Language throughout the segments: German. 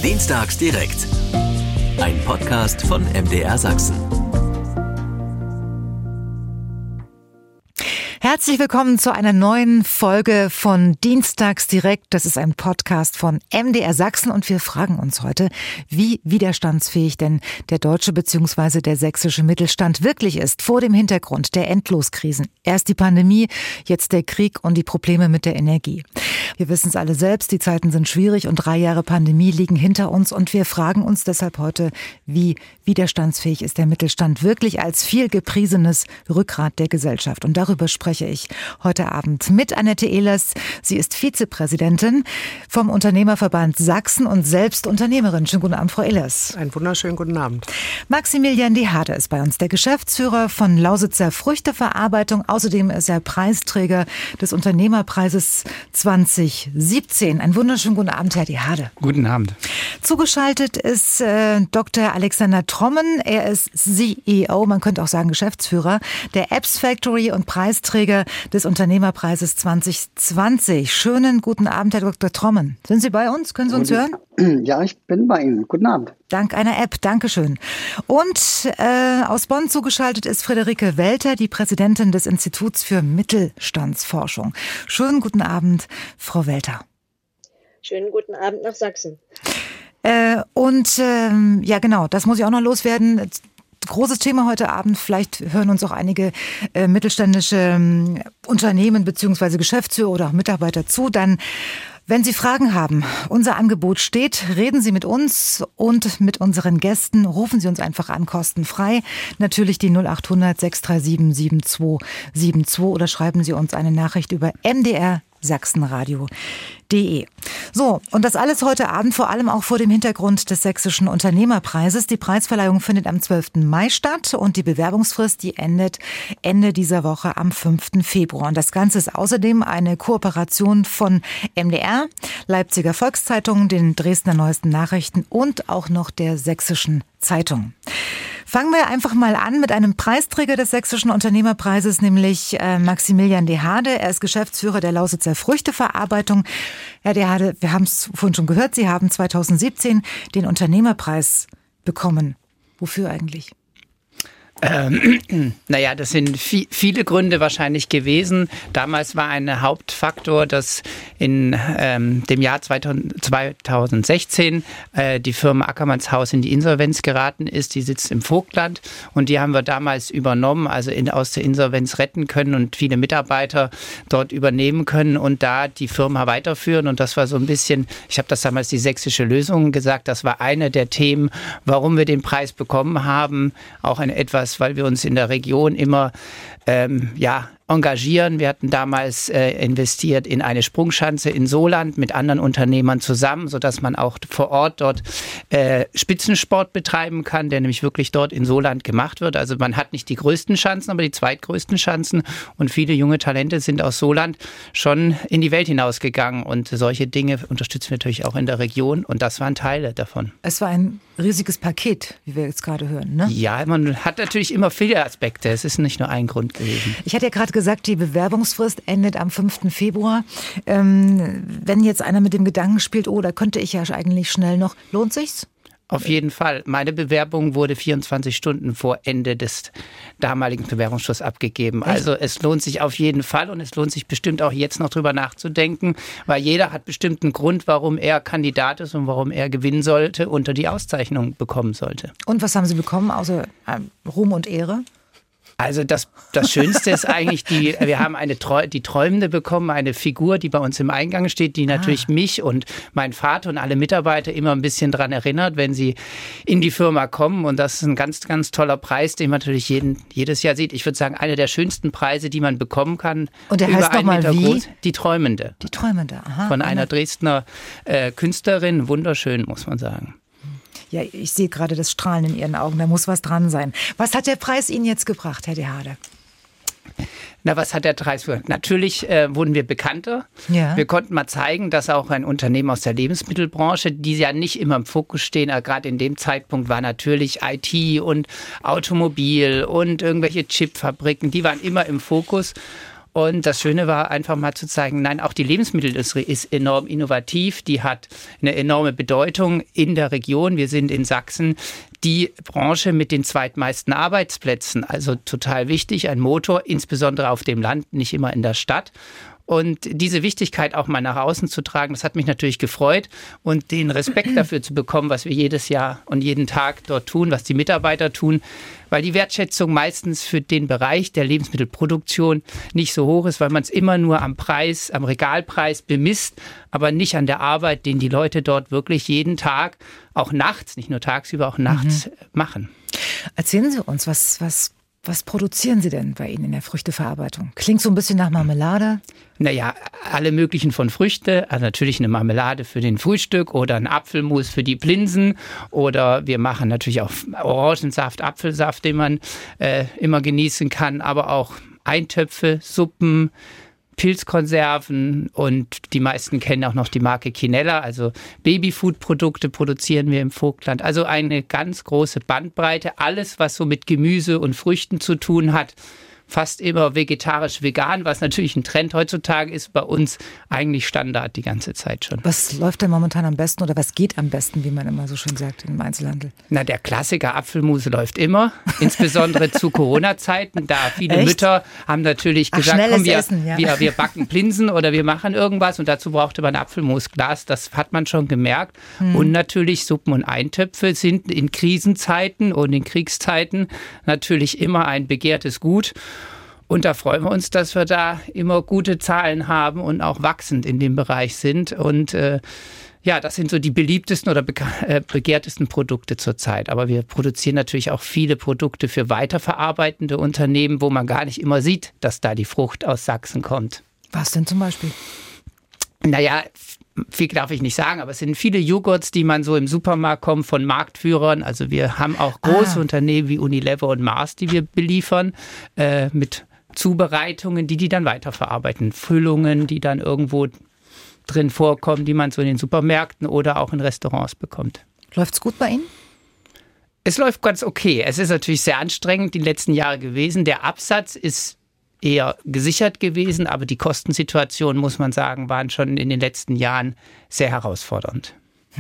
Dienstags direkt. Ein Podcast von MDR Sachsen. Herzlich willkommen zu einer neuen Folge von Dienstags direkt. Das ist ein Podcast von MDR Sachsen und wir fragen uns heute, wie widerstandsfähig denn der deutsche bzw. der sächsische Mittelstand wirklich ist vor dem Hintergrund der Endloskrisen. Erst die Pandemie, jetzt der Krieg und die Probleme mit der Energie. Wir wissen es alle selbst, die Zeiten sind schwierig und 3 Jahre Pandemie liegen hinter uns und wir fragen uns deshalb heute, wie widerstandsfähig ist der Mittelstand wirklich als viel gepriesenes Rückgrat der Gesellschaft. Und darüber spreche ich heute Abend mit Annette Ehlers. Sie ist Vizepräsidentin vom Unternehmerverband Sachsen und selbst Unternehmerin. Schönen guten Abend, Frau Ehlers. Einen wunderschönen guten Abend. Maximilian Dehade ist bei uns, der Geschäftsführer von Lausitzer Früchteverarbeitung. Außerdem ist er Preisträger des Unternehmerpreises 2017. Einen wunderschönen guten Abend, Herr Dehade. Guten Abend. Zugeschaltet ist Dr. Alexander Trommen. Er ist CEO, man könnte auch sagen Geschäftsführer der Apps Factory und Preisträger des Unternehmerpreises 2020. Schönen guten Abend, Herr Dr. Trommen. Sind Sie bei uns? Können Sie uns hören? Ja, ich bin bei Ihnen. Guten Abend. Dank einer App, Dankeschön. Und aus Bonn zugeschaltet ist Friederike Welter, die Präsidentin des Instituts für Mittelstandsforschung. Schönen guten Abend, Frau Welter. Schönen guten Abend nach Sachsen. Ja genau, das muss ich auch noch loswerden. Großes Thema heute Abend. Vielleicht hören uns auch einige mittelständische Unternehmen bzw. Geschäftsführer oder auch Mitarbeiter zu. Dann, wenn Sie Fragen haben, unser Angebot steht. Reden Sie mit uns und mit unseren Gästen. Rufen Sie uns einfach an, kostenfrei. Natürlich die 0800 637 7272 oder schreiben Sie uns eine Nachricht über mdrsachsenradio.de. So, und das alles heute Abend vor allem auch vor dem Hintergrund des Sächsischen Unternehmerpreises. Die Preisverleihung findet am 12. Mai statt und die Bewerbungsfrist, die endet Ende dieser Woche am 5. Februar. Und das Ganze ist außerdem eine Kooperation von MDR, Leipziger Volkszeitung, den Dresdner Neuesten Nachrichten und auch noch der Sächsischen Zeitung. Fangen wir einfach mal an mit einem Preisträger des Sächsischen Unternehmerpreises, nämlich Maximilian Dehade. Er ist Geschäftsführer der Lausitzer Früchteverarbeitung. Herr Dehade, wir haben es vorhin schon gehört, Sie haben 2017 den Unternehmerpreis bekommen. Wofür eigentlich? Naja, das sind viele Gründe wahrscheinlich gewesen. Damals war ein Hauptfaktor, dass in dem Jahr 2016 die Firma Ackermannshaus in die Insolvenz geraten ist. Die sitzt im Vogtland und die haben wir damals übernommen, also aus der Insolvenz retten können und viele Mitarbeiter dort übernehmen können und da die Firma weiterführen. Und das war so ein bisschen, ich habe das damals die sächsische Lösung gesagt, das war eine der Themen, warum wir den Preis bekommen haben. Auch weil wir uns in der Region immer engagieren. Wir hatten damals investiert in eine Sprungschanze in Soland mit anderen Unternehmern zusammen, sodass man auch vor Ort dort Spitzensport betreiben kann, der nämlich wirklich dort in Soland gemacht wird. Also man hat nicht die größten Schanzen, aber die zweitgrößten Schanzen und viele junge Talente sind aus Soland schon in die Welt hinausgegangen und solche Dinge unterstützen wir natürlich auch in der Region und das waren Teile davon. Es war ein riesiges Paket, wie wir jetzt gerade hören, ne? Ja, man hat natürlich immer viele Aspekte. Es ist nicht nur ein Grund gewesen. Ich hatte ja gerade gesagt, die Bewerbungsfrist endet am 5. Februar. Wenn jetzt einer mit dem Gedanken spielt, da könnte ich ja eigentlich schnell noch, lohnt sich's? Auf jeden Fall. Meine Bewerbung wurde 24 Stunden vor Ende des damaligen Bewerbungsschlusses abgegeben. Echt? Also es lohnt sich auf jeden Fall und es lohnt sich bestimmt auch jetzt noch drüber nachzudenken, weil jeder hat bestimmt einen Grund, warum er Kandidat ist und warum er gewinnen sollte, unter die Auszeichnung bekommen sollte. Und was haben Sie bekommen, außer Ruhm und Ehre? Also das Schönste ist eigentlich, wir haben die Träumende bekommen, eine Figur, die bei uns im Eingang steht, die natürlich mich und mein Vater und alle Mitarbeiter immer ein bisschen dran erinnert, wenn sie in die Firma kommen. Und das ist ein ganz, ganz toller Preis, den man natürlich jedes Jahr sieht. Ich würde sagen, einer der schönsten Preise, die man bekommen kann. Und der heißt nochmal wie? Groß, die Träumende. Die Träumende, aha. Von einer Dresdner Künstlerin, wunderschön, muss man sagen. Ja, ich sehe gerade das Strahlen in Ihren Augen, da muss was dran sein. Was hat der Preis Ihnen jetzt gebracht, Herr Dehade? Na, was hat der Preis für? Natürlich wurden wir bekannter. Ja. Wir konnten mal zeigen, dass auch ein Unternehmen aus der Lebensmittelbranche, die ja nicht immer im Fokus stehen, gerade in dem Zeitpunkt war natürlich IT und Automobil und irgendwelche Chipfabriken, die waren immer im Fokus. Und das Schöne war einfach mal zu zeigen, nein, auch die Lebensmittelindustrie ist enorm innovativ. Die hat eine enorme Bedeutung in der Region. Wir sind in Sachsen die Branche mit den zweitmeisten Arbeitsplätzen. Also total wichtig, ein Motor, insbesondere auf dem Land, nicht immer in der Stadt. Und diese Wichtigkeit auch mal nach außen zu tragen, das hat mich natürlich gefreut. Und den Respekt dafür zu bekommen, was wir jedes Jahr und jeden Tag dort tun, was die Mitarbeiter tun, weil die Wertschätzung meistens für den Bereich der Lebensmittelproduktion nicht so hoch ist, weil man es immer nur am Preis, am Regalpreis bemisst, aber nicht an der Arbeit, den die Leute dort wirklich jeden Tag, auch nachts, nicht nur tagsüber, auch nachts machen. Erzählen Sie uns, was produzieren Sie denn bei Ihnen in der Früchteverarbeitung? Klingt so ein bisschen nach Marmelade. Naja, alle möglichen von Früchte, also natürlich eine Marmelade für den Frühstück oder ein Apfelmus für die Plinsen oder wir machen natürlich auch Orangensaft, Apfelsaft, den man immer genießen kann, aber auch Eintöpfe, Suppen, Pilzkonserven und die meisten kennen auch noch die Marke Quinella, also Babyfood-Produkte produzieren wir im Vogtland. Also eine ganz große Bandbreite, alles was so mit Gemüse und Früchten zu tun hat. Fast immer vegetarisch-vegan, was natürlich ein Trend heutzutage ist, bei uns eigentlich Standard die ganze Zeit schon. Was läuft denn momentan am besten oder was geht am besten, wie man immer so schön sagt im Einzelhandel? Na, der Klassiker Apfelmus läuft immer, insbesondere zu Corona-Zeiten, da viele Mütter haben natürlich gesagt, komm, wir backen Plinsen oder wir machen irgendwas und dazu brauchte man Apfelmusglas, das hat man schon gemerkt. Und natürlich Suppen und Eintöpfe sind in Krisenzeiten und in Kriegszeiten natürlich immer ein begehrtes Gut. Und da freuen wir uns, dass wir da immer gute Zahlen haben und auch wachsend in dem Bereich sind. Und das sind so die beliebtesten oder begehrtesten Produkte zurzeit. Aber wir produzieren natürlich auch viele Produkte für weiterverarbeitende Unternehmen, wo man gar nicht immer sieht, dass da die Frucht aus Sachsen kommt. Was denn zum Beispiel? Naja, viel darf ich nicht sagen, aber es sind viele Joghurts, die man so im Supermarkt kommen von Marktführern. Also wir haben auch große Unternehmen wie Unilever und Mars, die wir beliefern mit Zubereitungen, die dann weiterverarbeiten. Füllungen, die dann irgendwo drin vorkommen, die man so in den Supermärkten oder auch in Restaurants bekommt. Läuft's gut bei Ihnen? Es läuft ganz okay. Es ist natürlich sehr anstrengend die letzten Jahre gewesen. Der Absatz ist eher gesichert gewesen, aber die Kostensituation, muss man sagen, waren schon in den letzten Jahren sehr herausfordernd.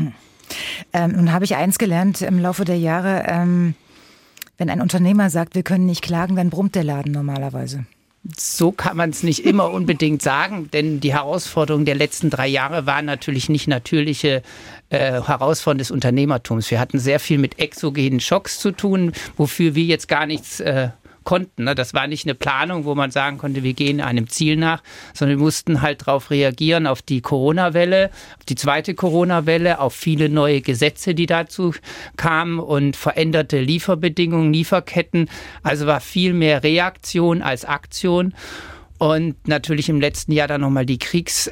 Nun habe ich eins gelernt im Laufe der Jahre, wenn ein Unternehmer sagt, wir können nicht klagen, dann brummt der Laden normalerweise. So kann man es nicht immer unbedingt sagen, denn die Herausforderungen der letzten 3 Jahre waren natürlich nicht natürliche Herausforderungen des Unternehmertums. Wir hatten sehr viel mit exogenen Schocks zu tun, wofür wir jetzt gar nichts konnten. Das war nicht eine Planung, wo man sagen konnte, wir gehen einem Ziel nach, sondern wir mussten halt darauf reagieren, auf die Corona-Welle, auf die zweite Corona-Welle, auf viele neue Gesetze, die dazu kamen und veränderte Lieferbedingungen, Lieferketten. Also war viel mehr Reaktion als Aktion. Und natürlich im letzten Jahr dann nochmal die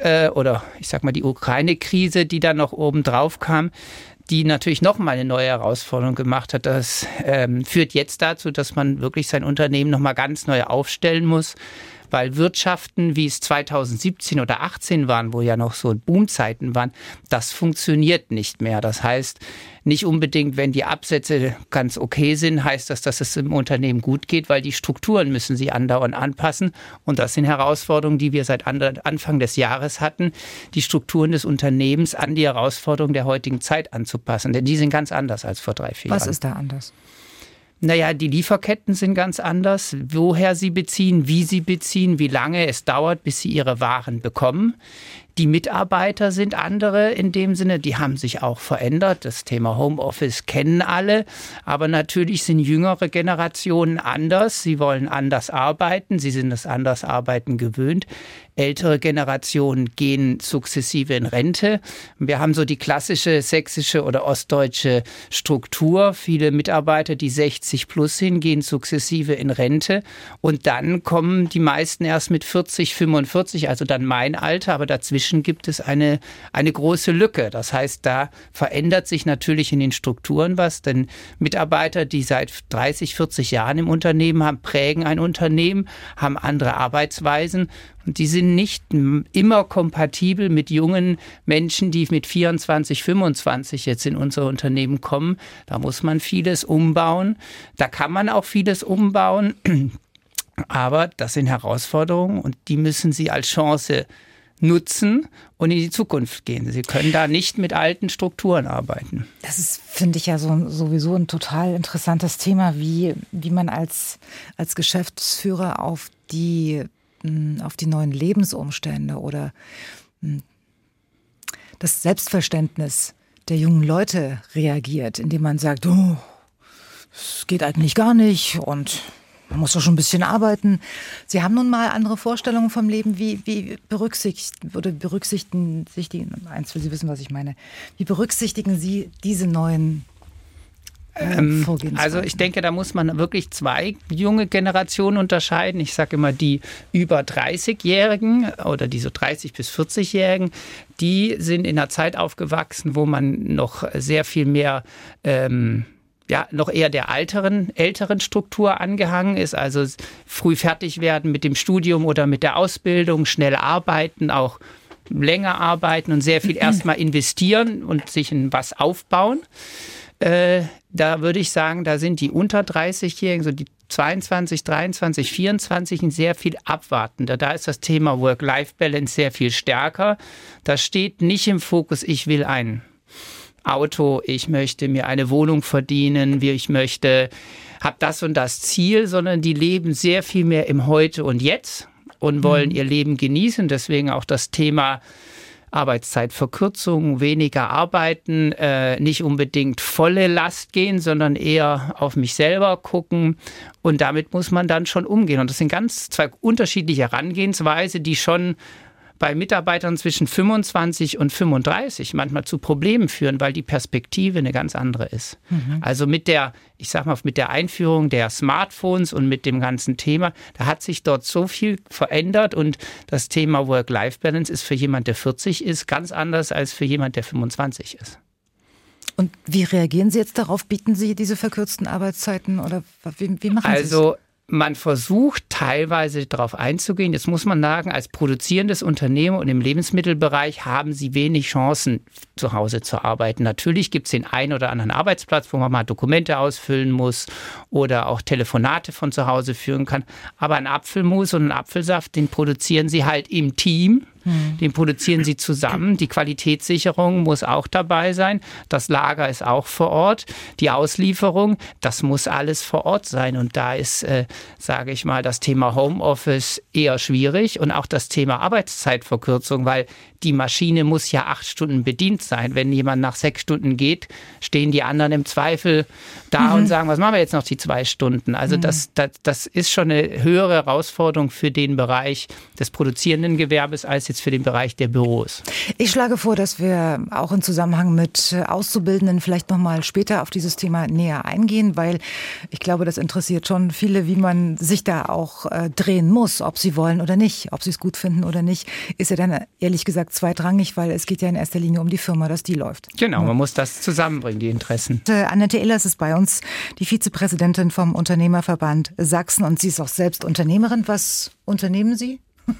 die Ukraine-Krise, die dann noch oben drauf kam, die natürlich nochmal eine neue Herausforderung gemacht hat. Das führt jetzt dazu, dass man wirklich sein Unternehmen nochmal ganz neu aufstellen muss, weil Wirtschaften, wie es 2017 oder 2018 waren, wo ja noch so Boomzeiten waren, das funktioniert nicht mehr. Das heißt, nicht unbedingt, wenn die Absätze ganz okay sind, heißt das, dass es im Unternehmen gut geht, weil die Strukturen müssen sie andauernd anpassen. Und das sind Herausforderungen, die wir seit Anfang des Jahres hatten, die Strukturen des Unternehmens an die Herausforderungen der heutigen Zeit anzupassen. Denn die sind ganz anders als vor 3-4 Jahren. Was ist da anders? Naja, die Lieferketten sind ganz anders, woher sie beziehen, wie sie beziehen, wie lange es dauert, bis sie ihre Waren bekommen. Die Mitarbeiter sind andere in dem Sinne, die haben sich auch verändert. Das Thema Homeoffice kennen alle, aber natürlich sind jüngere Generationen anders. Sie wollen anders arbeiten, sie sind das anders Arbeiten gewöhnt. Ältere Generationen gehen sukzessive in Rente. Wir haben so die klassische sächsische oder ostdeutsche Struktur. Viele Mitarbeiter, die 60 plus sind, gehen sukzessive in Rente. Und dann kommen die meisten erst mit 40, 45, also dann mein Alter. Aber dazwischen gibt es eine große Lücke. Das heißt, da verändert sich natürlich in den Strukturen was. Denn Mitarbeiter, die seit 30, 40 Jahren im Unternehmen haben, prägen ein Unternehmen, haben andere Arbeitsweisen. Und die sind nicht immer kompatibel mit jungen Menschen, die mit 24, 25 jetzt in unser Unternehmen kommen. Da muss man vieles umbauen. Da kann man auch vieles umbauen. Aber das sind Herausforderungen und die müssen Sie als Chance nutzen und in die Zukunft gehen. Sie können da nicht mit alten Strukturen arbeiten. Das ist, finde ich, ja sowieso ein total interessantes Thema, wie man als Geschäftsführer auf die neuen Lebensumstände oder das Selbstverständnis der jungen Leute reagiert, indem man sagt, oh, es geht eigentlich gar nicht und man muss doch schon ein bisschen arbeiten. Sie haben nun mal andere Vorstellungen vom Leben. Wie berücksichtigen Sie wissen, was ich meine. Wie berücksichtigen Sie diese neuen Vorgehensweisen? Also ich denke, da muss man wirklich zwei junge Generationen unterscheiden. Ich sage immer, die über 30-Jährigen oder die so 30- bis 40-Jährigen, die sind in einer Zeit aufgewachsen, wo man noch sehr viel mehr noch eher der älteren Struktur angehangen ist, also früh fertig werden mit dem Studium oder mit der Ausbildung, schnell arbeiten, auch länger arbeiten und sehr viel erstmal investieren und sich in was aufbauen. Da würde ich sagen, da sind die unter 30-Jährigen, so die 22, 23, 24 sehr viel abwartender. Da ist das Thema Work-Life-Balance sehr viel stärker. Da steht nicht im Fokus, ich will ein Auto, ich möchte mir eine Wohnung verdienen, habe das und das Ziel, sondern die leben sehr viel mehr im Heute und Jetzt und wollen ihr Leben genießen. Deswegen auch das Thema Arbeitszeitverkürzung, weniger arbeiten, nicht unbedingt volle Last gehen, sondern eher auf mich selber gucken. Und damit muss man dann schon umgehen. Und das sind zwei unterschiedliche Herangehensweise, die schon bei Mitarbeitern zwischen 25 und 35 manchmal zu Problemen führen, weil die Perspektive eine ganz andere ist. Also mit der Einführung der Smartphones und mit dem ganzen Thema, da hat sich dort so viel verändert und das Thema Work-Life-Balance ist für jemand, der 40 ist, ganz anders als für jemand, der 25 ist. Und wie reagieren Sie jetzt darauf? Bieten Sie diese verkürzten Arbeitszeiten oder wie machen Sie es? Also man versucht teilweise darauf einzugehen. Jetzt muss man sagen, als produzierendes Unternehmen und im Lebensmittelbereich haben Sie wenig Chancen, zu Hause zu arbeiten. Natürlich gibt es den einen oder anderen Arbeitsplatz, wo man mal Dokumente ausfüllen muss oder auch Telefonate von zu Hause führen kann. Aber ein Apfelmus und einen Apfelsaft, den produzieren Sie halt im Team. Den produzieren Sie zusammen. Die Qualitätssicherung muss auch dabei sein. Das Lager ist auch vor Ort. Die Auslieferung, das muss alles vor Ort sein. Und da ist, sage ich mal, das Thema Homeoffice eher schwierig und auch das Thema Arbeitszeitverkürzung, weil die Maschine muss ja 8 Stunden bedient sein. Wenn jemand nach 6 Stunden geht, stehen die anderen im Zweifel da und sagen, was machen wir jetzt noch die 2 Stunden? Also das ist schon eine höhere Herausforderung für den Bereich des produzierenden Gewerbes als jetzt für den Bereich der Büros. Ich schlage vor, dass wir auch im Zusammenhang mit Auszubildenden vielleicht noch mal später auf dieses Thema näher eingehen, weil ich glaube, das interessiert schon viele, wie man sich da auch drehen muss, ob sie wollen oder nicht, ob sie es gut finden oder nicht, ist ja dann ehrlich gesagt zweitrangig, weil es geht ja in erster Linie um die Firma, dass die läuft. Genau, man muss das zusammenbringen, die Interessen. Annette Ehlers ist bei uns, die Vizepräsidentin vom Unternehmerverband Sachsen und sie ist auch selbst Unternehmerin. Was unternehmen Sie?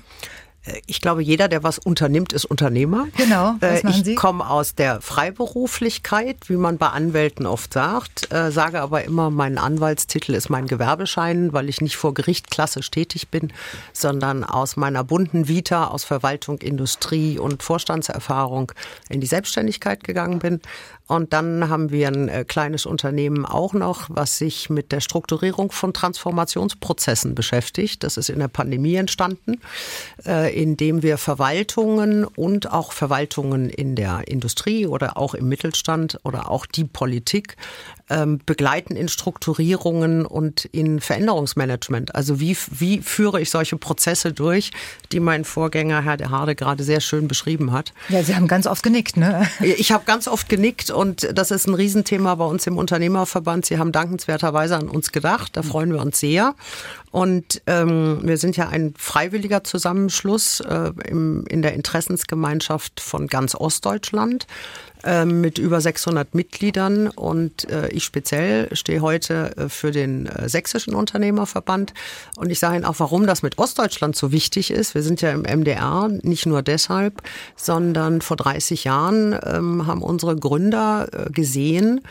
Ich glaube, jeder, der was unternimmt, ist Unternehmer. Genau, was machen Sie? Ich komme aus der Freiberuflichkeit, wie man bei Anwälten oft sagt, sage aber immer, mein Anwaltstitel ist mein Gewerbeschein, weil ich nicht vor Gericht klassisch tätig bin, sondern aus meiner bunten Vita, aus Verwaltung, Industrie und Vorstandserfahrung in die Selbstständigkeit gegangen bin. Und dann haben wir ein kleines Unternehmen auch noch, was sich mit der Strukturierung von Transformationsprozessen beschäftigt. Das ist in der Pandemie entstanden, indem wir Verwaltungen und auch Verwaltungen in der Industrie oder auch im Mittelstand oder auch die Politik begleiten in Strukturierungen und in Veränderungsmanagement. Also wie führe ich solche Prozesse durch, die mein Vorgänger Herr de Harde gerade sehr schön beschrieben hat. Ja, Sie haben ganz oft genickt, ne? Ich habe ganz oft genickt und das ist ein Riesenthema bei uns im Unternehmerverband. Sie haben dankenswerterweise an uns gedacht, da freuen wir uns sehr. Und wir sind ja ein freiwilliger Zusammenschluss in der Interessensgemeinschaft von ganz Ostdeutschland mit über 600 Mitgliedern und ich speziell stehe heute für den sächsischen Unternehmerverband und ich sage Ihnen auch, warum das mit Ostdeutschland so wichtig ist. Wir sind ja im MDR, nicht nur deshalb, sondern vor 30 Jahren haben unsere Gründer gesehen,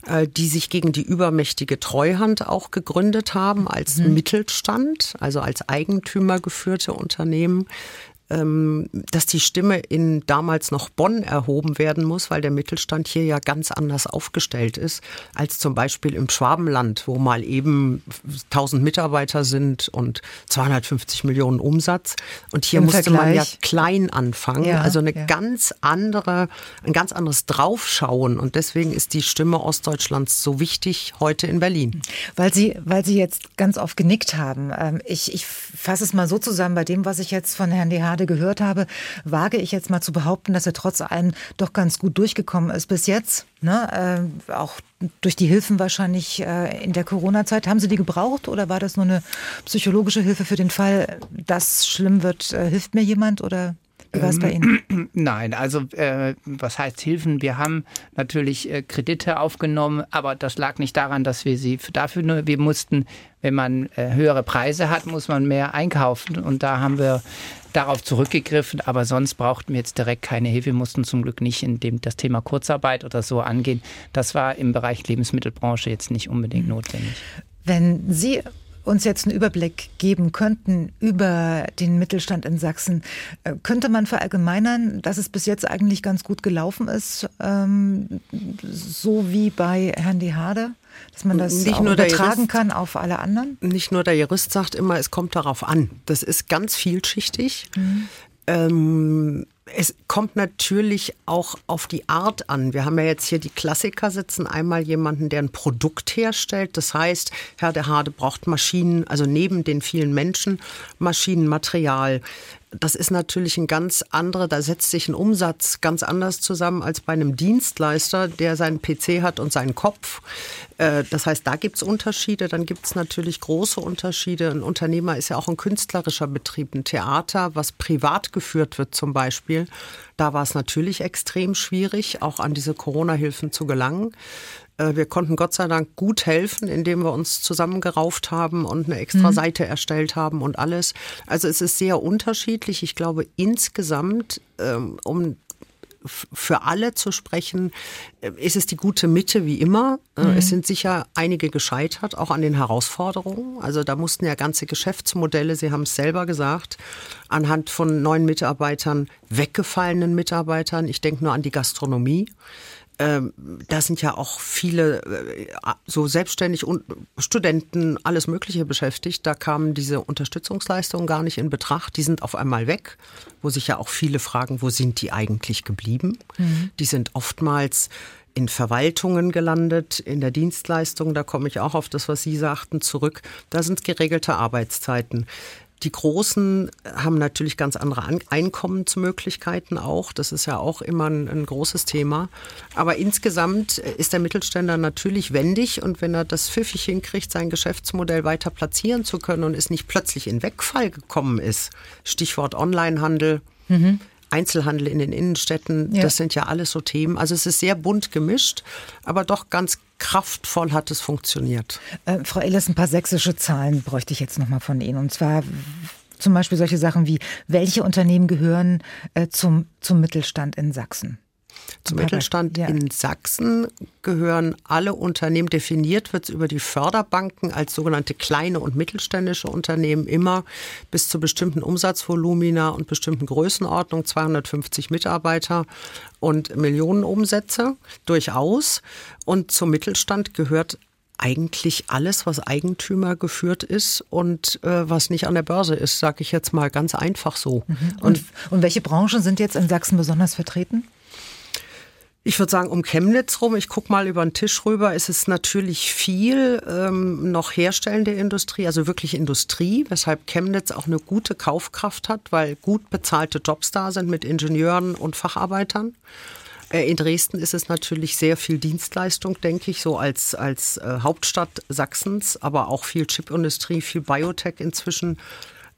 die sich gegen die übermächtige Treuhand auch gegründet haben als Mittelstand, also als eigentümergeführte Unternehmen, dass die Stimme in damals noch Bonn erhoben werden muss, weil der Mittelstand hier ja ganz anders aufgestellt ist, als zum Beispiel im Schwabenland, wo mal eben 1000 Mitarbeiter sind und 250 Millionen Umsatz. Und hier musste man ja klein anfangen, also ein ganz anderes Draufschauen. Und deswegen ist die Stimme Ostdeutschlands so wichtig heute in Berlin. Weil Sie jetzt ganz oft genickt haben. Ich fasse es mal so zusammen, bei dem, was ich jetzt von Herrn de Hade gehört habe, wage ich jetzt mal zu behaupten, dass er trotz allem doch ganz gut durchgekommen ist bis jetzt. Ne? Auch durch die Hilfen wahrscheinlich in der Corona-Zeit. Haben Sie die gebraucht oder war das nur eine psychologische Hilfe für den Fall, dass schlimm wird? Hilft mir jemand oder wie war es bei Ihnen? Nein, also was heißt Hilfen? Wir haben natürlich Kredite aufgenommen, aber das lag nicht daran, dass wir sie wir mussten, wenn man höhere Preise hat, muss man mehr einkaufen und da haben wir darauf zurückgegriffen, aber sonst brauchten wir jetzt direkt keine Hilfe. Wir mussten zum Glück nicht das Thema Kurzarbeit oder so angehen. Das war im Bereich Lebensmittelbranche jetzt nicht unbedingt notwendig. Wenn Sie uns jetzt einen Überblick geben könnten über den Mittelstand in Sachsen, könnte man verallgemeinern, dass es bis jetzt eigentlich ganz gut gelaufen ist, so wie bei Herrn de Hade? Dass man das nicht auch nur übertragen kann auf alle anderen? Nicht nur der Jurist sagt immer, es kommt darauf an. Das ist ganz vielschichtig. Es kommt natürlich auch auf die Art an. Wir haben ja jetzt hier die Klassiker sitzen. Einmal jemanden, der ein Produkt herstellt. Das heißt, Herr de Hade braucht Maschinen, also neben den vielen Menschen, Maschinenmaterial. Das ist natürlich ein ganz anderer, da setzt sich ein Umsatz ganz anders zusammen als bei einem Dienstleister, der seinen PC hat und seinen Kopf. Das heißt, da gibt es Unterschiede. Dann gibt es natürlich große Unterschiede. Ein Unternehmer ist ja auch ein künstlerischer Betrieb, ein Theater, was privat geführt wird zum Beispiel. Da war es natürlich extrem schwierig, auch an diese Corona-Hilfen zu gelangen. Wir konnten Gott sei Dank gut helfen, indem wir uns zusammengerauft haben und eine extra Seite erstellt haben und alles. Also es ist sehr unterschiedlich. Ich glaube insgesamt, um für alle zu sprechen, ist es die gute Mitte wie immer. Es sind sicher einige gescheitert, auch an den Herausforderungen. Also da mussten ja ganze Geschäftsmodelle, Sie haben es selber gesagt, anhand von neuen Mitarbeitern, weggefallenen Mitarbeitern, ich denke nur an die Gastronomie. Da sind ja auch viele so selbstständig und Studenten, alles Mögliche beschäftigt. Da kamen diese Unterstützungsleistungen gar nicht in Betracht. Die sind auf einmal weg, wo sich ja auch viele fragen, wo sind die eigentlich geblieben? Die sind oftmals in Verwaltungen gelandet, in der Dienstleistung. Da komme ich auch auf das, was Sie sagten, zurück. Da sind geregelte Arbeitszeiten. Die Großen haben natürlich ganz andere Einkommensmöglichkeiten auch. Das ist ja auch immer ein großes Thema. Aber insgesamt ist der Mittelständler natürlich wendig. Und wenn er das pfiffig hinkriegt, sein Geschäftsmodell weiter platzieren zu können und es nicht plötzlich in Wegfall gekommen ist, Stichwort Onlinehandel, Einzelhandel in den Innenstädten, das sind ja alles so Themen. Also es ist sehr bunt gemischt, aber doch ganz kraftvoll hat es funktioniert. Frau Illes, ein paar sächsische Zahlen bräuchte ich jetzt nochmal von Ihnen. Und zwar zum Beispiel solche Sachen wie, welche Unternehmen gehören zum Mittelstand in Sachsen? Zum Mittelstand in Sachsen gehören alle Unternehmen, definiert wird es über die Förderbanken als sogenannte kleine und mittelständische Unternehmen immer bis zu bestimmten Umsatzvolumina und bestimmten Größenordnung, 250 Mitarbeiter und Millionenumsätze durchaus. Und zum Mittelstand gehört eigentlich alles, was Eigentümer geführt ist und was nicht an der Börse ist, sage ich jetzt mal ganz einfach so. Und welche Branchen sind jetzt in Sachsen besonders vertreten? Ich würde sagen, um Chemnitz rum, ich gucke mal über den Tisch rüber, ist es natürlich viel noch herstellende Industrie, also wirklich Industrie, weshalb Chemnitz auch eine gute Kaufkraft hat, weil gut bezahlte Jobs da sind mit Ingenieuren und Facharbeitern. In Dresden ist es natürlich sehr viel Dienstleistung, denke ich, so als Hauptstadt Sachsens, aber auch viel Chipindustrie, viel Biotech inzwischen.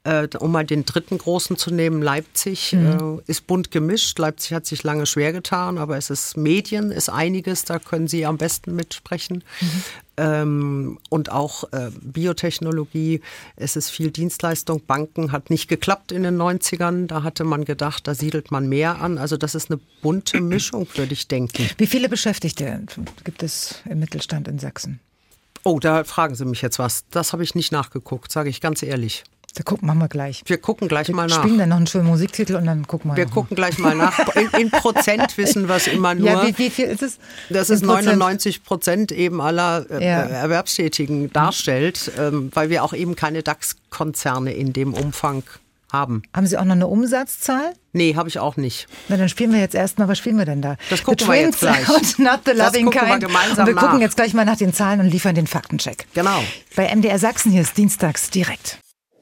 Um mal den dritten großen zu nehmen, Leipzig ist bunt gemischt. Leipzig hat sich lange schwer getan, aber es ist Medien, ist einiges, da können Sie am besten mitsprechen. Und auch Biotechnologie, es ist viel Dienstleistung. Banken hat nicht geklappt in den 90ern, da hatte man gedacht, da siedelt man mehr an. Also das ist eine bunte Mischung, würde ich denken. Wie viele Beschäftigte gibt es im Mittelstand in Sachsen? Oh, da fragen Sie mich jetzt was. Das habe ich nicht nachgeguckt, sage ich ganz ehrlich. Da machen wir gleich. Wir gucken gleich mal nach. Wir spielen dann noch einen schönen Musiktitel und dann gucken wir. Wir gucken gleich mal nach. In Prozent wissen wir es immer nur. Ja, wie viel ist es? Das ist 99% eben aller Erwerbstätigen darstellt, weil wir auch eben keine DAX-Konzerne in dem Umfang haben. Haben Sie auch noch eine Umsatzzahl? Nee, habe ich auch nicht. Na, dann spielen wir jetzt erstmal. Was spielen wir denn da? Das gucken wir jetzt gleich. Und Not the Loving Kind. Wir gemeinsam und wir gucken jetzt gleich mal nach den Zahlen und liefern den Faktencheck. Genau. Bei MDR Sachsen, hier ist Dienstags direkt.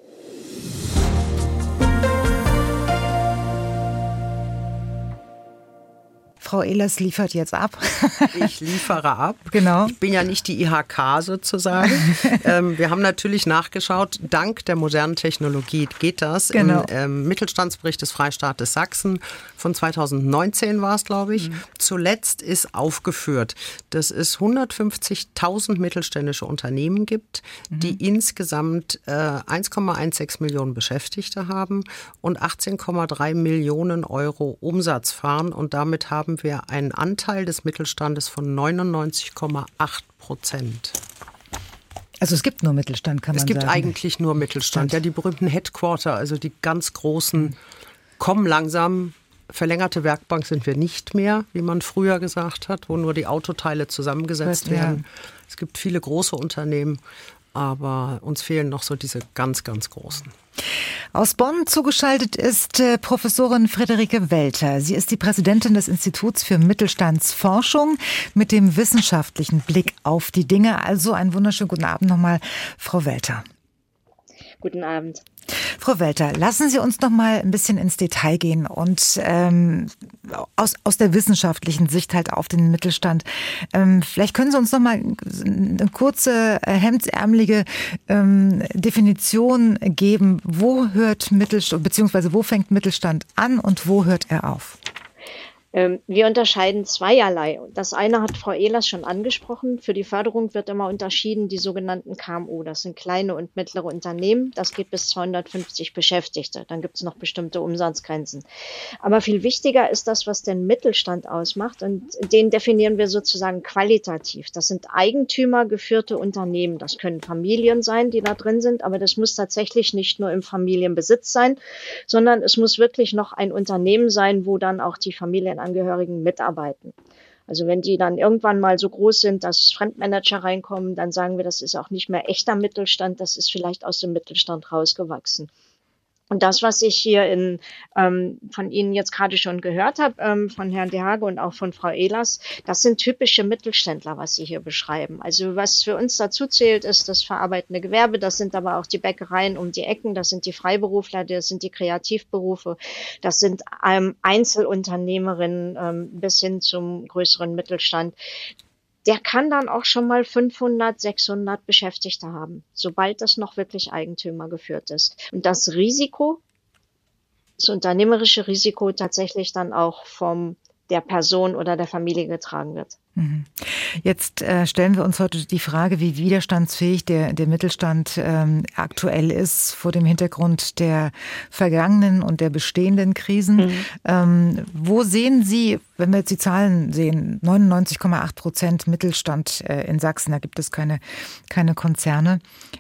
Frau Ehlers liefert jetzt ab. Ich liefere ab. Genau. Ich bin ja nicht die IHK sozusagen. Wir haben natürlich nachgeschaut, dank der modernen Technologie geht das. Genau. Im Mittelstandsbericht des Freistaates Sachsen von 2019 war es, glaube ich. Zuletzt ist aufgeführt, dass es 150.000 mittelständische Unternehmen gibt, die insgesamt 1,16 Millionen Beschäftigte haben und 18,3 Millionen Euro Umsatz fahren. Und damit haben wir einen Anteil des Mittelstandes von 99,8%. Also es gibt nur Mittelstand, kann man sagen. Es gibt eigentlich nur Mittelstand. Ja, die berühmten Headquarter, also die ganz großen, kommen langsam. Verlängerte Werkbank sind wir nicht mehr, wie man früher gesagt hat, wo nur die Autoteile zusammengesetzt werden. Es gibt viele große Unternehmen, aber uns fehlen noch so diese ganz, ganz großen. Aus Bonn zugeschaltet ist Professorin Friederike Welter. Sie ist die Präsidentin des Instituts für Mittelstandsforschung mit dem wissenschaftlichen Blick auf die Dinge. Also einen wunderschönen guten Abend nochmal, Frau Welter. Guten Abend. Frau Welter, lassen Sie uns noch mal ein bisschen ins Detail gehen und aus der wissenschaftlichen Sicht halt auf den Mittelstand. Vielleicht können Sie uns noch mal eine kurze, hemdsärmelige Definition geben. Wo hört Mittelstand, beziehungsweise wo fängt Mittelstand an und wo hört er auf? Wir unterscheiden zweierlei. Das eine hat Frau Ehlers schon angesprochen. Für die Förderung wird immer unterschieden die sogenannten KMU. Das sind kleine und mittlere Unternehmen. Das geht bis 250 Beschäftigte. Dann gibt es noch bestimmte Umsatzgrenzen. Aber viel wichtiger ist das, was den Mittelstand ausmacht. Und den definieren wir sozusagen qualitativ. Das sind eigentümergeführte Unternehmen. Das können Familien sein, die da drin sind. Aber das muss tatsächlich nicht nur im Familienbesitz sein, sondern es muss wirklich noch ein Unternehmen sein, wo dann auch die Familienangehörigen mitarbeiten. Also wenn die dann irgendwann mal so groß sind, dass Fremdmanager reinkommen, dann sagen wir, das ist auch nicht mehr echter Mittelstand, das ist vielleicht aus dem Mittelstand rausgewachsen. Und das, was ich hier von Ihnen jetzt gerade schon gehört habe, von Herrn de Hage und auch von Frau Ehlers, das sind typische Mittelständler, was Sie hier beschreiben. Also was für uns dazu zählt, ist das verarbeitende Gewerbe, das sind aber auch die Bäckereien um die Ecken, das sind die Freiberufler, das sind die Kreativberufe, das sind Einzelunternehmerinnen bis hin zum größeren Mittelstand. Der kann dann auch schon mal 500, 600 Beschäftigte haben, sobald das noch wirklich Eigentümer geführt ist. Und das Risiko, das unternehmerische Risiko tatsächlich dann auch von der Person oder der Familie getragen wird. Jetzt stellen wir uns heute die Frage, wie widerstandsfähig der Mittelstand aktuell ist vor dem Hintergrund der vergangenen und der bestehenden Krisen. Wo sehen Sie, wenn wir jetzt die Zahlen sehen, 99,8% Mittelstand in Sachsen, da gibt es keine Konzerne.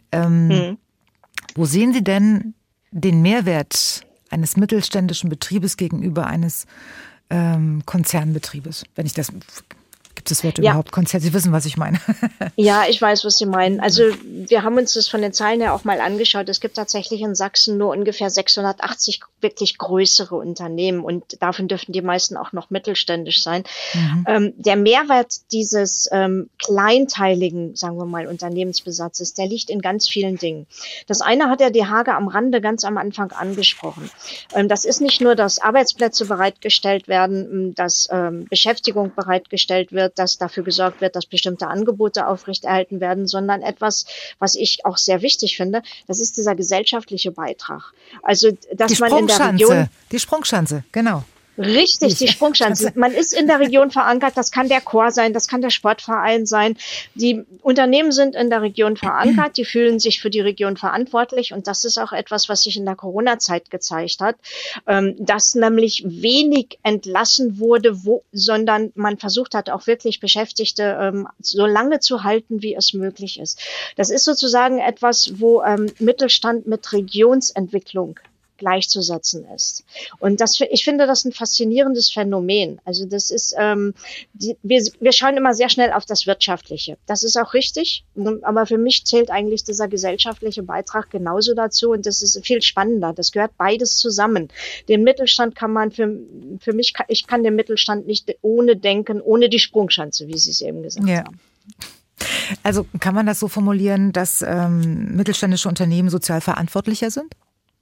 Wo sehen Sie denn den Mehrwert eines mittelständischen Betriebes gegenüber eines Konzernbetriebes? Wenn ich das... Gibt es das Wort überhaupt? Konzern? Sie wissen, was ich meine. Ja, ich weiß, was Sie meinen. Also wir haben uns das von den Zahlen her auch mal angeschaut. Es gibt tatsächlich in Sachsen nur ungefähr 680 wirklich größere Unternehmen und davon dürften die meisten auch noch mittelständisch sein. Der Mehrwert dieses kleinteiligen, sagen wir mal, Unternehmensbesatzes, der liegt in ganz vielen Dingen. Das eine hat der de Hage am Rande ganz am Anfang angesprochen. Das ist nicht nur, dass Arbeitsplätze bereitgestellt werden, dass Beschäftigung bereitgestellt wird, dass dafür gesorgt wird, dass bestimmte Angebote aufrechterhalten werden, sondern etwas, was ich auch sehr wichtig finde, das ist dieser gesellschaftliche Beitrag. Also, dass man in der Region... Die Sprungschanze, genau. Richtig, die Sprungschanze. Man ist in der Region verankert, das kann der Chor sein, das kann der Sportverein sein. Die Unternehmen sind in der Region verankert, die fühlen sich für die Region verantwortlich und das ist auch etwas, was sich in der Corona-Zeit gezeigt hat, dass nämlich wenig entlassen wurde, sondern man versucht hat, auch wirklich Beschäftigte so lange zu halten, wie es möglich ist. Das ist sozusagen etwas, wo Mittelstand mit Regionsentwicklung gleichzusetzen ist. Und ich finde das ein faszinierendes Phänomen. Also das ist, wir schauen immer sehr schnell auf das Wirtschaftliche. Das ist auch richtig, aber für mich zählt eigentlich dieser gesellschaftliche Beitrag genauso dazu und das ist viel spannender. Das gehört beides zusammen. Den Mittelstand kann man für mich, ich kann den Mittelstand nicht ohne denken, ohne die Sprungschanze, wie Sie es eben gesagt haben. Also kann man das so formulieren, dass mittelständische Unternehmen sozial verantwortlicher sind?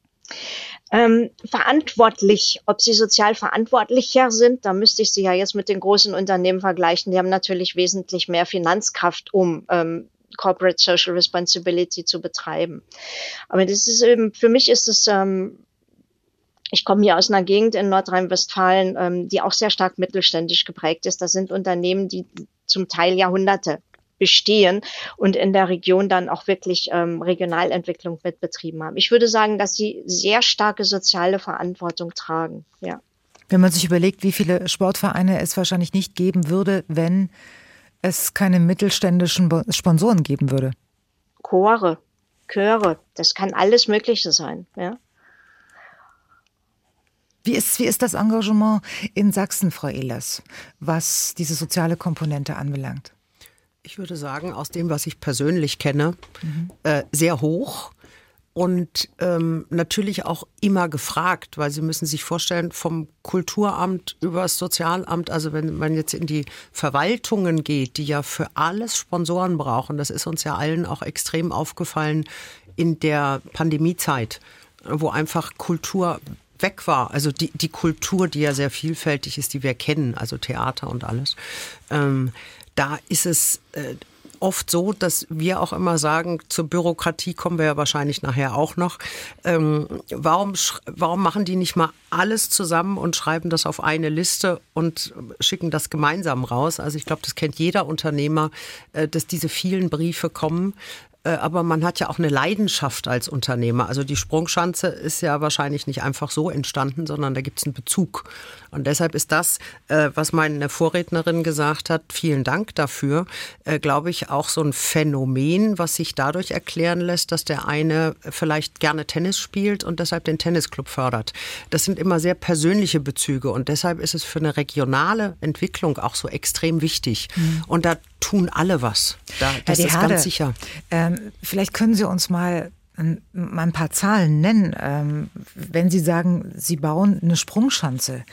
Verantwortlich, ob sie sozial verantwortlicher sind, da müsste ich sie ja jetzt mit den großen Unternehmen vergleichen. Die haben natürlich wesentlich mehr Finanzkraft, um Corporate Social Responsibility zu betreiben. Aber das ist eben, für mich ist es, ich komme hier aus einer Gegend in Nordrhein-Westfalen, die auch sehr stark mittelständisch geprägt ist. Das sind Unternehmen, die zum Teil Jahrhunderte bestehen und in der Region dann auch wirklich Regionalentwicklung mitbetrieben haben. Ich würde sagen, dass sie sehr starke soziale Verantwortung tragen. Ja. Wenn man sich überlegt, wie viele Sportvereine es wahrscheinlich nicht geben würde, wenn es keine mittelständischen Sponsoren geben würde. Chöre, das kann alles Mögliche sein. Ja. Wie ist das Engagement in Sachsen, Frau Ehlers, was diese soziale Komponente anbelangt? Ich würde sagen, aus dem, was ich persönlich kenne, sehr hoch und natürlich auch immer gefragt, weil Sie müssen sich vorstellen, vom Kulturamt über das Sozialamt, also wenn man jetzt in die Verwaltungen geht, die ja für alles Sponsoren brauchen, das ist uns ja allen auch extrem aufgefallen in der Pandemiezeit, wo einfach Kultur weg war. Also die Kultur, die ja sehr vielfältig ist, die wir kennen, also Theater und alles. Da ist es oft so, dass wir auch immer sagen, zur Bürokratie kommen wir ja wahrscheinlich nachher auch noch. Warum machen die nicht mal alles zusammen und schreiben das auf eine Liste und schicken das gemeinsam raus? Also ich glaube, das kennt jeder Unternehmer, dass diese vielen Briefe kommen. Aber man hat ja auch eine Leidenschaft als Unternehmer. Also die Sprungschanze ist ja wahrscheinlich nicht einfach so entstanden, sondern da gibt es einen Bezug. Und deshalb ist das, was meine Vorrednerin gesagt hat, vielen Dank dafür, glaube ich, auch so ein Phänomen, was sich dadurch erklären lässt, dass der eine vielleicht gerne Tennis spielt und deshalb den Tennisclub fördert. Das sind immer sehr persönliche Bezüge und deshalb ist es für eine regionale Entwicklung auch so extrem wichtig. Und da tun alle was. Das ist ganz sicher. Vielleicht können Sie uns mal ein paar Zahlen nennen. Wenn Sie sagen, Sie bauen eine Sprungschanze,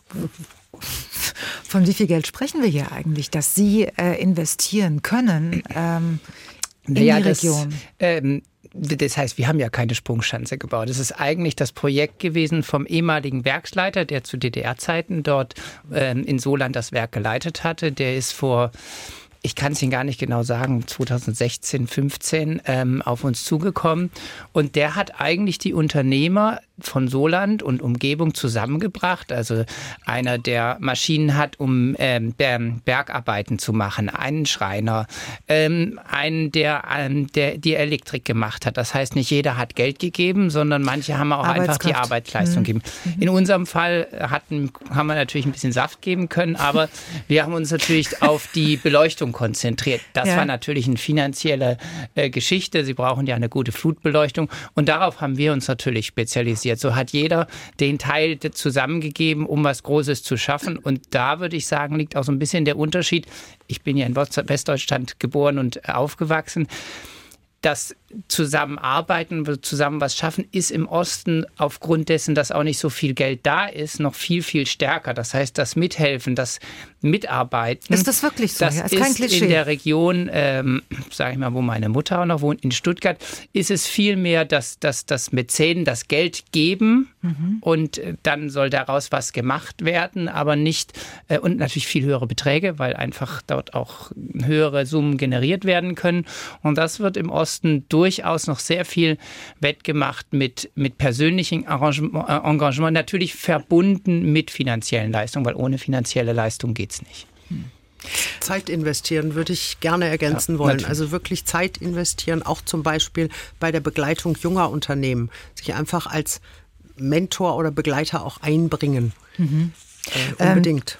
von wie viel Geld sprechen wir hier eigentlich, dass Sie investieren können in die Region? Das heißt, wir haben ja keine Sprungschanze gebaut. Das ist eigentlich das Projekt gewesen vom ehemaligen Werksleiter, der zu DDR-Zeiten dort in Soland das Werk geleitet hatte. Der ist ich kann es Ihnen gar nicht genau sagen, 2016, 15 auf uns zugekommen. Und der hat eigentlich die Unternehmer von Soland und Umgebung zusammengebracht. Also einer, der Maschinen hat, um Bergarbeiten zu machen, einen Schreiner, einen, der die Elektrik gemacht hat. Das heißt, nicht jeder hat Geld gegeben, sondern manche haben auch einfach die Arbeitsleistung gegeben. In unserem Fall haben wir natürlich ein bisschen Saft geben können, aber wir haben uns natürlich auf die Beleuchtung konzentriert. Das war natürlich eine finanzielle Geschichte. Sie brauchen ja eine gute Flutbeleuchtung und darauf haben wir uns natürlich spezialisiert. So hat jeder den Teil zusammengegeben, um was Großes zu schaffen. Und da würde ich sagen, liegt auch so ein bisschen der Unterschied. Ich bin ja in Westdeutschland geboren und aufgewachsen. Dass zusammenarbeiten, zusammen was schaffen, ist im Osten aufgrund dessen, dass auch nicht so viel Geld da ist, noch viel, viel stärker. Das heißt, das Mithelfen, das Mitarbeiten. Ist das wirklich so? Das ist kein Klischee. In der Region, sage ich mal, wo meine Mutter auch noch wohnt, in Stuttgart, ist es viel mehr, dass Mäzen das Geld geben und dann soll daraus was gemacht werden, aber nicht, und natürlich viel höhere Beträge, weil einfach dort auch höhere Summen generiert werden können. Und das wird im Osten durchaus noch sehr viel wettgemacht mit persönlichem Engagement, natürlich verbunden mit finanziellen Leistungen, weil ohne finanzielle Leistung geht es nicht. Zeit investieren würde ich gerne ergänzen wollen. Natürlich. Also wirklich Zeit investieren, auch zum Beispiel bei der Begleitung junger Unternehmen. Sich einfach als Mentor oder Begleiter auch einbringen. Unbedingt.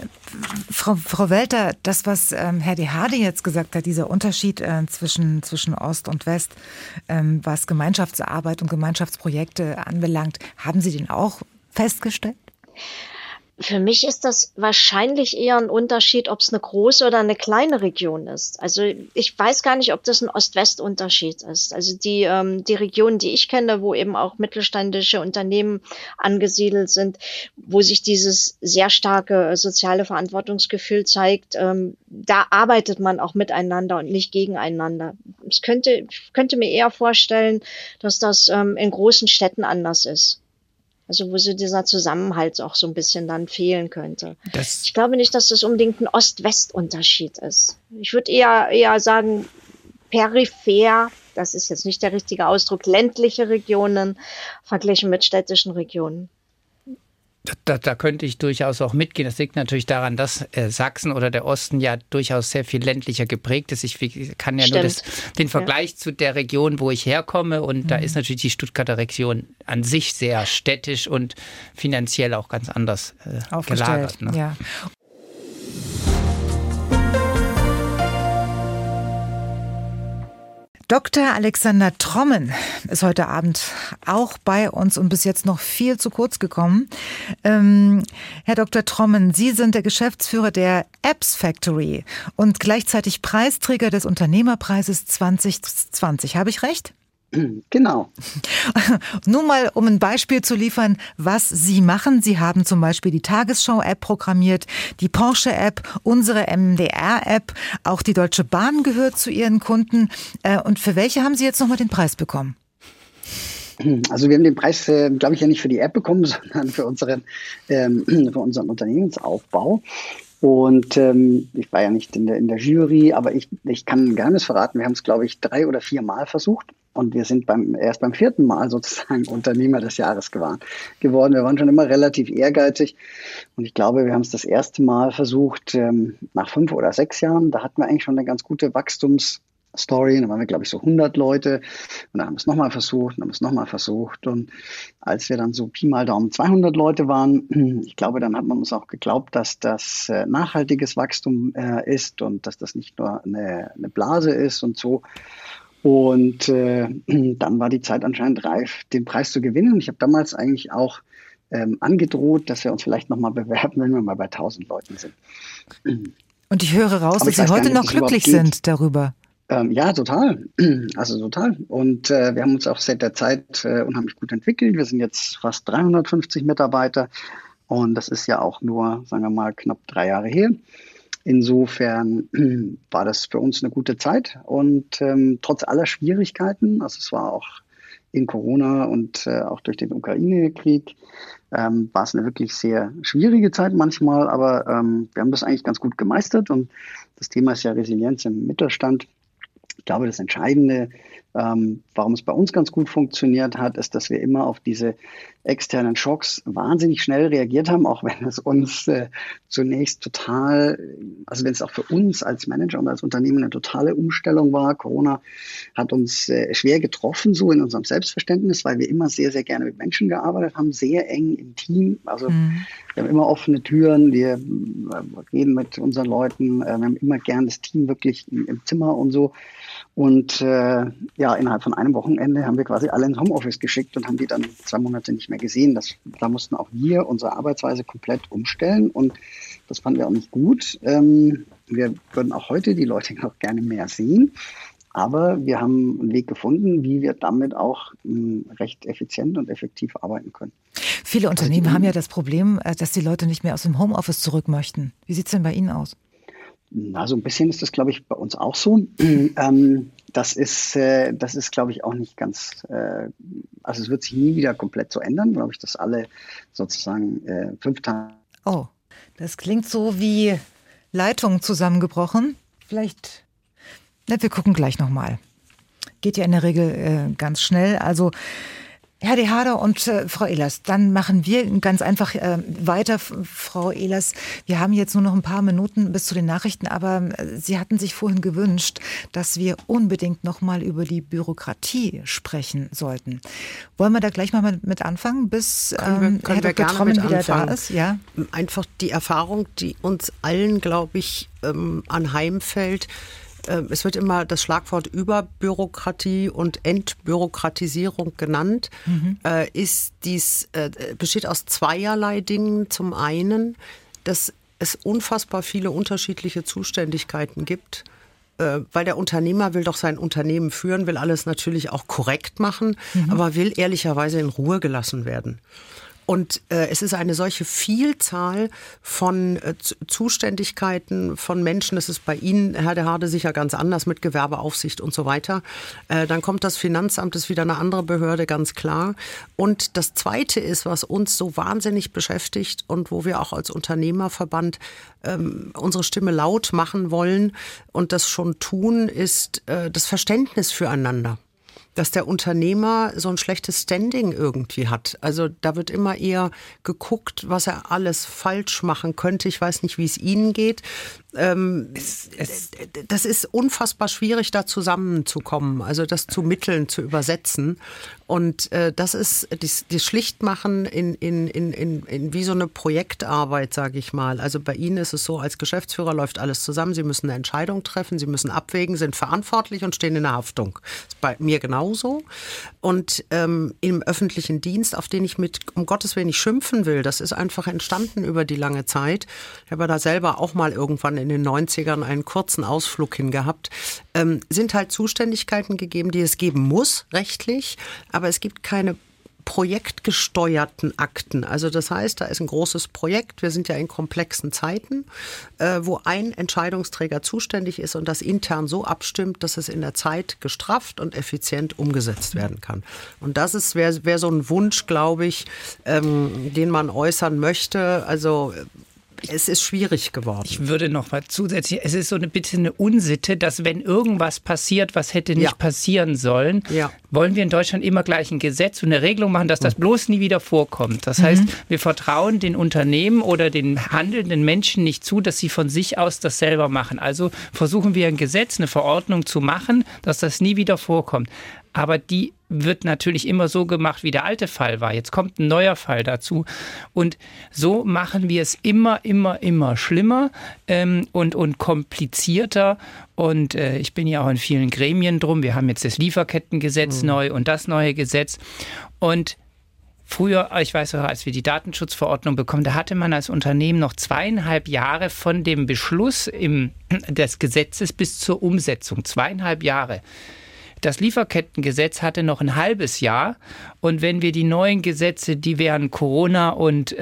Frau Welter, das, was Herr de Hade jetzt gesagt hat, dieser Unterschied zwischen Ost und West, was Gemeinschaftsarbeit und Gemeinschaftsprojekte anbelangt, haben Sie den auch festgestellt? Für mich ist das wahrscheinlich eher ein Unterschied, ob es eine große oder eine kleine Region ist. Also ich weiß gar nicht, ob das ein Ost-West-Unterschied ist. Also die Regionen, die ich kenne, wo eben auch mittelständische Unternehmen angesiedelt sind, wo sich dieses sehr starke soziale Verantwortungsgefühl zeigt, da arbeitet man auch miteinander und nicht gegeneinander. Ich könnte mir eher vorstellen, dass das in großen Städten anders ist. Also wo so dieser Zusammenhalt auch so ein bisschen dann fehlen könnte. Ich glaube nicht, dass das unbedingt ein Ost-West-Unterschied ist. Ich würde eher sagen, peripher, das ist jetzt nicht der richtige Ausdruck, ländliche Regionen verglichen mit städtischen Regionen. Da könnte ich durchaus auch mitgehen. Das liegt natürlich daran, dass Sachsen oder der Osten ja durchaus sehr viel ländlicher geprägt ist. Ich kann ja nur den Vergleich zu der Region, wo ich herkomme. Und da ist natürlich die Stuttgarter Region an sich sehr städtisch und finanziell auch ganz anders gelagert. Ne? Ja. Dr. Alexander Trommen ist heute Abend auch bei uns und bis jetzt noch viel zu kurz gekommen. Herr Dr. Trommen, Sie sind der Geschäftsführer der Apps Factory und gleichzeitig Preisträger des Unternehmerpreises 2020. Habe ich recht? Genau. Nur mal, um ein Beispiel zu liefern, was Sie machen. Sie haben zum Beispiel die Tagesschau-App programmiert, die Porsche-App, unsere MDR-App, auch die Deutsche Bahn gehört zu Ihren Kunden. Und für welche haben Sie jetzt nochmal den Preis bekommen? Also wir haben den Preis, glaube ich, ja nicht für die App bekommen, sondern für unseren Unternehmensaufbau. Und ich war ja nicht in der Jury, aber ich kann ein Geheimnis verraten. Wir haben es, glaube ich, 3 oder 4 Mal versucht. Und wir sind erst beim 4. Mal sozusagen Unternehmer des Jahres geworden. Wir waren schon immer relativ ehrgeizig. Und ich glaube, wir haben es das erste Mal versucht, nach 5 oder 6 Jahren. Da hatten wir eigentlich schon eine ganz gute Wachstumsstory. Da waren wir, glaube ich, so 100 Leute. Und dann haben wir es nochmal versucht. Und als wir dann so Pi mal Daumen 200 Leute waren, ich glaube, dann hat man uns auch geglaubt, dass das nachhaltiges Wachstum ist und dass das nicht nur eine Blase ist und so. Und dann war die Zeit anscheinend reif, den Preis zu gewinnen. Ich habe damals eigentlich auch angedroht, dass wir uns vielleicht nochmal bewerben, wenn wir mal bei 1000 Leuten sind. Und ich höre raus, dass Sie heute noch glücklich sind darüber. Ja, total. Also total. Und wir haben uns auch seit der Zeit unheimlich gut entwickelt. Wir sind jetzt fast 350 Mitarbeiter. Und das ist ja auch nur, sagen wir mal, knapp 3 Jahre her. Insofern war das für uns eine gute Zeit und trotz aller Schwierigkeiten, also es war auch in Corona und auch durch den Ukraine-Krieg, war es eine wirklich sehr schwierige Zeit manchmal, aber wir haben das eigentlich ganz gut gemeistert und das Thema ist ja Resilienz im Mittelstand. Ich glaube, das Entscheidende, warum es bei uns ganz gut funktioniert hat, ist, dass wir immer auf diese externen Schocks wahnsinnig schnell reagiert haben, auch wenn es uns zunächst wenn es auch für uns als Manager und als Unternehmen eine totale Umstellung war. Corona hat uns schwer getroffen, so in unserem Selbstverständnis, weil wir immer sehr, sehr gerne mit Menschen gearbeitet haben, sehr eng im Team. Also wir haben immer offene Türen, wir reden mit unseren Leuten, wir haben immer gern das Team wirklich im Zimmer und so. Und innerhalb von einem Wochenende haben wir quasi alle ins Homeoffice geschickt und haben die dann 2 Monate nicht mehr gesehen. Da mussten auch wir unsere Arbeitsweise komplett umstellen und das fanden wir auch nicht gut. Wir würden auch heute die Leute noch gerne mehr sehen. Aber wir haben einen Weg gefunden, wie wir damit auch recht effizient und effektiv arbeiten können. Viele Unternehmen haben ja das Problem, dass die Leute nicht mehr aus dem Homeoffice zurück möchten. Wie sieht es denn bei Ihnen aus? Na, so ein bisschen ist das, glaube ich, bei uns auch so. Das ist, glaube ich, auch nicht ganz, also es wird sich nie wieder komplett so ändern, glaube ich, dass alle sozusagen 5 Tage. Oh, das klingt so wie Leitung zusammengebrochen. Vielleicht, wir gucken gleich nochmal. Geht ja in der Regel ganz schnell. Also Herr de Harder und Frau Ehlers, dann machen wir ganz einfach weiter. Frau Ehlers, wir haben jetzt nur noch ein paar Minuten bis zu den Nachrichten, aber Sie hatten sich vorhin gewünscht, dass wir unbedingt noch mal über die Bürokratie sprechen sollten. Wollen wir da gleich mal mit anfangen, bis Herr Dr. Trommen wieder da ist? Ja? Einfach die Erfahrung, die uns allen, glaube ich, anheimfällt. Es wird immer das Schlagwort Überbürokratie und Entbürokratisierung genannt. Besteht aus zweierlei Dingen. Zum einen, dass es unfassbar viele unterschiedliche Zuständigkeiten gibt, weil der Unternehmer will doch sein Unternehmen führen, will alles natürlich auch korrekt machen, aber will ehrlicherweise in Ruhe gelassen werden. Und es ist eine solche Vielzahl von Zuständigkeiten von Menschen. Das ist bei Ihnen, Herr de Harder, sicher ganz anders mit Gewerbeaufsicht und so weiter. Dann kommt das Finanzamt, ist wieder eine andere Behörde, ganz klar. Und das Zweite ist, was uns so wahnsinnig beschäftigt und wo wir auch als Unternehmerverband unsere Stimme laut machen wollen und das schon tun, ist das Verständnis füreinander. Dass der Unternehmer so ein schlechtes Standing irgendwie hat. Also da wird immer eher geguckt, was er alles falsch machen könnte. Ich weiß nicht, wie es Ihnen geht. Das ist unfassbar schwierig, da zusammenzukommen, also das zu Mitteln, zu übersetzen. Und das ist das Schlichtmachen in wie so eine Projektarbeit, sage ich mal. Also bei Ihnen ist es so, als Geschäftsführer läuft alles zusammen. Sie müssen eine Entscheidung treffen, Sie müssen abwägen, sind verantwortlich und stehen in der Haftung. Das ist bei mir genauso. Und im öffentlichen Dienst, auf den ich um Gottes Willen nicht schimpfen will, das ist einfach entstanden über die lange Zeit. Ich habe da selber auch mal irgendwann in den 90ern einen kurzen Ausflug hingehabt, sind halt Zuständigkeiten gegeben, die es geben muss, rechtlich, aber es gibt keine projektgesteuerten Akten. Also das heißt, da ist ein großes Projekt, wir sind ja in komplexen Zeiten, wo ein Entscheidungsträger zuständig ist und das intern so abstimmt, dass es in der Zeit gestrafft und effizient umgesetzt werden kann. Und das wäre so ein Wunsch, glaube ich, den man äußern möchte. Also es ist schwierig geworden. Ich würde noch mal zusätzlich, es ist so ein bisschen eine Unsitte, dass wenn irgendwas passiert, was hätte nicht passieren sollen, wollen wir in Deutschland immer gleich ein Gesetz und eine Regelung machen, dass das bloß nie wieder vorkommt. Das heißt, wir vertrauen den Unternehmen oder den handelnden Menschen nicht zu, dass sie von sich aus das selber machen. Also versuchen wir ein Gesetz, eine Verordnung zu machen, dass das nie wieder vorkommt. Aber die wird natürlich immer so gemacht, wie der alte Fall war. Jetzt kommt ein neuer Fall dazu. Und so machen wir es immer schlimmer und komplizierter. Und ich bin ja auch in vielen Gremien drum. Wir haben jetzt das Lieferkettengesetz neu und das neue Gesetz. Und früher, ich weiß auch, als wir die Datenschutzverordnung bekommen, da hatte man als Unternehmen noch 2,5 Jahre von dem Beschluss des Gesetzes bis zur Umsetzung. 2,5 Jahre. Das Lieferkettengesetz hatte noch ein halbes Jahr und wenn wir die neuen Gesetze, die während Corona und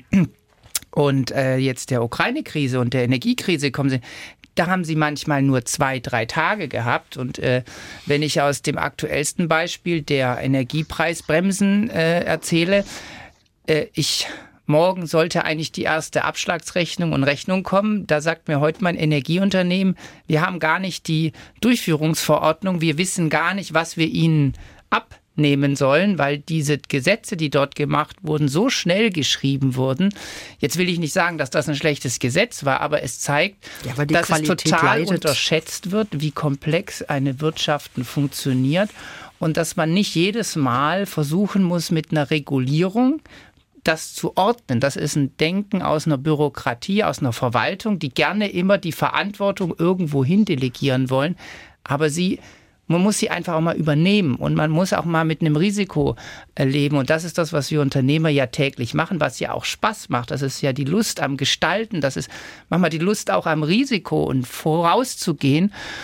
jetzt der Ukraine-Krise und der Energiekrise kommen sind, da haben sie manchmal nur 2-3 Tage gehabt. Und wenn ich aus dem aktuellsten Beispiel der Energiepreisbremsen erzähle, morgen sollte eigentlich die erste Abschlagsrechnung und Rechnung kommen. Da sagt mir heute mein Energieunternehmen, wir haben gar nicht die Durchführungsverordnung, wir wissen gar nicht, was wir ihnen abnehmen sollen, weil diese Gesetze, die dort gemacht wurden, so schnell geschrieben wurden. Jetzt will ich nicht sagen, dass das ein schlechtes Gesetz war, aber es zeigt, dass Qualität es total unterschätzt wird, wie komplex eine Wirtschaft funktioniert und dass man nicht jedes Mal versuchen muss mit einer Regulierung, das zu ordnen. Das ist ein Denken aus einer Bürokratie, aus einer Verwaltung, die gerne immer die Verantwortung irgendwo hin delegieren wollen. Aber man muss sie einfach auch mal übernehmen und man muss auch mal mit einem Risiko leben. Und das ist das, was wir Unternehmer ja täglich machen, was ja auch Spaß macht. Das ist ja die Lust am Gestalten, das ist manchmal die Lust auch am Risiko und vorauszugehen.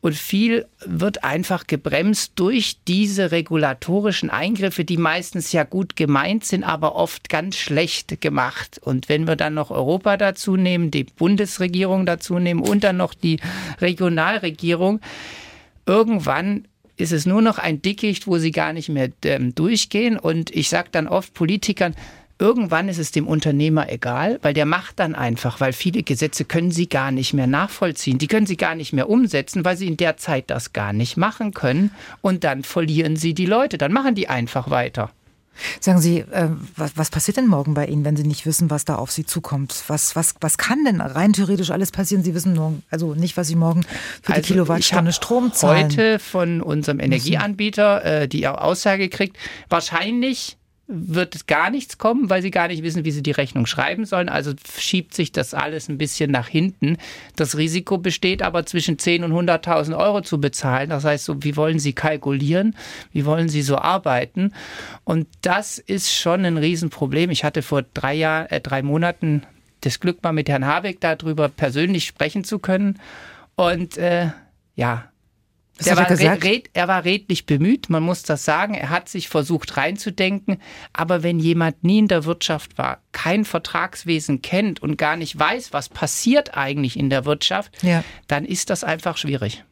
Und viel wird einfach gebremst durch diese regulatorischen Eingriffe, die meistens ja gut gemeint sind, aber oft ganz schlecht gemacht. Und wenn wir dann noch Europa dazu nehmen, die Bundesregierung dazu nehmen und dann noch die Regionalregierung, irgendwann ist es nur noch ein Dickicht, wo sie gar nicht mehr durchgehen. Und ich sage dann oft Politikern, irgendwann ist es dem Unternehmer egal, weil der macht dann einfach, weil viele Gesetze können sie gar nicht mehr nachvollziehen. Die können sie gar nicht mehr umsetzen, weil sie in der Zeit das gar nicht machen können. Und dann verlieren sie die Leute. Dann machen die einfach weiter. Sagen Sie, was passiert denn morgen bei Ihnen, wenn Sie nicht wissen, was da auf Sie zukommt? Was kann denn rein theoretisch alles passieren? Sie wissen nur, also nicht, was Sie morgen für die Kilowattstunde Strom zahlen. Heute von unserem Energieanbieter die Aussage gekriegt, wahrscheinlich wird gar nichts kommen, weil sie gar nicht wissen, wie sie die Rechnung schreiben sollen. Also schiebt sich das alles ein bisschen nach hinten. Das Risiko besteht aber zwischen 10.000 und 100.000 Euro zu bezahlen. Das heißt, so, wie wollen Sie kalkulieren? Wie wollen Sie so arbeiten? Und das ist schon ein Riesenproblem. Ich hatte vor 3 Monaten das Glück, mal mit Herrn Habeck darüber persönlich sprechen zu können. Und er war redlich bemüht, man muss das sagen. Er hat sich versucht reinzudenken. Aber wenn jemand nie in der Wirtschaft war, kein Vertragswesen kennt und gar nicht weiß, was passiert eigentlich in der Wirtschaft, dann ist das einfach schwierig.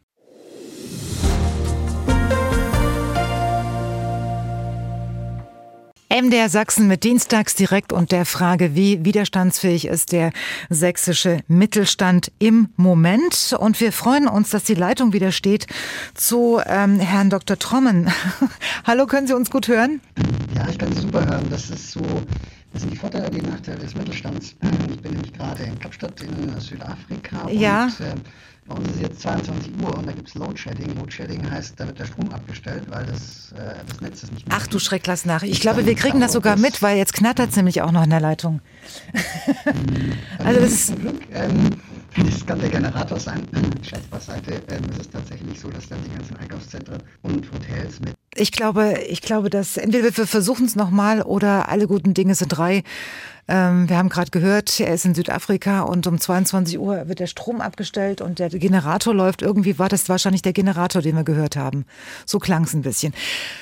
MDR Sachsen mit Dienstagsdirekt und der Frage, wie widerstandsfähig ist der sächsische Mittelstand im Moment. Und wir freuen uns, dass die Leitung wieder steht zu Herrn Dr. Trommen. Hallo, können Sie uns gut hören? Ja, ich kann Sie super hören. Das sind die Vorteile und die Nachteile des Mittelstands. Ich bin nämlich gerade in Kapstadt in Südafrika und bei uns ist jetzt 22 Uhr und da gibt es Loadshedding. Loadshedding heißt, da wird der Strom abgestellt, weil das Netz ist nicht mehr. Ach du Schreck, lass nach. Ich glaube, wir kriegen das sogar mit, weil jetzt knattert es nämlich auch noch in der Leitung. Also das ist zum Glück, das kann der Generator sein. Scherz beiseite, es ist tatsächlich so, dass dann die ganzen Einkaufszentren und Hotels mit. Ich glaube, dass entweder wir versuchen es nochmal oder alle guten Dinge sind 3. Wir haben gerade gehört, er ist in Südafrika und um 22 Uhr wird der Strom abgestellt und der Generator läuft. Irgendwie war das wahrscheinlich der Generator, den wir gehört haben. So klang es ein bisschen.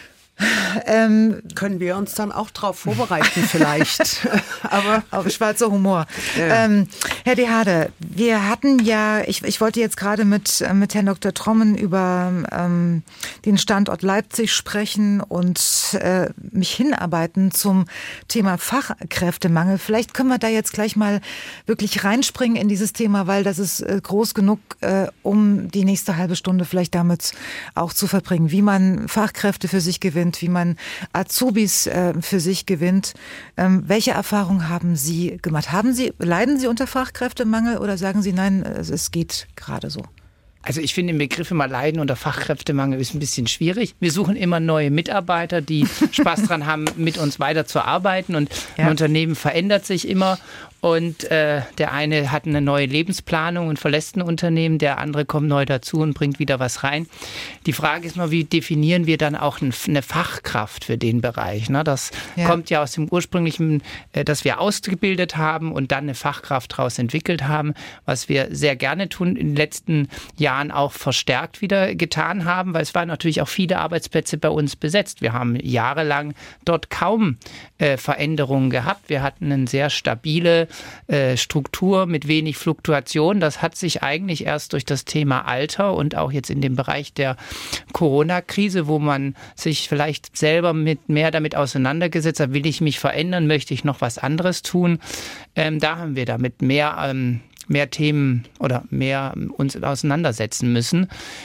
Können wir uns dann auch drauf vorbereiten vielleicht. Aber auf schwarzer Humor. Ja. Herr De Hade, wir hatten ja, ich wollte jetzt gerade mit Herrn Dr. Trommen über den Standort Leipzig sprechen und mich hinarbeiten zum Thema Fachkräftemangel. Vielleicht können wir da jetzt gleich mal wirklich reinspringen in dieses Thema, weil das ist groß genug, um die nächste halbe Stunde vielleicht damit auch zu verbringen, wie man Fachkräfte für sich gewinnt, wie man Azubis für sich gewinnt. Welche Erfahrungen haben Sie gemacht? Leiden Sie unter Fachkräftemangel oder sagen Sie, nein, es geht gerade so? Also ich finde den Begriff immer Leiden unter Fachkräftemangel ist ein bisschen schwierig. Wir suchen immer neue Mitarbeiter, die Spaß dran haben, mit uns weiter zu arbeiten und ein Unternehmen verändert sich immer. Und der eine hat eine neue Lebensplanung und verlässt ein Unternehmen, der andere kommt neu dazu und bringt wieder was rein. Die Frage ist mal, wie definieren wir dann auch eine Fachkraft für den Bereich? Ne? Das kommt ja aus dem ursprünglichen, dass wir ausgebildet haben und dann eine Fachkraft daraus entwickelt haben, was wir sehr gerne tun, in den letzten Jahren auch verstärkt wieder getan haben, weil es waren natürlich auch viele Arbeitsplätze bei uns besetzt. Wir haben jahrelang dort kaum Veränderungen gehabt. Wir hatten eine sehr stabile Struktur mit wenig Fluktuation. Das hat sich eigentlich erst durch das Thema Alter und auch jetzt in dem Bereich der Corona-Krise, wo man sich vielleicht selber mehr damit auseinandergesetzt hat, will ich mich verändern, möchte ich noch was anderes tun. Da haben wir damit mehr Themen oder mehr uns auseinandersetzen müssen.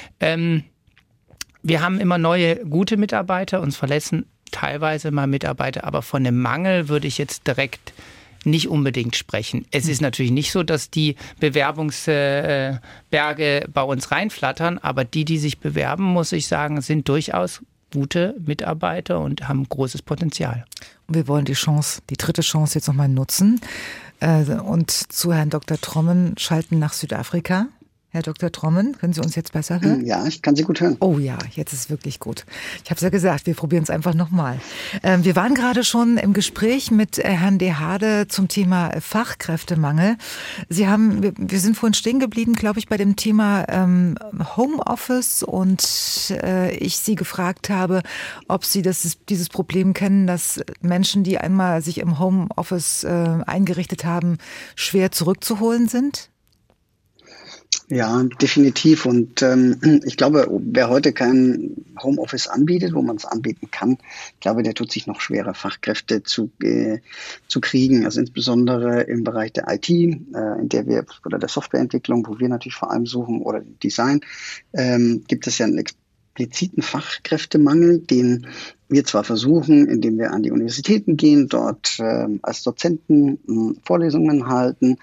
Wir haben immer neue, gute Mitarbeiter, uns verlassen teilweise mal Mitarbeiter, aber von einem Mangel würde ich jetzt direkt nicht unbedingt sprechen. Es ist natürlich nicht so, dass die Bewerbungsberge bei uns reinflattern, aber die sich bewerben, muss ich sagen, sind durchaus gute Mitarbeiter und haben großes Potenzial. Und wir wollen die dritte Chance jetzt nochmal nutzen und zu Herrn Dr. Trommen schalten nach Südafrika. Herr Dr. Trommen, können Sie uns jetzt besser hören? Ja, ich kann Sie gut hören. Oh ja, jetzt ist es wirklich gut. Ich habe es ja gesagt, wir probieren es einfach nochmal. Wir waren gerade schon im Gespräch mit Herrn De Hade zum Thema Fachkräftemangel. Wir sind vorhin stehen geblieben, glaube ich, bei dem Thema Homeoffice und ich Sie gefragt habe, ob Sie dieses Problem kennen, dass Menschen, die einmal sich im Homeoffice eingerichtet haben, schwer zurückzuholen sind? Ja, definitiv. Und ich glaube, wer heute kein Homeoffice anbietet, wo man es anbieten kann, ich glaube, der tut sich noch schwerer, Fachkräfte zu kriegen. Also insbesondere im Bereich der IT, oder der Softwareentwicklung, wo wir natürlich vor allem suchen, oder Design, gibt es ja einen expliziten Fachkräftemangel, den wir zwar versuchen, indem wir an die Universitäten gehen, dort als Dozenten Vorlesungen halten,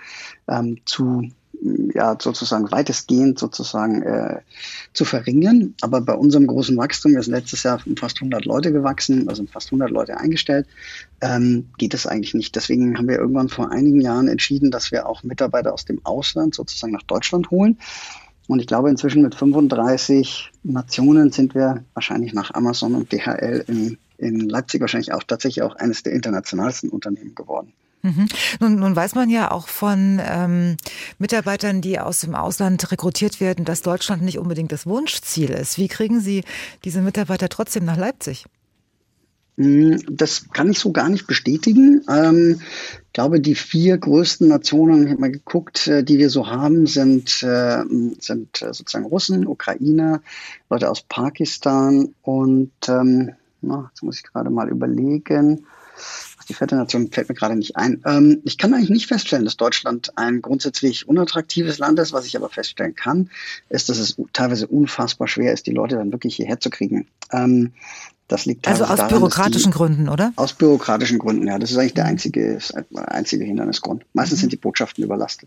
sozusagen weitestgehend zu verringern. Aber bei unserem großen Wachstum, wir sind letztes Jahr um fast 100 Leute gewachsen, also fast 100 Leute eingestellt, geht es eigentlich nicht. Deswegen haben wir irgendwann vor einigen Jahren entschieden, dass wir auch Mitarbeiter aus dem Ausland sozusagen nach Deutschland holen. Und ich glaube, inzwischen mit 35 Nationen sind wir wahrscheinlich nach Amazon und DHL in Leipzig wahrscheinlich auch tatsächlich auch eines der internationalsten Unternehmen geworden. Mhm. Nun weiß man ja auch von Mitarbeitern, die aus dem Ausland rekrutiert werden, dass Deutschland nicht unbedingt das Wunschziel ist. Wie kriegen Sie diese Mitarbeiter trotzdem nach Leipzig? Das kann ich so gar nicht bestätigen. Ich glaube, die 4 größten Nationen, ich habe mal geguckt, die wir so haben, sind sozusagen Russen, Ukrainer, Leute aus Pakistan und jetzt muss ich gerade mal überlegen. Die 4. Nation fällt mir gerade nicht ein. Ich kann eigentlich nicht feststellen, dass Deutschland ein grundsätzlich unattraktives Land ist. Was ich aber feststellen kann, ist, dass es teilweise unfassbar schwer ist, die Leute dann wirklich hierher zu kriegen. Das liegt also aus daran, bürokratischen Gründen, oder? Aus bürokratischen Gründen, ja. Das ist eigentlich der einzige Hindernisgrund. Meistens sind die Botschaften überlastet.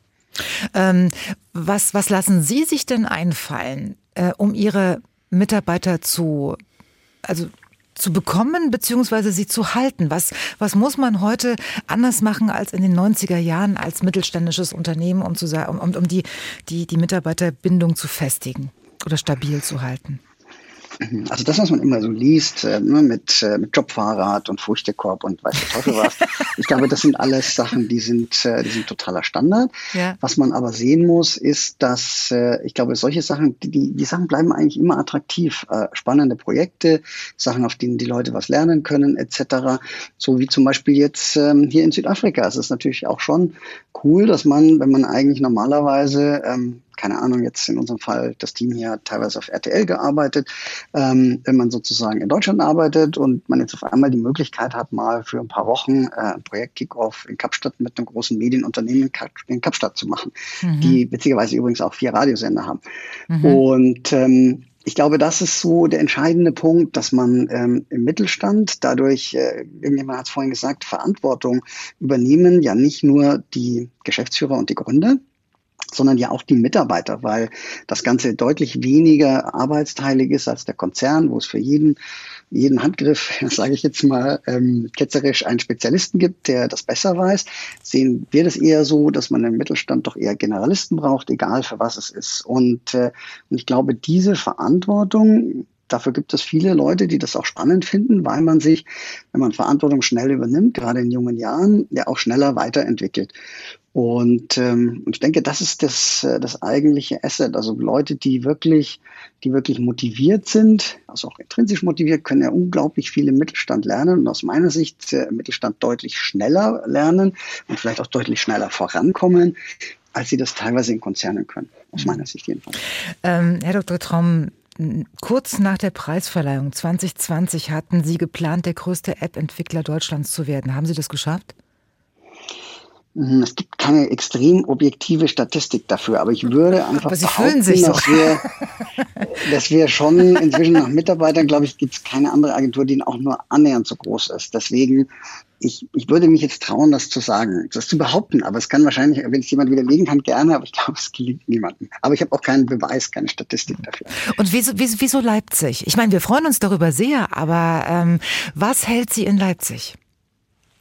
Was lassen Sie sich denn einfallen, um Ihre Mitarbeiter zu bekommen bzw. sie zu halten? Was muss man heute anders machen als in den 90er Jahren als mittelständisches Unternehmen, um die Mitarbeiterbindung zu festigen oder stabil zu halten? Also das, was man immer so liest, mit Jobfahrrad und Früchtekorb und weiß der Teufel was. Ich glaube, das sind alles Sachen, die sind totaler Standard. Ja. Was man aber sehen muss, ist, dass ich glaube, solche Sachen, die Sachen bleiben eigentlich immer attraktiv. Spannende Projekte, Sachen, auf denen die Leute was lernen können, etc. So wie zum Beispiel jetzt hier in Südafrika. Es ist natürlich auch schon cool, dass man, wenn man eigentlich normalerweise keine Ahnung, jetzt in unserem Fall, das Team hier hat teilweise auf RTL gearbeitet, wenn man sozusagen in Deutschland arbeitet und man jetzt auf einmal die Möglichkeit hat, mal für ein paar Wochen ein Projekt-Kickoff in Kapstadt mit einem großen Medienunternehmen in Kapstadt zu machen, die witzigerweise übrigens auch 4 Radiosender haben. Und ich glaube, das ist so der entscheidende Punkt, dass man im Mittelstand dadurch, irgendjemand hat es vorhin gesagt, Verantwortung übernehmen, ja nicht nur die Geschäftsführer und die Gründer, sondern ja auch die Mitarbeiter, weil das Ganze deutlich weniger arbeitsteilig ist als der Konzern, wo es für jeden Handgriff, sage ich jetzt mal ketzerisch, einen Spezialisten gibt, der das besser weiß. Sehen wir das eher so, dass man im Mittelstand doch eher Generalisten braucht, egal für was es ist. Und ich glaube, diese Verantwortung, dafür gibt es viele Leute, die das auch spannend finden, weil man sich, wenn man Verantwortung schnell übernimmt, gerade in jungen Jahren, ja auch schneller weiterentwickelt. Und ich denke, das ist das eigentliche Asset. Also Leute, die wirklich motiviert sind, also auch intrinsisch motiviert, können ja unglaublich viel im Mittelstand lernen und aus meiner Sicht im Mittelstand deutlich schneller lernen und vielleicht auch deutlich schneller vorankommen, als sie das teilweise in Konzernen können. Aus meiner Sicht jedenfalls. Herr Dr. Tromm, kurz nach der Preisverleihung 2020 hatten Sie geplant, der größte App-Entwickler Deutschlands zu werden. Haben Sie das geschafft? Es gibt keine extrem objektive Statistik dafür, aber ich würde einfach behaupten, dass wir schon inzwischen nach Mitarbeitern, glaube ich, gibt es keine andere Agentur, die auch nur annähernd so groß ist. Deswegen, ich würde mich jetzt trauen, das zu sagen, das zu behaupten, aber es kann wahrscheinlich, wenn es jemand widerlegen kann, gerne, aber ich glaube, es gelingt niemandem. Aber ich habe auch keinen Beweis, keine Statistik dafür. Und wieso Leipzig? Ich meine, wir freuen uns darüber sehr, aber was hält Sie in Leipzig?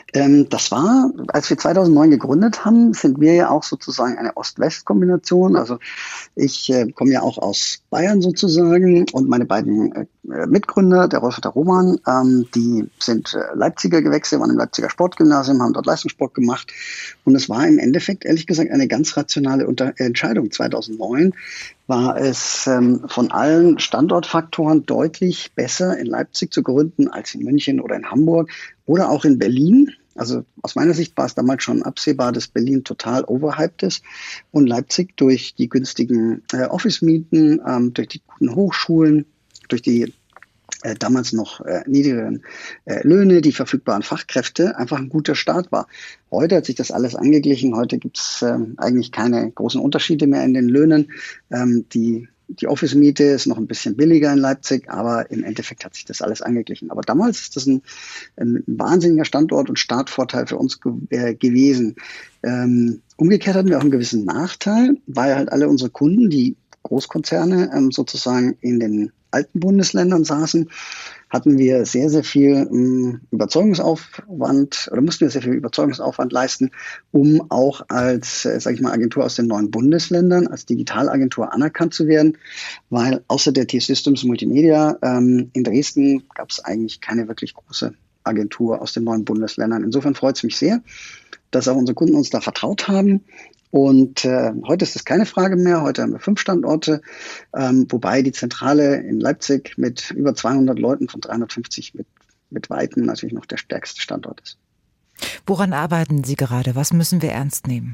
Das war, als wir 2009 gegründet haben, sind wir ja auch sozusagen eine Ost-West-Kombination. Also ich komme ja auch aus Bayern sozusagen und meine beiden Mitgründer, der Rolf und der Roman, die sind Leipziger gewechselt, waren im Leipziger Sportgymnasium, haben dort Leistungssport gemacht. Und es war im Endeffekt, ehrlich gesagt, eine ganz rationale Entscheidung. 2009 war es von allen Standortfaktoren deutlich besser, in Leipzig zu gründen als in München oder in Hamburg oder auch in Berlin. Also aus meiner Sicht war es damals schon absehbar, dass Berlin total overhyped ist und Leipzig durch die günstigen Office-Mieten, durch die guten Hochschulen, durch die damals noch niedrigeren Löhne, die verfügbaren Fachkräfte, einfach ein guter Start war. Heute hat sich das alles angeglichen. Heute gibt es eigentlich keine großen Unterschiede mehr in den Löhnen. Die Office-Miete ist noch ein bisschen billiger in Leipzig, aber im Endeffekt hat sich das alles angeglichen. Aber damals ist das ein wahnsinniger Standort und Startvorteil für uns gewesen. Umgekehrt hatten wir auch einen gewissen Nachteil, weil halt alle unsere Kunden, die Großkonzerne sozusagen in den alten Bundesländern saßen, hatten wir sehr, sehr viel Überzeugungsaufwand oder mussten wir sehr viel Überzeugungsaufwand leisten, um auch als, sage ich mal, Agentur aus den neuen Bundesländern, als Digitalagentur anerkannt zu werden, weil außer der T-Systems Multimedia in Dresden gab es eigentlich keine wirklich große Agentur aus den neuen Bundesländern. Insofern freut es mich sehr, dass auch unsere Kunden uns da vertraut haben. Und heute ist das keine Frage mehr. Heute haben wir 5 Standorte, wobei die Zentrale in Leipzig mit über 200 Leuten von 350 mit Weitem natürlich noch der stärkste Standort ist. Woran arbeiten Sie gerade? Was müssen wir ernst nehmen?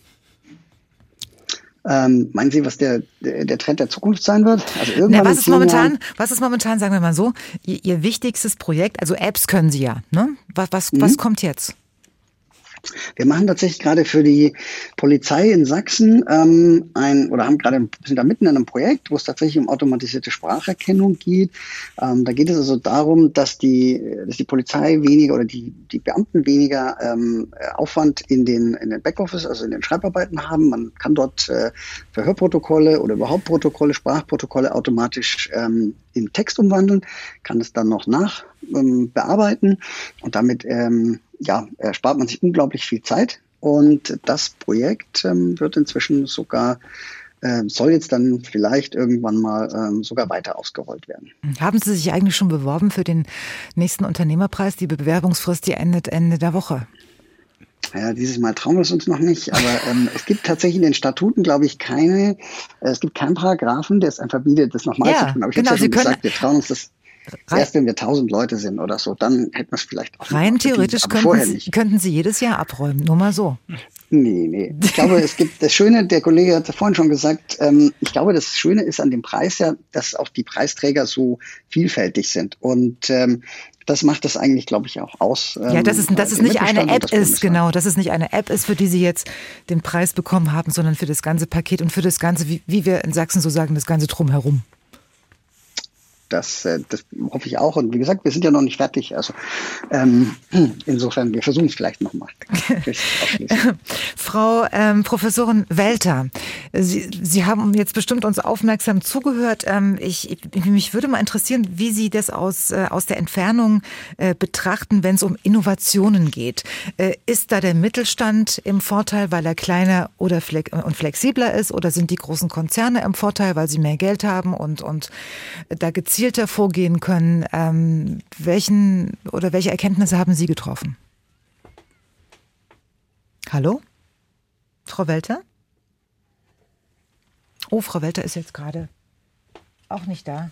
Meinen Sie, was der Trend der Zukunft sein wird? Also irgendwann was ist momentan, sagen wir mal so, Ihr wichtigstes Projekt? Also Apps können Sie ja, ne? Was kommt jetzt? Wir machen tatsächlich gerade für die Polizei in Sachsen haben sind da mitten in einem Projekt, wo es tatsächlich um automatisierte Spracherkennung geht. Da geht es also darum, dass die Polizei weniger oder die Beamten weniger Aufwand in den Backoffice, also in den Schreibarbeiten haben. Man kann dort Verhörprotokolle oder überhaupt Protokolle, Sprachprotokolle automatisch in Text umwandeln, kann es dann noch bearbeiten und damit spart man sich unglaublich viel Zeit. Und das Projekt wird inzwischen sogar, soll jetzt dann vielleicht irgendwann mal sogar weiter ausgerollt werden. Haben Sie sich eigentlich schon beworben für den nächsten Unternehmerpreis? Die Bewerbungsfrist, die endet Ende der Woche. Ja, dieses Mal trauen wir es uns noch nicht, aber es gibt tatsächlich in den Statuten, glaube ich, keinen Paragraphen, der es einem verbietet, das nochmal zu tun. Aber ich habe ja schon gesagt, wir trauen uns das erst, wenn wir 1000 Leute sind oder so, dann hätten wir es vielleicht auch. Rein theoretisch könnten Sie jedes Jahr abräumen, nur mal so. Nee. Ich glaube, es gibt das Schöne, der Kollege hat vorhin schon gesagt, ich glaube, das Schöne ist an dem Preis ja, dass auch die Preisträger so vielfältig sind. Und das macht das eigentlich, glaube ich, auch aus. Ja, dass es nicht eine App ist, genau, dass es nicht eine App ist, für die Sie jetzt den Preis bekommen haben, sondern für das ganze Paket und für das ganze, wie wir in Sachsen so sagen, das ganze Drumherum. Das hoffe ich auch. Und wie gesagt, wir sind ja noch nicht fertig. Also insofern, wir versuchen es vielleicht nochmal. Frau Professorin Welter, Sie haben jetzt bestimmt uns aufmerksam zugehört. Mich würde mal interessieren, wie Sie das aus der Entfernung betrachten, wenn es um Innovationen geht. Ist da der Mittelstand im Vorteil, weil er kleiner und flexibler ist? Oder sind die großen Konzerne im Vorteil, weil sie mehr Geld haben und da gezielter vorgehen können? Welche Erkenntnisse haben Sie getroffen? Hallo? Frau Welter? Oh, Frau Welter ist jetzt gerade auch nicht da.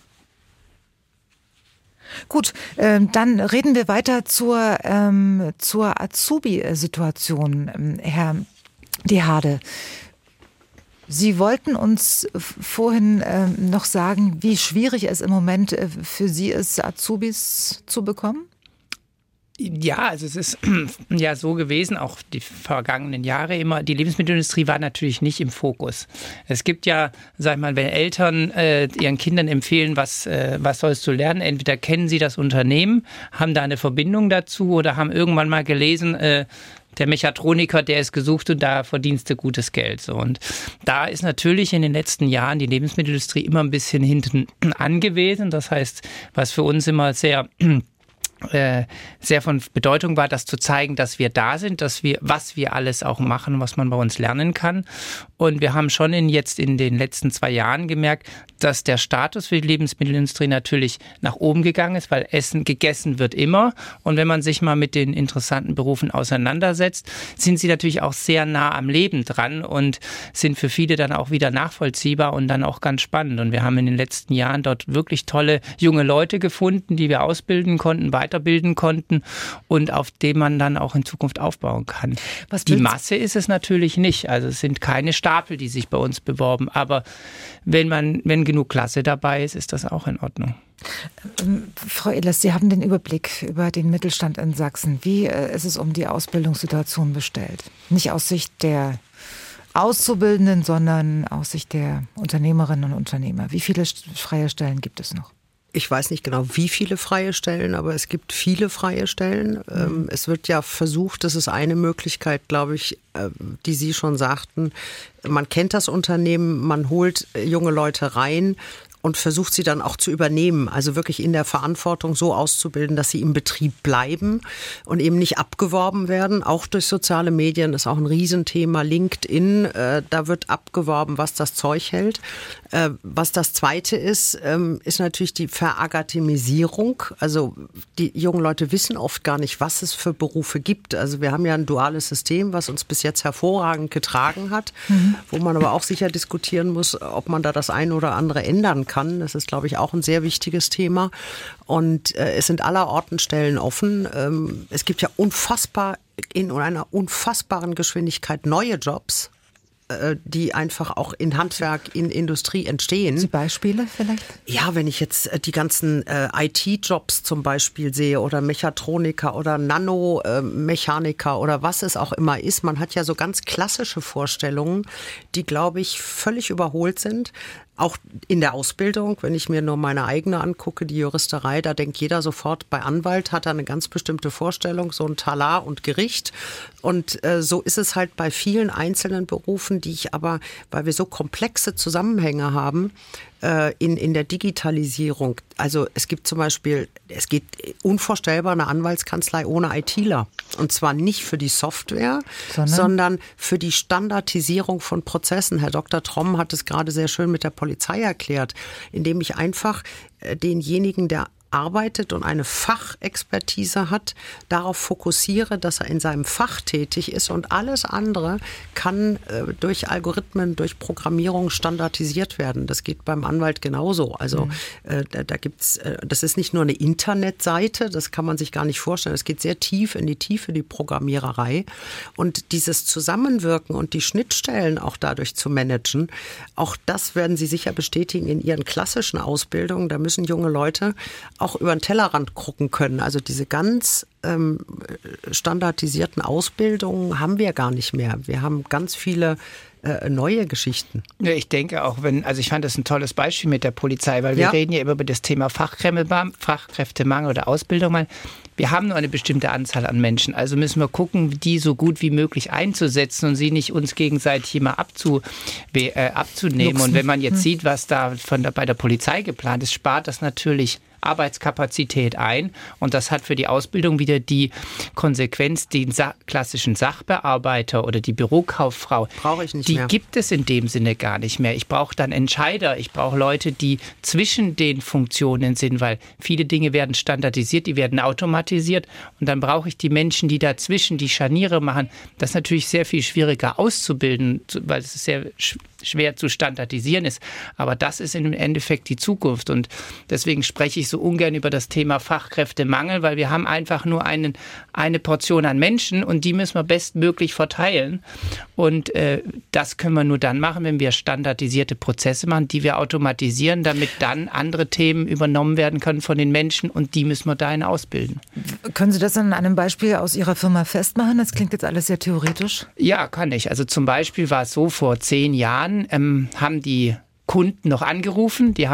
Gut, dann reden wir weiter zur Azubi-Situation, Herr Dehade. Sie wollten uns vorhin noch sagen, wie schwierig es im Moment für Sie ist, Azubis zu bekommen? Ja, also es ist ja so gewesen, auch die vergangenen Jahre immer, die Lebensmittelindustrie war natürlich nicht im Fokus. Es gibt ja, sag ich mal, wenn Eltern ihren Kindern empfehlen, was sollst du lernen, entweder kennen sie das Unternehmen, haben da eine Verbindung dazu oder haben irgendwann mal gelesen, der Mechatroniker, der ist gesucht und da verdienst du gutes Geld. So. Und da ist natürlich in den letzten Jahren die Lebensmittelindustrie immer ein bisschen hinten angewiesen. Das heißt, was für uns immer sehr sehr von Bedeutung war, das zu zeigen, dass wir da sind, was wir alles auch machen, was man bei uns lernen kann. Und wir haben schon in den letzten 2 Jahren gemerkt, dass der Status für die Lebensmittelindustrie natürlich nach oben gegangen ist, weil gegessen wird immer. Und wenn man sich mal mit den interessanten Berufen auseinandersetzt, sind sie natürlich auch sehr nah am Leben dran und sind für viele dann auch wieder nachvollziehbar und dann auch ganz spannend. Und wir haben in den letzten Jahren dort wirklich tolle junge Leute gefunden, die wir ausbilden konnten, weiterbilden konnten und auf dem man dann auch in Zukunft aufbauen kann. Die Masse ist es natürlich nicht. Also es sind keine Stapel, die sich bei uns beworben. Aber wenn genug Klasse dabei ist, ist das auch in Ordnung. Frau Ehlers, Sie haben den Überblick über den Mittelstand in Sachsen. Wie ist es um die Ausbildungssituation bestellt? Nicht aus Sicht der Auszubildenden, sondern aus Sicht der Unternehmerinnen und Unternehmer. Wie viele freie Stellen gibt es noch? Ich weiß nicht genau, wie viele freie Stellen, aber es gibt viele freie Stellen. Es wird ja versucht, das ist eine Möglichkeit, glaube ich, die Sie schon sagten. Man kennt das Unternehmen, man holt junge Leute rein und versucht sie dann auch zu übernehmen, also wirklich in der Verantwortung so auszubilden, dass sie im Betrieb bleiben und eben nicht abgeworben werden. Auch durch soziale Medien ist auch ein Riesenthema. LinkedIn, da wird abgeworben, was das Zeug hält. Was das Zweite ist natürlich die Verakademisierung. Also die jungen Leute wissen oft gar nicht, was es für Berufe gibt. Also wir haben ja ein duales System, was uns bis jetzt hervorragend getragen hat, wo man aber auch sicher diskutieren muss, ob man da das eine oder andere ändern kann. Das ist, glaube ich, auch ein sehr wichtiges Thema. Und es sind allerorten Stellen offen. Es gibt ja in einer unfassbaren Geschwindigkeit neue Jobs, die einfach auch in Handwerk, in Industrie entstehen. Sie Beispiele vielleicht? Ja, wenn ich jetzt die ganzen IT-Jobs zum Beispiel sehe oder Mechatroniker oder Nanomechaniker oder was es auch immer ist. Man hat ja so ganz klassische Vorstellungen, die, glaube ich, völlig überholt sind. Auch in der Ausbildung, wenn ich mir nur meine eigene angucke, die Juristerei, da denkt jeder sofort, bei Anwalt hat er eine ganz bestimmte Vorstellung, so ein Talar und Gericht. Und so ist es halt bei vielen einzelnen Berufen, die ich aber, weil wir so komplexe Zusammenhänge haben, in der Digitalisierung. Also es gibt zum Beispiel, es geht unvorstellbar eine Anwaltskanzlei ohne ITler. Und zwar nicht für die Software, sondern für die Standardisierung von Prozessen. Herr Dr. Tromm hat es gerade sehr schön mit der Polizei erklärt, indem ich einfach denjenigen, der arbeitet und eine Fachexpertise hat, darauf fokussiere, dass er in seinem Fach tätig ist und alles andere kann durch Algorithmen, durch Programmierung standardisiert werden. Das geht beim Anwalt genauso. Also da gibt's, das ist nicht nur eine Internetseite, das kann man sich gar nicht vorstellen. Es geht sehr tief in die Tiefe, die Programmiererei. Und dieses Zusammenwirken und die Schnittstellen auch dadurch zu managen, auch das werden Sie sicher bestätigen in Ihren klassischen Ausbildungen. Da müssen junge Leute auch über den Tellerrand gucken können. Also diese ganz standardisierten Ausbildungen haben wir gar nicht mehr. Wir haben ganz viele neue Geschichten. Ja, ich denke auch, ich fand das ein tolles Beispiel mit der Polizei, weil wir reden ja immer über das Thema Fachkräftemangel oder Ausbildung. Wir haben nur eine bestimmte Anzahl an Menschen, also müssen wir gucken, die so gut wie möglich einzusetzen und sie nicht uns gegenseitig immer abzunehmen. Und wenn man jetzt sieht, was da bei der Polizei geplant ist, spart das natürlich Arbeitskapazität ein und das hat für die Ausbildung wieder die Konsequenz, den klassischen Sachbearbeiter oder die Bürokauffrau, die gibt es in dem Sinne gar nicht mehr. Ich brauche dann Entscheider, ich brauche Leute, die zwischen den Funktionen sind, weil viele Dinge werden standardisiert, die werden automatisiert und dann brauche ich die Menschen, die dazwischen die Scharniere machen. Das ist natürlich sehr viel schwieriger auszubilden, weil es sehr schwer zu standardisieren ist. Aber das ist im Endeffekt die Zukunft und deswegen spreche ich so ungern über das Thema Fachkräftemangel, weil wir haben einfach nur eine Portion an Menschen und die müssen wir bestmöglich verteilen. Und das können wir nur dann machen, wenn wir standardisierte Prozesse machen, die wir automatisieren, damit dann andere Themen übernommen werden können von den Menschen und die müssen wir dahin ausbilden. Können Sie das an einem Beispiel aus Ihrer Firma festmachen? Das klingt jetzt alles sehr theoretisch. Ja, kann ich. Also zum Beispiel war es so, vor 10 Jahren haben die Kunden noch angerufen, die haben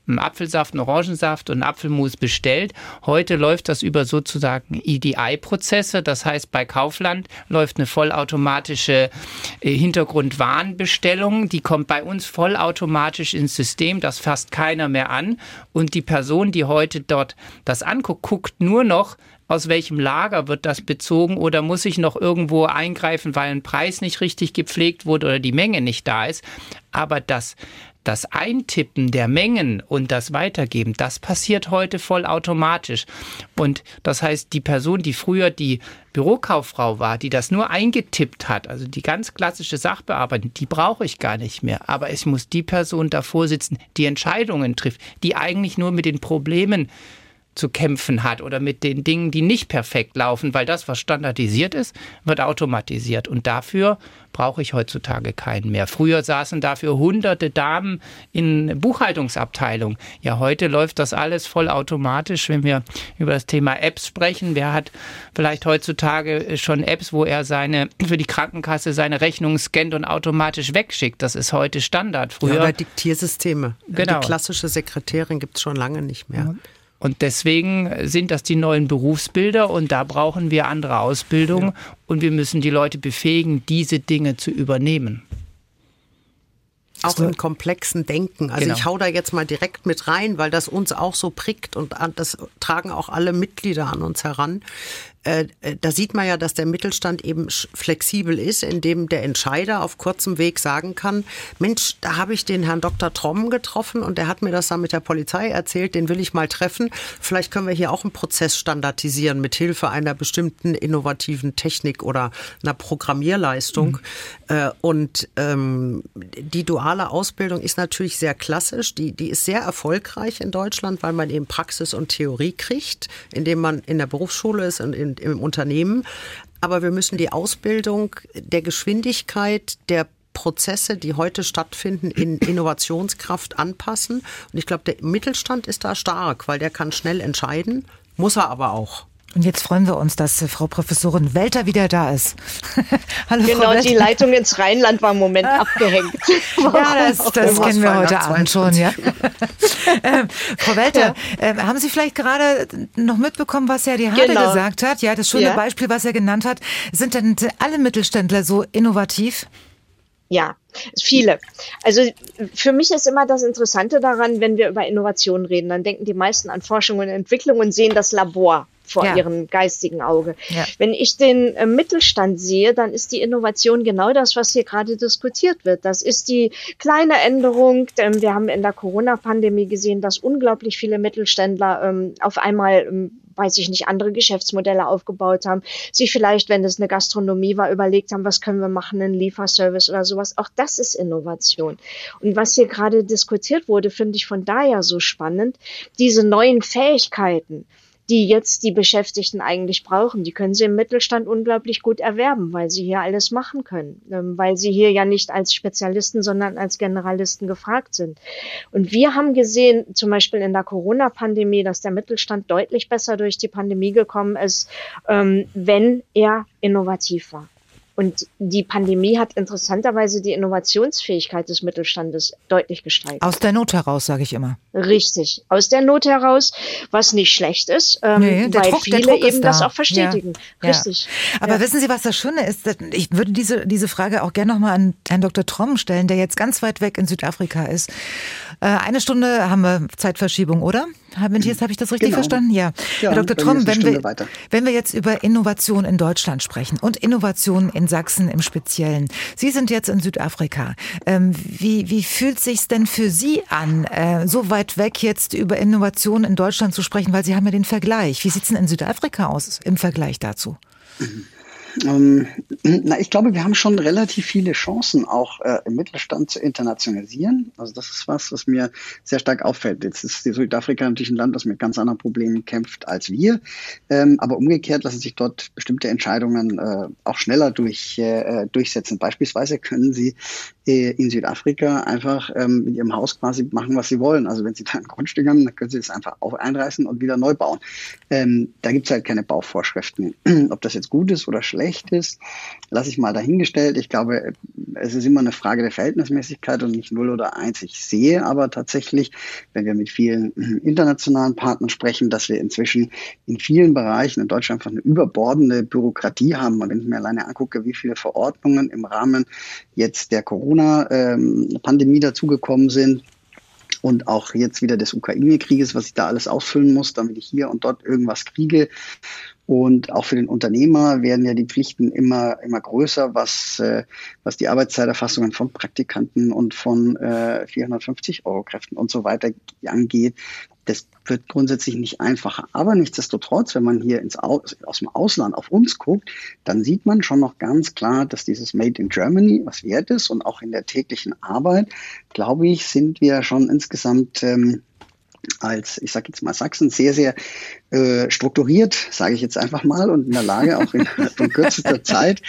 einen Apfelsaft, einen Orangensaft und einen Apfelmus bestellt. Heute läuft das über sozusagen EDI-Prozesse. Das heißt, bei Kaufland läuft eine vollautomatische Hintergrundwarenbestellung. Die kommt bei uns vollautomatisch ins System. Das fasst keiner mehr an. Und die Person, die heute dort das anguckt, guckt nur noch, aus welchem Lager wird das bezogen oder muss ich noch irgendwo eingreifen, weil ein Preis nicht richtig gepflegt wurde oder die Menge nicht da ist. Aber das Eintippen der Mengen und das Weitergeben, das passiert heute vollautomatisch. Und das heißt, die Person, die früher die Bürokauffrau war, die das nur eingetippt hat, also die ganz klassische Sachbearbeitung, die brauche ich gar nicht mehr. Aber es muss die Person davor sitzen, die Entscheidungen trifft, die eigentlich nur mit den Problemen zu kämpfen hat oder mit den Dingen, die nicht perfekt laufen, weil das, was standardisiert ist, wird automatisiert. Und dafür brauche ich heutzutage keinen mehr. Früher saßen dafür hunderte Damen in Buchhaltungsabteilungen. Ja, heute läuft das alles vollautomatisch, wenn wir über das Thema Apps sprechen. Wer hat vielleicht heutzutage schon Apps, wo er für die Krankenkasse seine Rechnung scannt und automatisch wegschickt? Das ist heute Standard. Früher oder Diktiersysteme. Genau. Die klassische Sekretärin gibt es schon lange nicht mehr. Und deswegen sind das die neuen Berufsbilder und da brauchen wir andere Ausbildung und wir müssen die Leute befähigen, diese Dinge zu übernehmen. Auch im komplexen Denken. Also genau. Ich hau da jetzt mal direkt mit rein, weil das uns auch so prickt und das tragen auch alle Mitglieder an uns heran. Da sieht man ja, dass der Mittelstand eben flexibel ist, indem der Entscheider auf kurzem Weg sagen kann, Mensch, da habe ich den Herrn Dr. Tromm getroffen und der hat mir das dann mit der Polizei erzählt, den will ich mal treffen. Vielleicht können wir hier auch einen Prozess standardisieren mit Hilfe einer bestimmten innovativen Technik oder einer Programmierleistung. Die duale Ausbildung ist natürlich sehr klassisch, die ist sehr erfolgreich in Deutschland, weil man eben Praxis und Theorie kriegt, indem man in der Berufsschule ist und im Unternehmen. Aber wir müssen die Ausbildung der Geschwindigkeit der Prozesse, die heute stattfinden, in Innovationskraft anpassen. Und ich glaube, der Mittelstand ist da stark, weil der kann schnell entscheiden, muss er aber auch. Und jetzt freuen wir uns, dass Frau Professorin Welter wieder da ist. Hallo, genau, Frau Welter. Die Leitung ins Rheinland war im Moment abgehängt. Ja, das kennen wir heute Abend schon. Ja. Frau Welter, haben Sie vielleicht gerade noch mitbekommen, was Herr de Hade gesagt hat? Ja, das schöne Beispiel, was er genannt hat. Sind denn alle Mittelständler so innovativ? Ja, viele. Also für mich ist immer das Interessante daran, wenn wir über Innovation reden, dann denken die meisten an Forschung und Entwicklung und sehen das Labor vor ihrem geistigen Auge. Ja. Wenn ich den Mittelstand sehe, dann ist die Innovation genau das, was hier gerade diskutiert wird. Das ist die kleine Änderung. Wir haben in der Corona-Pandemie gesehen, dass unglaublich viele Mittelständler auf einmal andere Geschäftsmodelle aufgebaut haben, sich vielleicht, wenn es eine Gastronomie war, überlegt haben, was können wir machen, einen Lieferservice oder sowas. Auch das ist Innovation. Und was hier gerade diskutiert wurde, finde ich von daher so spannend, diese neuen Fähigkeiten, die jetzt die Beschäftigten eigentlich brauchen, die können sie im Mittelstand unglaublich gut erwerben, weil sie hier alles machen können, weil sie hier ja nicht als Spezialisten, sondern als Generalisten gefragt sind. Und wir haben gesehen, zum Beispiel in der Corona-Pandemie, dass der Mittelstand deutlich besser durch die Pandemie gekommen ist, wenn er innovativ war. Und die Pandemie hat interessanterweise die Innovationsfähigkeit des Mittelstandes deutlich gesteigert. Aus der Not heraus, sage ich immer. Richtig, aus der Not heraus, was nicht schlecht ist, weil viele eben das auch verstetigen. Ja. Richtig. Ja. Aber wissen Sie, was das Schöne ist? Ich würde diese Frage auch gerne nochmal an Herrn Dr. Tromm stellen, der jetzt ganz weit weg in Südafrika ist. 1 Stunde haben wir Zeitverschiebung, oder? Habe ich das richtig verstanden? Ja. Herr Dr. Tromm, wenn wir jetzt über Innovation in Deutschland sprechen und Innovation in Sachsen im Speziellen. Sie sind jetzt in Südafrika. Wie fühlt sich's denn für Sie an, so weit weg jetzt über Innovation in Deutschland zu sprechen, weil Sie haben ja den Vergleich. Wie sieht's denn in Südafrika aus im Vergleich dazu? Ich glaube, wir haben schon relativ viele Chancen, auch im Mittelstand zu internationalisieren. Also das ist was mir sehr stark auffällt. Jetzt ist Südafrika natürlich ein Land, das mit ganz anderen Problemen kämpft als wir. Aber umgekehrt lassen sich dort bestimmte Entscheidungen auch schneller durchsetzen. Beispielsweise können Sie in Südafrika einfach mit ihrem Haus quasi machen, was sie wollen. Also wenn sie da ein Grundstück haben, dann können sie es einfach auch einreißen und wieder neu bauen. Da gibt es halt keine Bauvorschriften. Ob das jetzt gut ist oder schlecht ist, lasse ich mal dahingestellt. Ich glaube, es ist immer eine Frage der Verhältnismäßigkeit und nicht 0 oder 1. Ich sehe aber tatsächlich, wenn wir mit vielen internationalen Partnern sprechen, dass wir inzwischen in vielen Bereichen in Deutschland einfach eine überbordende Bürokratie haben. Und wenn ich mir alleine angucke, wie viele Verordnungen im Rahmen jetzt der Corona-Pandemie dazugekommen sind und auch jetzt wieder des Ukraine-Krieges, was ich da alles ausfüllen muss, damit ich hier und dort irgendwas kriege. Und auch für den Unternehmer werden ja die Pflichten immer größer, was die Arbeitszeiterfassungen von Praktikanten und von 450-Euro-Kräften und so weiter angeht. Das wird grundsätzlich nicht einfacher. Aber nichtsdestotrotz, wenn man hier aus dem Ausland auf uns guckt, dann sieht man schon noch ganz klar, dass dieses Made in Germany was wert ist. Und auch in der täglichen Arbeit, glaube ich, sind wir schon insgesamt als, ich sage jetzt mal Sachsen, sehr, sehr strukturiert, sage ich jetzt einfach mal, und in der Lage, auch in kürzester Zeit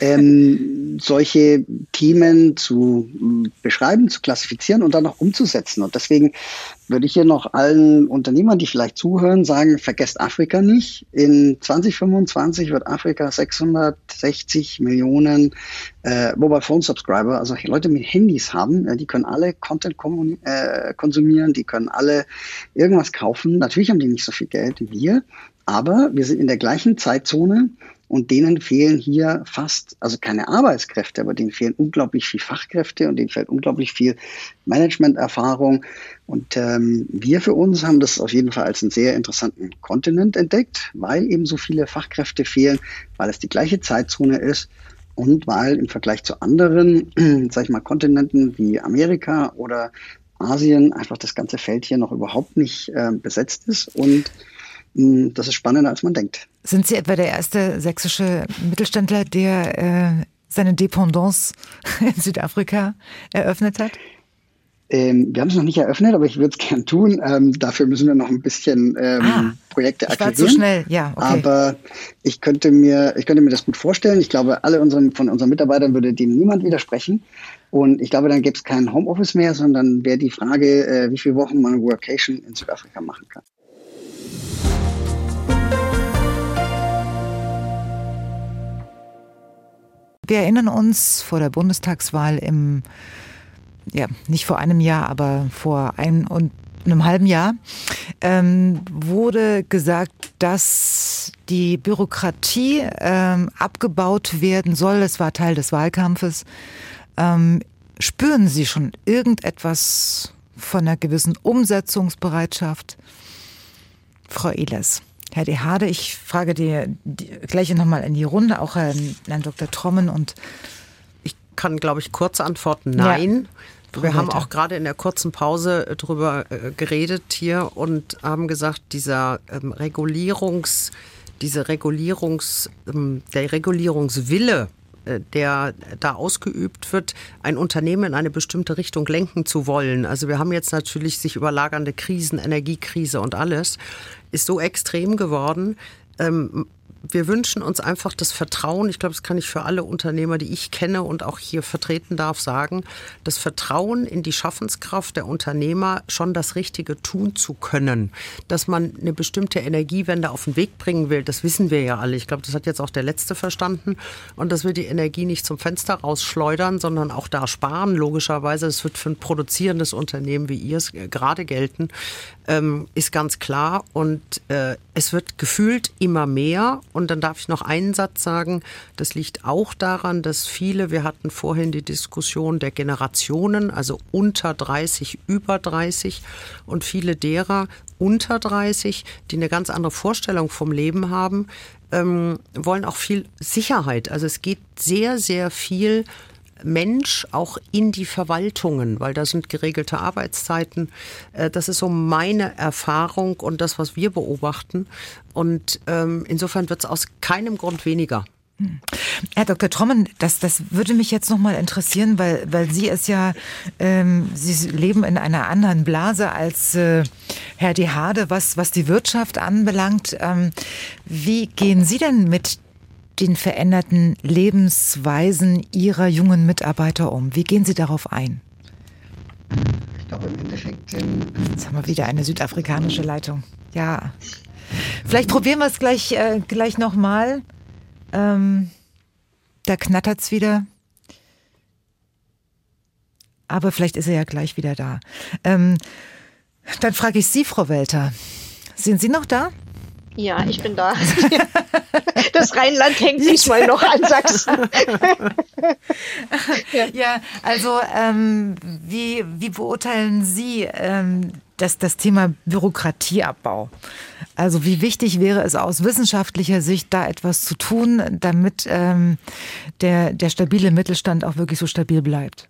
solche Themen zu beschreiben, zu klassifizieren und dann auch umzusetzen. Und deswegen würde ich hier noch allen Unternehmern, die vielleicht zuhören, sagen, vergesst Afrika nicht. In 2025 wird Afrika 660 Millionen Mobile Phone Subscriber, also Leute mit Handys haben. Die können alle Content konsumieren, die können alle irgendwas kaufen. Natürlich haben die nicht so viel Geld wie wir, aber wir sind in der gleichen Zeitzone und denen fehlen hier also keine Arbeitskräfte, aber denen fehlen unglaublich viel Fachkräfte und denen fehlt unglaublich viel Managementerfahrung. Und wir für uns haben das auf jeden Fall als einen sehr interessanten Kontinent entdeckt, weil eben so viele Fachkräfte fehlen, weil es die gleiche Zeitzone ist und weil im Vergleich zu anderen, sag ich mal, Kontinenten wie Amerika oder Asien einfach das ganze Feld hier noch überhaupt nicht besetzt ist und das ist spannender, als man denkt. Sind Sie etwa der erste sächsische Mittelständler, der seine Dependance in Südafrika eröffnet hat? Wir haben es noch nicht eröffnet, aber ich würde es gern tun. Dafür müssen wir noch ein bisschen Projekte akquirieren. Ich war zu schnell, ja. Okay. Aber ich könnte mir das gut vorstellen. Ich glaube, von unseren Mitarbeitern würde dem niemand widersprechen. Und ich glaube, dann gäbe es kein Homeoffice mehr, sondern wäre die Frage, wie viele Wochen man Workation in Südafrika machen kann. Wir erinnern uns vor der Bundestagswahl nicht vor einem Jahr, aber vor einem halben Jahr, wurde gesagt, dass die Bürokratie abgebaut werden soll. Das war Teil des Wahlkampfes. Spüren Sie schon irgendetwas von einer gewissen Umsetzungsbereitschaft? Frau Ehlers. Herr de Hade, ich frage dir gleich nochmal in die Runde, auch Herrn Dr. Trommen. Und ich kann, glaube ich, kurz antworten, nein. Ja. Wir haben auch gerade in der kurzen Pause drüber geredet hier und haben gesagt, der Regulierungswille, der da ausgeübt wird, ein Unternehmen in eine bestimmte Richtung lenken zu wollen. Also wir haben jetzt natürlich sich überlagernde Krisen, Energiekrise und alles, ist so extrem geworden. Wir wünschen uns einfach das Vertrauen, ich glaube, das kann ich für alle Unternehmer, die ich kenne und auch hier vertreten darf, sagen, das Vertrauen in die Schaffenskraft der Unternehmer, schon das Richtige tun zu können. Dass man eine bestimmte Energiewende auf den Weg bringen will, das wissen wir ja alle. Ich glaube, das hat jetzt auch der Letzte verstanden. Und dass wir die Energie nicht zum Fenster rausschleudern, sondern auch da sparen, logischerweise. Das wird für ein produzierendes Unternehmen wie ihr es gerade gelten, ist ganz klar. Und es wird gefühlt immer mehr. Und dann darf ich noch einen Satz sagen, das liegt auch daran, dass wir hatten vorhin die Diskussion der Generationen, also unter 30, über 30 und viele derer unter 30, die eine ganz andere Vorstellung vom Leben haben, wollen auch viel Sicherheit. Also es geht sehr, sehr viel Mensch auch in die Verwaltungen, weil da sind geregelte Arbeitszeiten. Das ist so meine Erfahrung und das, was wir beobachten. Und insofern wird es aus keinem Grund weniger. Herr Dr. Trommen, das würde mich jetzt nochmal interessieren, weil Sie es ja, Sie leben in einer anderen Blase als Herr de Hade, was die Wirtschaft anbelangt. Wie gehen Sie denn mit den veränderten Lebensweisen Ihrer jungen Mitarbeiter um? Wie gehen Sie darauf ein? Ich glaube im Endeffekt... Jetzt haben wir wieder eine südafrikanische Leitung. Ja. Vielleicht probieren wir es gleich nochmal. Da knattert's wieder. Aber vielleicht ist er ja gleich wieder da. Dann frage ich Sie, Frau Welter. Sind Sie noch da? Ja, ich bin da. Das Rheinland hängt diesmal noch an Sachsen. Ja, also wie beurteilen Sie das Thema Bürokratieabbau? Also wie wichtig wäre es aus wissenschaftlicher Sicht, da etwas zu tun, damit der stabile Mittelstand auch wirklich so stabil bleibt?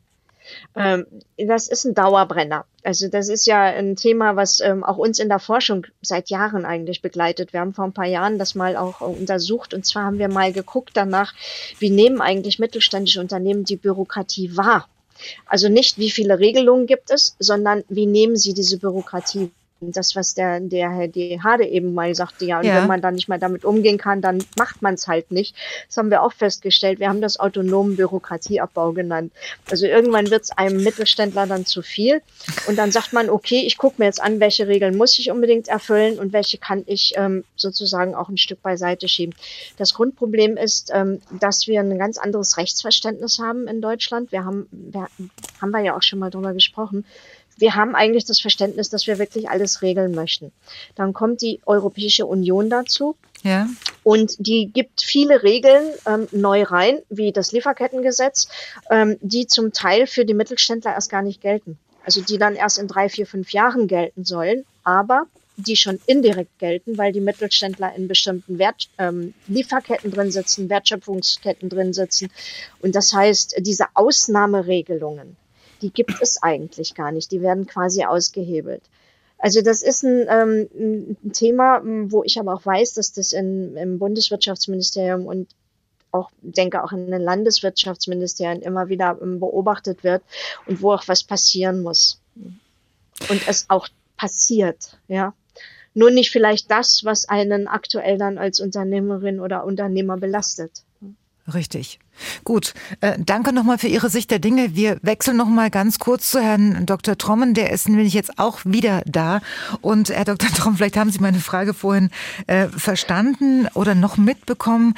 Das ist ein Dauerbrenner. Also das ist ja ein Thema, was auch uns in der Forschung seit Jahren eigentlich begleitet. Wir haben vor ein paar Jahren das mal auch untersucht, und zwar haben wir mal geguckt danach, wie nehmen eigentlich mittelständische Unternehmen die Bürokratie wahr? Also nicht, wie viele Regelungen gibt es, sondern wie nehmen sie diese Bürokratie? Das, was der Herr Dehade eben mal sagte, und wenn man dann nicht mal damit umgehen kann, dann macht man es halt nicht. Das haben wir auch festgestellt. Wir haben das autonomen Bürokratieabbau genannt. Also irgendwann wird es einem Mittelständler dann zu viel, und dann sagt man, okay, ich gucke mir jetzt an, welche Regeln muss ich unbedingt erfüllen und welche kann ich sozusagen auch ein Stück beiseite schieben. Das Grundproblem ist, dass wir ein ganz anderes Rechtsverständnis haben in Deutschland. Haben wir ja auch schon mal drüber gesprochen. Wir haben eigentlich das Verständnis, dass wir wirklich alles regeln möchten. Dann kommt die Europäische Union dazu. Ja. Und die gibt viele Regeln neu rein, wie das Lieferkettengesetz, die zum Teil für die Mittelständler erst gar nicht gelten. Also die dann erst in 3, 4, 5 Jahren gelten sollen, aber die schon indirekt gelten, weil die Mittelständler in bestimmten Lieferketten drin sitzen, Wertschöpfungsketten drin sitzen. Und das heißt, diese Ausnahmeregelungen, die gibt es eigentlich gar nicht. Die werden quasi ausgehebelt. Also das ist ein Thema, wo ich aber auch weiß, dass das im Bundeswirtschaftsministerium und denke auch in den Landeswirtschaftsministerien immer wieder beobachtet wird und wo auch was passieren muss. Und es auch passiert, ja. Nur nicht vielleicht das, was einen aktuell dann als Unternehmerin oder Unternehmer belastet. Richtig. Gut, danke nochmal für Ihre Sicht der Dinge. Wir wechseln nochmal ganz kurz zu Herrn Dr. Trommen, der ist nämlich jetzt auch wieder da. Und Herr Dr. Trommen, vielleicht haben Sie meine Frage vorhin verstanden oder noch mitbekommen.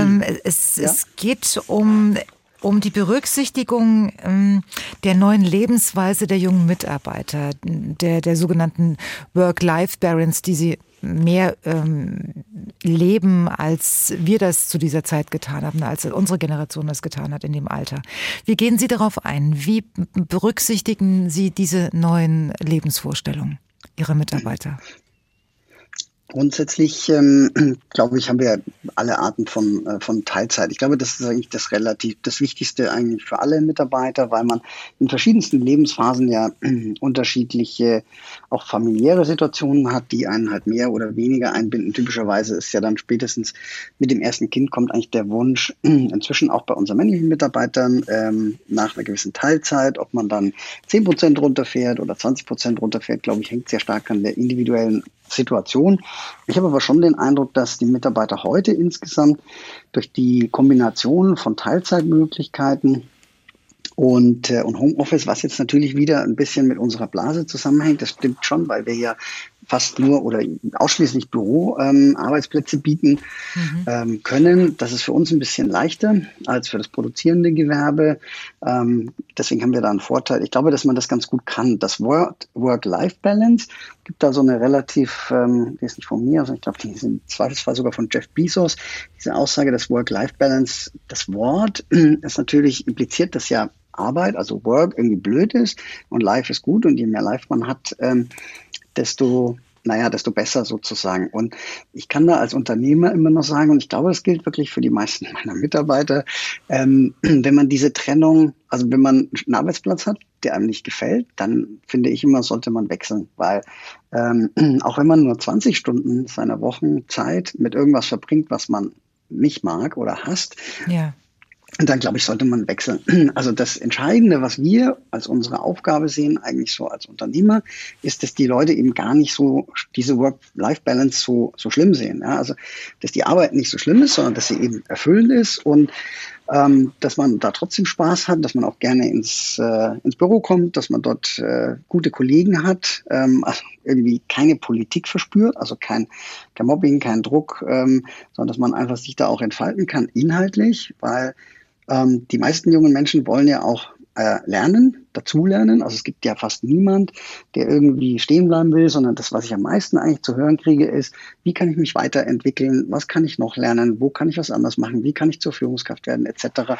Es geht um die Berücksichtigung der neuen Lebensweise der jungen Mitarbeiter, der sogenannten Work-Life-Balance, die sie mehr leben, als wir das zu dieser Zeit getan haben, als unsere Generation das getan hat in dem Alter. Wie gehen Sie darauf ein? Wie berücksichtigen Sie diese neuen Lebensvorstellungen Ihrer Mitarbeiter? Grundsätzlich, glaube ich, haben wir alle Arten von Teilzeit. Ich glaube, das ist eigentlich das Wichtigste eigentlich für alle Mitarbeiter, weil man in verschiedensten Lebensphasen ja unterschiedliche, auch familiäre Situationen hat, die einen halt mehr oder weniger einbinden. Typischerweise ist ja dann spätestens mit dem ersten Kind kommt eigentlich der Wunsch, inzwischen auch bei unseren männlichen Mitarbeitern, nach einer gewissen Teilzeit, ob man dann 10% runterfährt oder 20% runterfährt, glaube ich, hängt sehr stark an der individuellen Situation. Ich habe aber schon den Eindruck, dass die Mitarbeiter heute insgesamt durch die Kombination von Teilzeitmöglichkeiten und Homeoffice, was jetzt natürlich wieder ein bisschen mit unserer Blase zusammenhängt, das stimmt schon, weil wir ja fast nur oder ausschließlich Büroarbeitsplätze bieten können. Das ist für uns ein bisschen leichter als für das produzierende Gewerbe. Deswegen haben wir da einen Vorteil. Ich glaube, dass man das ganz gut kann. Das Work-Life-Balance gibt da so eine relativ, die ist nicht von mir, also ich glaube, die ist im Zweifelsfall sogar von Jeff Bezos, diese Aussage, das Work-Life-Balance, das Wort ist natürlich, impliziert das ja Arbeit, also Work irgendwie blöd ist und Life ist gut, und je mehr Life man hat, desto besser sozusagen. Und ich kann da als Unternehmer immer noch sagen, und ich glaube, das gilt wirklich für die meisten meiner Mitarbeiter, wenn man diese Trennung, also wenn man einen Arbeitsplatz hat, der einem nicht gefällt, dann finde ich immer, sollte man wechseln, weil auch wenn man nur 20 Stunden seiner Wochenzeit mit irgendwas verbringt, was man nicht mag oder hasst, Und dann, glaube ich, sollte man wechseln. Also das Entscheidende, was wir als unsere Aufgabe sehen, eigentlich so als Unternehmer, ist, dass die Leute eben gar nicht so diese Work-Life-Balance so schlimm sehen. Ja? Also dass die Arbeit nicht so schlimm ist, sondern dass sie eben erfüllend ist und dass man da trotzdem Spaß hat, dass man auch gerne ins Büro kommt, dass man dort gute Kollegen hat, also irgendwie keine Politik verspürt, also kein Mobbing, kein Druck, sondern dass man einfach sich da auch entfalten kann inhaltlich, weil die meisten jungen Menschen wollen ja auch lernen, dazulernen. Also es gibt ja fast niemand, der irgendwie stehen bleiben will, sondern das, was ich am meisten eigentlich zu hören kriege, ist, wie kann ich mich weiterentwickeln, was kann ich noch lernen, wo kann ich was anders machen, wie kann ich zur Führungskraft werden, etc.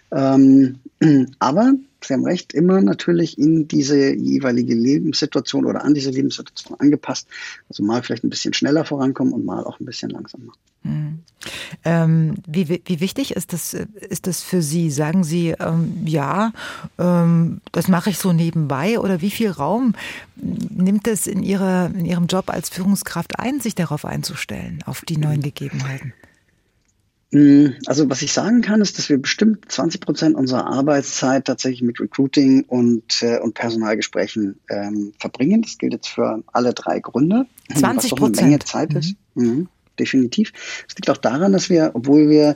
Aber Sie haben recht, immer natürlich in diese jeweilige Lebenssituation oder an diese Lebenssituation angepasst. Also mal vielleicht ein bisschen schneller vorankommen und mal auch ein bisschen langsamer. Wie wichtig ist das für Sie? Sagen Sie, das mache ich so nebenbei, oder wie viel Raum nimmt es in Ihrem Job als Führungskraft ein, sich darauf einzustellen, auf die neuen Gegebenheiten? Also was ich sagen kann, ist, dass wir bestimmt 20% unserer Arbeitszeit tatsächlich mit Recruiting und Personalgesprächen verbringen. Das gilt jetzt für alle 3 Gründe. 20%? Was doch eine Menge Zeit ist. Definitiv. Es liegt auch daran, dass wir, obwohl wir,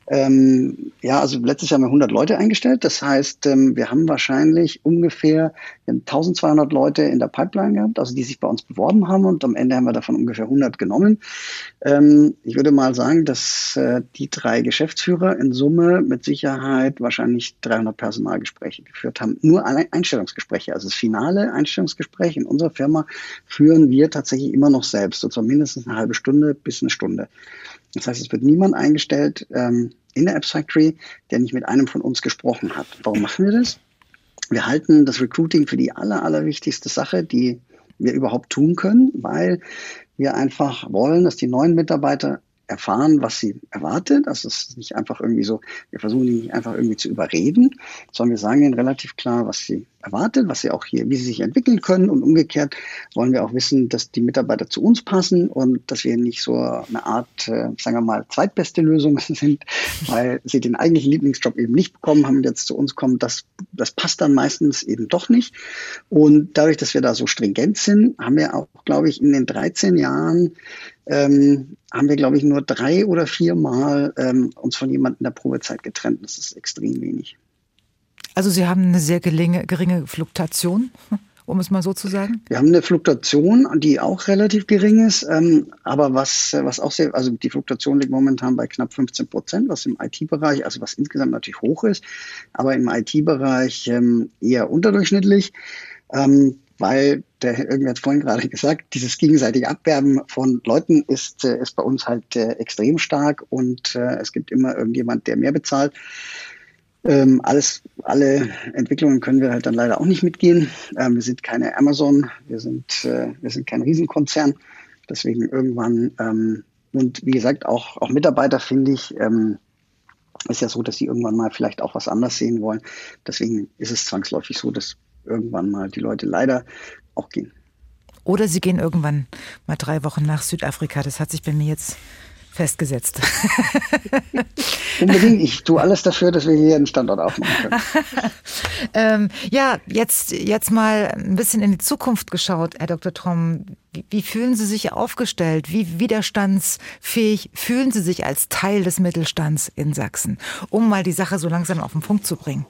also letztes Jahr haben wir 100 Leute eingestellt. Das heißt, wir haben wahrscheinlich ungefähr 1200 Leute in der Pipeline gehabt, also die sich bei uns beworben haben, und am Ende haben wir davon ungefähr 100 genommen. Ich würde mal sagen, dass die 3 Geschäftsführer in Summe mit Sicherheit wahrscheinlich 300 Personalgespräche geführt haben. Nur Einstellungsgespräche, also das finale Einstellungsgespräch in unserer Firma führen wir tatsächlich immer noch selbst, und zwar mindestens eine halbe Stunde bis eine Stunde. Das heißt, es wird niemand eingestellt in der Apps Factory, der nicht mit einem von uns gesprochen hat. Warum machen wir das? Wir halten das Recruiting für die allerwichtigste Sache, die wir überhaupt tun können, weil wir einfach wollen, dass die neuen Mitarbeiter erfahren, was sie erwartet. Also es ist nicht einfach irgendwie so, wir versuchen die nicht einfach irgendwie zu überreden, sondern wir sagen ihnen relativ klar, was sie erwartet, was sie auch hier, wie sie sich entwickeln können, und umgekehrt wollen wir auch wissen, dass die Mitarbeiter zu uns passen und dass wir nicht so eine Art, sagen wir mal, zweitbeste Lösung sind, weil sie den eigentlichen Lieblingsjob eben nicht bekommen haben und jetzt zu uns kommen. Das passt dann meistens eben doch nicht. Und dadurch, dass wir da so stringent sind, haben wir auch, glaube ich, in den 13 Jahren haben wir, glaube ich, nur 3 oder 4 Mal uns von jemandem in der Probezeit getrennt. Das ist extrem wenig. Also Sie haben eine sehr geringe Fluktuation, um es mal so zu sagen? Wir haben eine Fluktuation, die auch relativ gering ist, aber was auch sehr, also die Fluktuation liegt momentan bei knapp 15%, was im IT-Bereich, also was insgesamt natürlich hoch ist, aber im IT-Bereich eher unterdurchschnittlich. Weil irgendwer hat vorhin gerade gesagt, dieses gegenseitige Abwerben von Leuten ist bei uns halt extrem stark, und es gibt immer irgendjemand, der mehr bezahlt. Alle Entwicklungen können wir halt dann leider auch nicht mitgehen. Wir sind keine Amazon, wir sind kein Riesenkonzern. Deswegen irgendwann, und wie gesagt, auch Mitarbeiter, finde ich, ist ja so, dass sie irgendwann mal vielleicht auch was anders sehen wollen. Deswegen ist es zwangsläufig so, dass irgendwann mal die Leute leider auch gehen. Oder sie gehen irgendwann mal 3 Wochen nach Südafrika. Das hat sich bei mir jetzt festgesetzt. Unbedingt. Ich tue alles dafür, dass wir hier einen Standort aufmachen können. Jetzt mal ein bisschen in die Zukunft geschaut, Herr Dr. Tromm. Wie fühlen Sie sich aufgestellt? Wie widerstandsfähig fühlen Sie sich als Teil des Mittelstands in Sachsen? Um mal die Sache so langsam auf den Punkt zu bringen.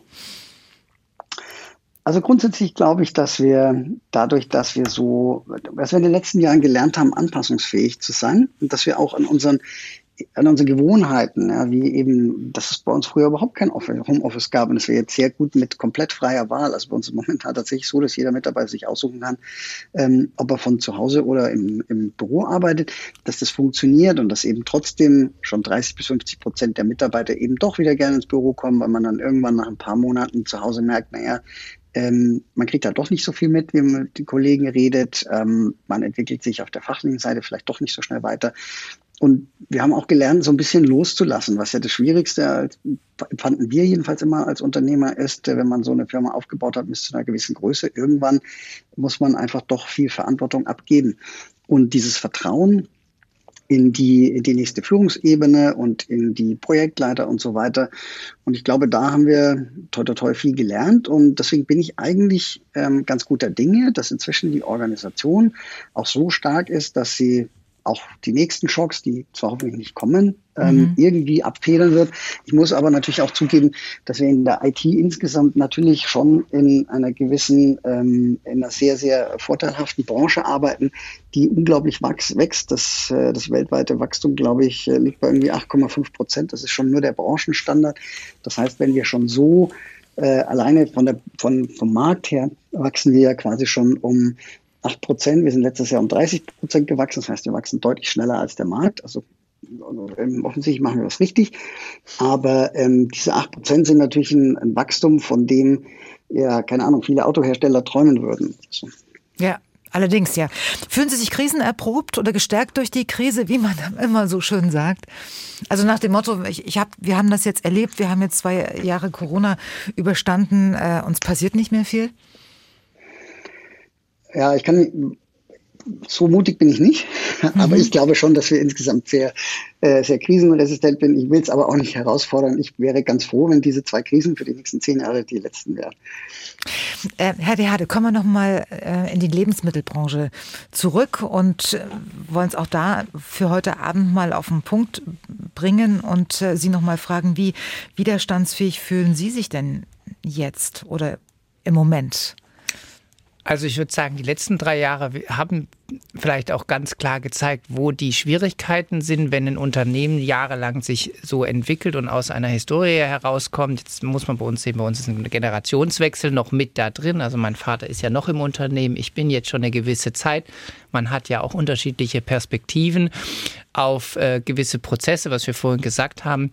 Also grundsätzlich glaube ich, dass wir dadurch, dass wir in den letzten Jahren gelernt haben, anpassungsfähig zu sein, und dass wir auch an unseren Gewohnheiten, ja, wie eben, dass es bei uns früher überhaupt kein Homeoffice gab und dass wir jetzt sehr gut mit komplett freier Wahl, also bei uns ist momentan tatsächlich so, dass jeder Mitarbeiter sich aussuchen kann, ob er von zu Hause oder im Büro arbeitet, dass das funktioniert und dass eben trotzdem schon 30-50% der Mitarbeiter eben doch wieder gerne ins Büro kommen, weil man dann irgendwann nach ein paar Monaten zu Hause merkt, man kriegt da doch nicht so viel mit, wie man mit den Kollegen redet. Man entwickelt sich auf der fachlichen Seite vielleicht doch nicht so schnell weiter. Und wir haben auch gelernt, so ein bisschen loszulassen, was ja das Schwierigste, fanden wir jedenfalls immer als Unternehmer, ist, wenn man so eine Firma aufgebaut hat bis zu einer gewissen Größe. Irgendwann muss man einfach doch viel Verantwortung abgeben. Und dieses Vertrauen in die nächste Führungsebene und in die Projektleiter und so weiter. Und ich glaube, da haben wir toi toi toi viel gelernt. Und deswegen bin ich eigentlich ganz guter Dinge, dass inzwischen die Organisation auch so stark ist, dass sie auch die nächsten Schocks, die zwar hoffentlich nicht kommen, irgendwie abfedern wird. Ich muss aber natürlich auch zugeben, dass wir in der IT insgesamt natürlich schon in einer gewissen, in einer sehr, sehr vorteilhaften Branche arbeiten, die unglaublich wächst. Das weltweite Wachstum, glaube ich, liegt bei irgendwie 8,5%. Das ist schon nur der Branchenstandard. Das heißt, wenn wir schon so alleine vom Markt her wachsen wir ja quasi schon um 8%. Wir sind letztes Jahr um 30% gewachsen. Das heißt, wir wachsen deutlich schneller als der Markt. Also offensichtlich machen wir das richtig. Aber diese 8% sind natürlich ein Wachstum, von dem, ja, keine Ahnung, viele Autohersteller träumen würden. So. Ja. Allerdings, ja. Fühlen Sie sich krisenerprobt oder gestärkt durch die Krise, wie man immer so schön sagt? Also nach dem Motto, wir haben das jetzt erlebt, wir haben jetzt 2 Jahre Corona überstanden, uns passiert nicht mehr viel? Ja, so mutig bin ich nicht, aber ich glaube schon, dass wir insgesamt sehr, sehr krisenresistent sind. Ich will es aber auch nicht herausfordern. Ich wäre ganz froh, wenn diese 2 Krisen für die nächsten 10 Jahre die letzten wären. Herr de Hade, kommen wir noch mal in die Lebensmittelbranche zurück und wollen es auch da für heute Abend mal auf den Punkt bringen und Sie noch mal fragen, wie widerstandsfähig fühlen Sie sich denn jetzt oder im Moment? Also ich würde sagen, die letzten 3 Jahre haben vielleicht auch ganz klar gezeigt, wo die Schwierigkeiten sind, wenn ein Unternehmen jahrelang sich so entwickelt und aus einer Historie herauskommt. Jetzt muss man bei uns sehen, bei uns ist ein Generationswechsel noch mit da drin. Also mein Vater ist ja noch im Unternehmen, ich bin jetzt schon eine gewisse Zeit. Man hat ja auch unterschiedliche Perspektiven auf gewisse Prozesse, was wir vorhin gesagt haben.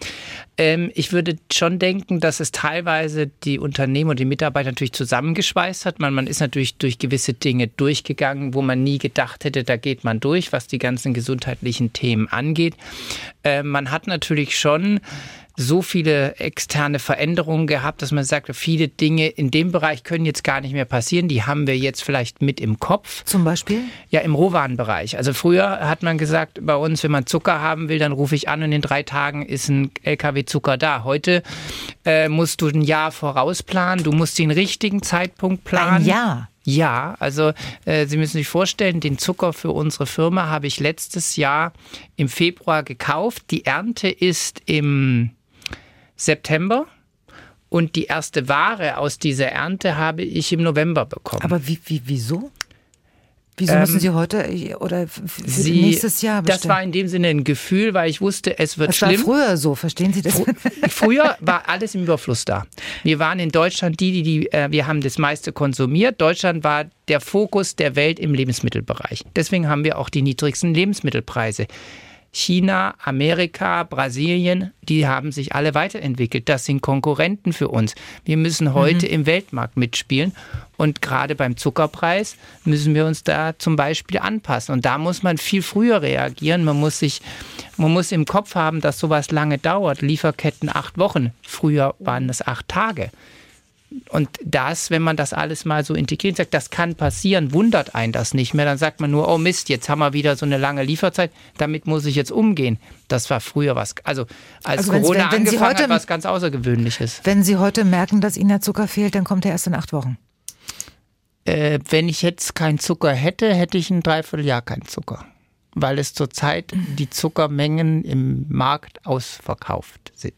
Ich würde schon denken, dass es teilweise die Unternehmen und die Mitarbeiter natürlich zusammengeschweißt hat. Man ist natürlich durch gewisse Dinge durchgegangen, wo man nie gedacht hätte, da geht man durch, was die ganzen gesundheitlichen Themen angeht. Man hat natürlich schon so viele externe Veränderungen gehabt, dass man sagt, viele Dinge in dem Bereich können jetzt gar nicht mehr passieren. Die haben wir jetzt vielleicht mit im Kopf. Zum Beispiel? Ja, im Rohwarenbereich. Also früher hat man gesagt, bei uns, wenn man Zucker haben will, dann rufe ich an und in 3 Tagen ist ein LKW Zucker da. Heute musst du ein Jahr vorausplanen. Du musst den richtigen Zeitpunkt planen. Ein Jahr? Ja, also Sie müssen sich vorstellen, den Zucker für unsere Firma habe ich letztes Jahr im Februar gekauft. Die Ernte ist im September und die erste Ware aus dieser Ernte habe ich im November bekommen. Aber wieso? Wieso müssen Sie heute oder für nächstes Jahr bestellen? Das war in dem Sinne ein Gefühl, weil ich wusste, es wird schlimm. Das war früher so, verstehen Sie das? Früher war alles im Überfluss da. Wir waren in Deutschland wir haben das meiste konsumiert. Deutschland war der Fokus der Welt im Lebensmittelbereich. Deswegen haben wir auch die niedrigsten Lebensmittelpreise. China, Amerika, Brasilien, die haben sich alle weiterentwickelt. Das sind Konkurrenten für uns. Wir müssen heute im Weltmarkt mitspielen. Und gerade beim Zuckerpreis müssen wir uns da zum Beispiel anpassen. Und da muss man viel früher reagieren. Man muss im Kopf haben, dass sowas lange dauert. Lieferketten 8 Wochen. Früher waren es 8 Tage. Und wenn man das alles mal so integriert, sagt, das kann passieren, wundert einen das nicht mehr. Dann sagt man nur, oh Mist, jetzt haben wir wieder so eine lange Lieferzeit, damit muss ich jetzt umgehen. Das war früher als Corona angefangen hat, was ganz Außergewöhnliches. Wenn Sie heute merken, dass Ihnen der Zucker fehlt, dann kommt er erst in 8 Wochen. Wenn ich jetzt keinen Zucker hätte, hätte ich ein Dreivierteljahr keinen Zucker. Weil es zurzeit die Zuckermengen im Markt ausverkauft sind.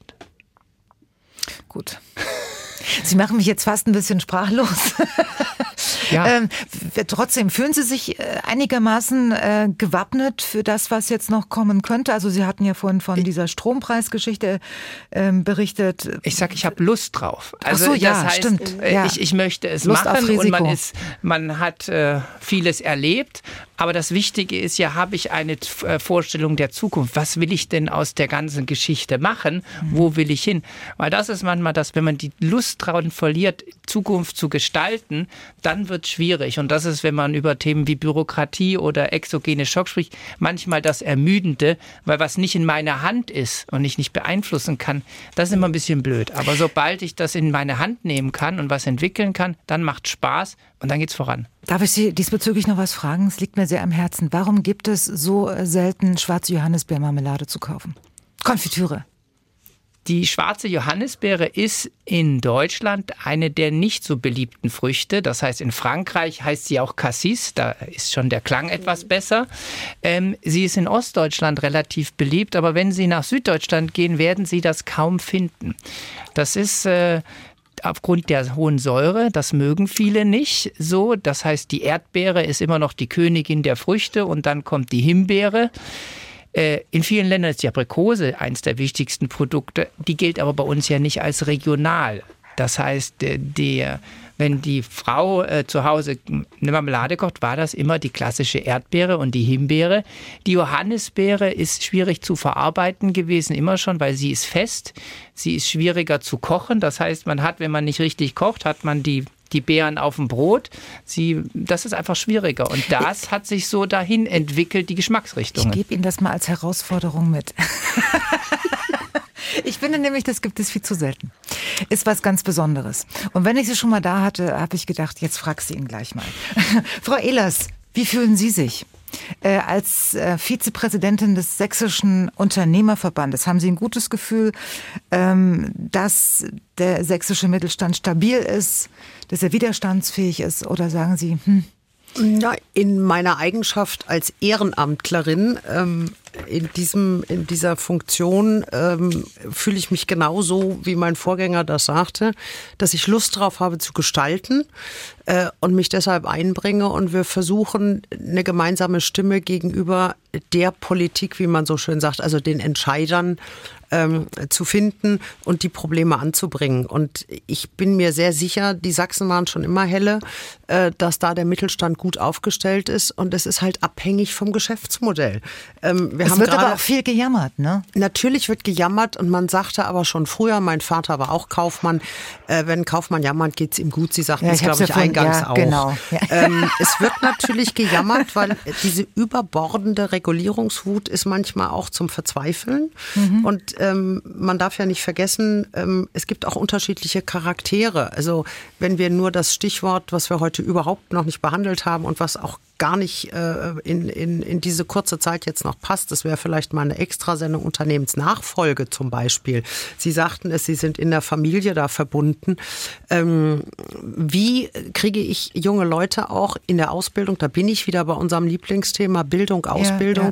Gut. Sie machen mich jetzt fast ein bisschen sprachlos. Ja. Trotzdem, fühlen Sie sich einigermaßen gewappnet für das, was jetzt noch kommen könnte? Also Sie hatten ja vorhin von dieser Strompreisgeschichte berichtet. Ich sage, ich habe Lust drauf. Also ach so, ja, das heißt, stimmt. Ja. Ich möchte es Lust machen und man hat vieles erlebt. Aber das Wichtige ist ja, habe ich eine Vorstellung der Zukunft? Was will ich denn aus der ganzen Geschichte machen? Wo will ich hin? Weil das ist manchmal das, wenn man die Lust daran verliert, Zukunft zu gestalten, dann wird wird es schwierig. Und das ist, wenn man über Themen wie Bürokratie oder exogene Schock spricht, manchmal das Ermüdende, weil was nicht in meiner Hand ist und ich nicht beeinflussen kann, das ist immer ein bisschen blöd. Aber sobald ich das in meine Hand nehmen kann und was entwickeln kann, dann macht es Spaß und dann geht's voran. Darf ich Sie diesbezüglich noch was fragen? Es liegt mir sehr am Herzen. Warum gibt es so selten schwarze Johannisbeermarmelade zu kaufen? Konfitüre. Die schwarze Johannisbeere ist in Deutschland eine der nicht so beliebten Früchte. Das heißt, in Frankreich heißt sie auch Cassis, da ist schon der Klang etwas besser. Sie ist in Ostdeutschland relativ beliebt, aber wenn Sie nach Süddeutschland gehen, werden Sie das kaum finden. Das ist aufgrund der hohen Säure, das mögen viele nicht so. Das heißt, die Erdbeere ist immer noch die Königin der Früchte und dann kommt die Himbeere. In vielen Ländern ist die Aprikose eines der wichtigsten Produkte. Die gilt aber bei uns ja nicht als regional. Das heißt, wenn die Frau zu Hause eine Marmelade kocht, war das immer die klassische Erdbeere und die Himbeere. Die Johannisbeere ist schwierig zu verarbeiten gewesen, immer schon, weil sie ist fest. Sie ist schwieriger zu kochen. Das heißt, wenn man nicht richtig kocht, hat man die Beeren auf dem Brot. Das ist einfach schwieriger. Und das hat sich so dahin entwickelt, die Geschmacksrichtungen. Ich gebe Ihnen das mal als Herausforderung mit. Ich finde nämlich, das gibt es viel zu selten. Ist was ganz Besonderes. Und wenn ich sie schon mal da hatte, habe ich gedacht, jetzt fragst du ihn gleich mal. Frau Ehlers, wie fühlen Sie sich? Als Vizepräsidentin des Sächsischen Unternehmerverbandes, haben Sie ein gutes Gefühl, dass der sächsische Mittelstand stabil ist, dass er widerstandsfähig ist? Oder sagen Sie, Ja, in meiner Eigenschaft als Ehrenamtlerin in dieser Funktion fühle ich mich genauso, wie mein Vorgänger das sagte, dass ich Lust drauf habe zu gestalten und mich deshalb einbringe und wir versuchen, eine gemeinsame Stimme gegenüber der Politik, wie man so schön sagt, also den Entscheidern zu finden und die Probleme anzubringen. Und ich bin mir sehr sicher, die Sachsen waren schon immer helle, dass da der Mittelstand gut aufgestellt ist und es ist halt abhängig vom Geschäftsmodell. Es wird aber auch viel gejammert, ne? Natürlich wird gejammert und man sagte aber schon früher, mein Vater war auch Kaufmann, wenn ein Kaufmann jammert, geht's ihm gut. Sie sagten es, glaube ich, eingangs auch. Genau. Ja. Es wird natürlich gejammert, weil diese überbordende Regulierungswut ist manchmal auch zum Verzweifeln. Und man darf ja nicht vergessen, es gibt auch unterschiedliche Charaktere. Also wenn wir nur das Stichwort, was wir heute überhaupt noch nicht behandelt haben und was auch gar nicht in diese kurze Zeit jetzt noch passt. Das wäre vielleicht mal eine Extrasendung Unternehmensnachfolge zum Beispiel. Sie sagten es, Sie sind in der Familie da verbunden. Wie kriege ich junge Leute auch in der Ausbildung, da bin ich wieder bei unserem Lieblingsthema Bildung, Ausbildung,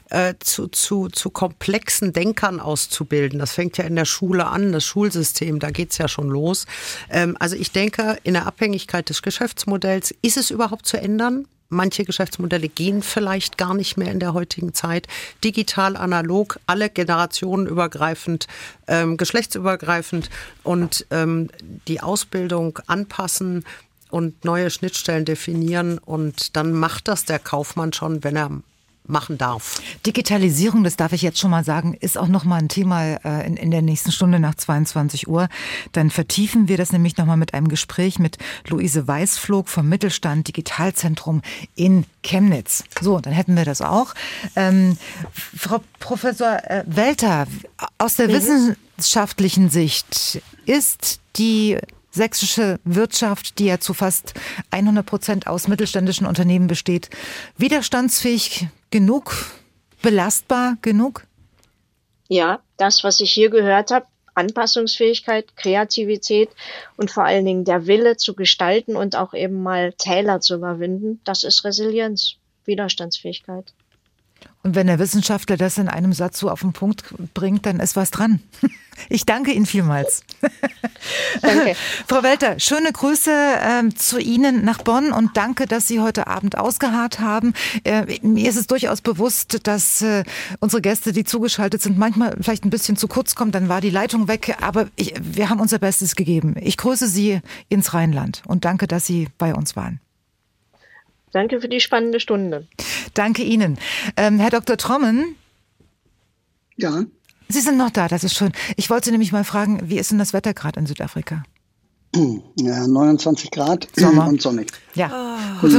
zu komplexen Denkern auszubilden. Das fängt ja in der Schule an, das Schulsystem, da geht's ja schon los. Also ich denke, in der Abhängigkeit des Geschäftsmodells, ist es überhaupt zu ändern? Manche Geschäftsmodelle gehen vielleicht gar nicht mehr in der heutigen Zeit. Digital, analog, alle Generationen übergreifend, geschlechtsübergreifend und die Ausbildung anpassen und neue Schnittstellen definieren. Und dann macht das der Kaufmann schon, wenn er machen darf. Digitalisierung, das darf ich jetzt schon mal sagen, ist auch nochmal ein Thema in der nächsten Stunde nach 22 Uhr. Dann vertiefen wir das nämlich nochmal mit einem Gespräch mit Luise Weißflog vom Mittelstand Digitalzentrum in Chemnitz. So, dann hätten wir das auch. Frau Professor Welter, aus der wissenschaftlichen Sicht ist die sächsische Wirtschaft, die ja zu fast 100% aus mittelständischen Unternehmen besteht, widerstandsfähig genug, belastbar genug? Ja, das, was ich hier gehört habe, Anpassungsfähigkeit, Kreativität und vor allen Dingen der Wille zu gestalten und auch eben mal Täler zu überwinden, das ist Resilienz, Widerstandsfähigkeit. Und wenn der Wissenschaftler das in einem Satz so auf den Punkt bringt, dann ist was dran. Ich danke Ihnen vielmals. Danke. Frau Welter, schöne Grüße zu Ihnen nach Bonn und danke, dass Sie heute Abend ausgeharrt haben. Mir ist es durchaus bewusst, dass unsere Gäste, die zugeschaltet sind, manchmal vielleicht ein bisschen zu kurz kommen, dann war die Leitung weg, aber wir haben unser Bestes gegeben. Ich grüße Sie ins Rheinland und danke, dass Sie bei uns waren. Danke für die spannende Stunde. Danke Ihnen. Herr Dr. Trommen? Ja. Sie sind noch da, das ist schön. Ich wollte nämlich mal fragen, wie ist denn das Wetter gerade in Südafrika? Ja, 29 Grad Sommer. und sonnig. Ja.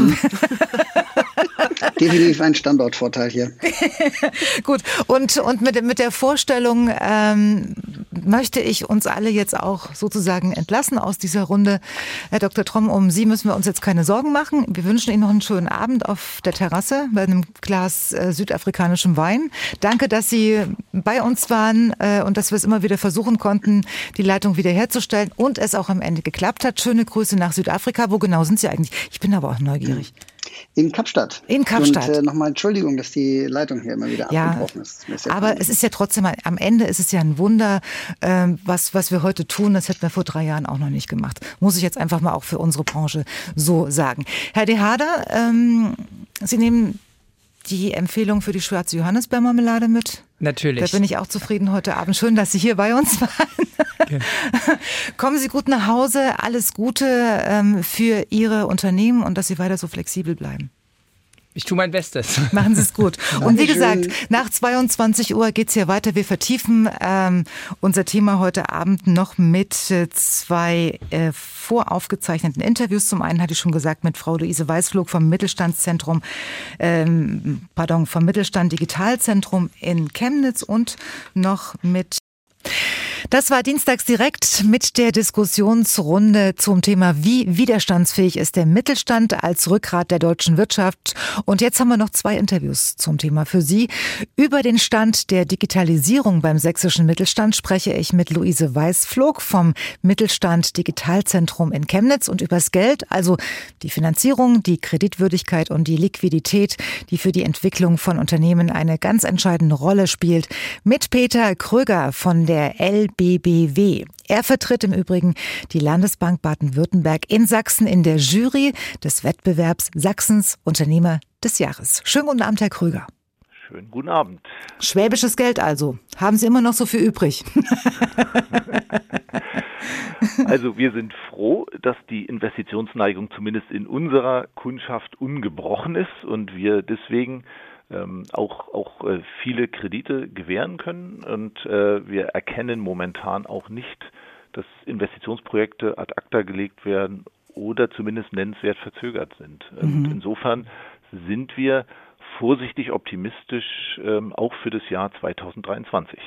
Definitiv ein Standortvorteil hier. Gut, und mit der Vorstellung möchte ich uns alle jetzt auch sozusagen entlassen aus dieser Runde. Herr Dr. Tromm, um Sie müssen wir uns jetzt keine Sorgen machen. Wir wünschen Ihnen noch einen schönen Abend auf der Terrasse bei einem Glas südafrikanischem Wein. Danke, dass Sie bei uns waren und dass wir es immer wieder versuchen konnten, die Leitung wiederherzustellen und es auch am Ende geklappt hat. Schöne Grüße nach Südafrika. Wo genau sind Sie eigentlich? Ich bin aber auch neugierig. In Kapstadt. In Kapstadt. Und nochmal Entschuldigung, dass die Leitung hier immer wieder abgebrochen ist. Aber es ist ja trotzdem, am Ende ist es ja ein Wunder, was wir heute tun. Das hätten wir vor 3 Jahren auch noch nicht gemacht. Muss ich jetzt einfach mal auch für unsere Branche so sagen. Herr De Hader, Sie nehmen die Empfehlung für die schwarze Johannisbeermarmelade mit? Natürlich. Da bin ich auch zufrieden heute Abend. Schön, dass Sie hier bei uns waren. Okay. Kommen Sie gut nach Hause. Alles Gute für Ihre Unternehmen und dass Sie weiter so flexibel bleiben. Ich tue mein Bestes. Machen Sie es gut. Und wie gesagt, nach 22 Uhr geht's hier weiter. Wir vertiefen unser Thema heute Abend noch mit 2 voraufgezeichneten Interviews. Zum einen hatte ich schon gesagt mit Frau Luise Weißflog vom vom Mittelstand Digitalzentrum in Chemnitz und noch mit. Das war Dienstags direkt mit der Diskussionsrunde zum Thema, wie widerstandsfähig ist der Mittelstand als Rückgrat der deutschen Wirtschaft. Und jetzt haben wir noch 2 Interviews zum Thema für Sie. Über den Stand der Digitalisierung beim sächsischen Mittelstand spreche ich mit Luise Weißflog vom Mittelstand Digitalzentrum in Chemnitz und übers Geld, also die Finanzierung, die Kreditwürdigkeit und die Liquidität, die für die Entwicklung von Unternehmen eine ganz entscheidende Rolle spielt, mit Peter Kröger von der LBBW. Er vertritt im Übrigen die Landesbank Baden-Württemberg in Sachsen in der Jury des Wettbewerbs Sachsens Unternehmer des Jahres. Schönen guten Abend, Herr Kröger. Schönen guten Abend. Schwäbisches Geld also. Haben Sie immer noch so viel übrig? Also wir sind froh, dass die Investitionsneigung zumindest in unserer Kundschaft ungebrochen ist und wir deswegen auch viele Kredite gewähren können und wir erkennen momentan auch nicht, dass Investitionsprojekte ad acta gelegt werden oder zumindest nennenswert verzögert sind. Und insofern sind wir vorsichtig optimistisch, auch für das Jahr 2023.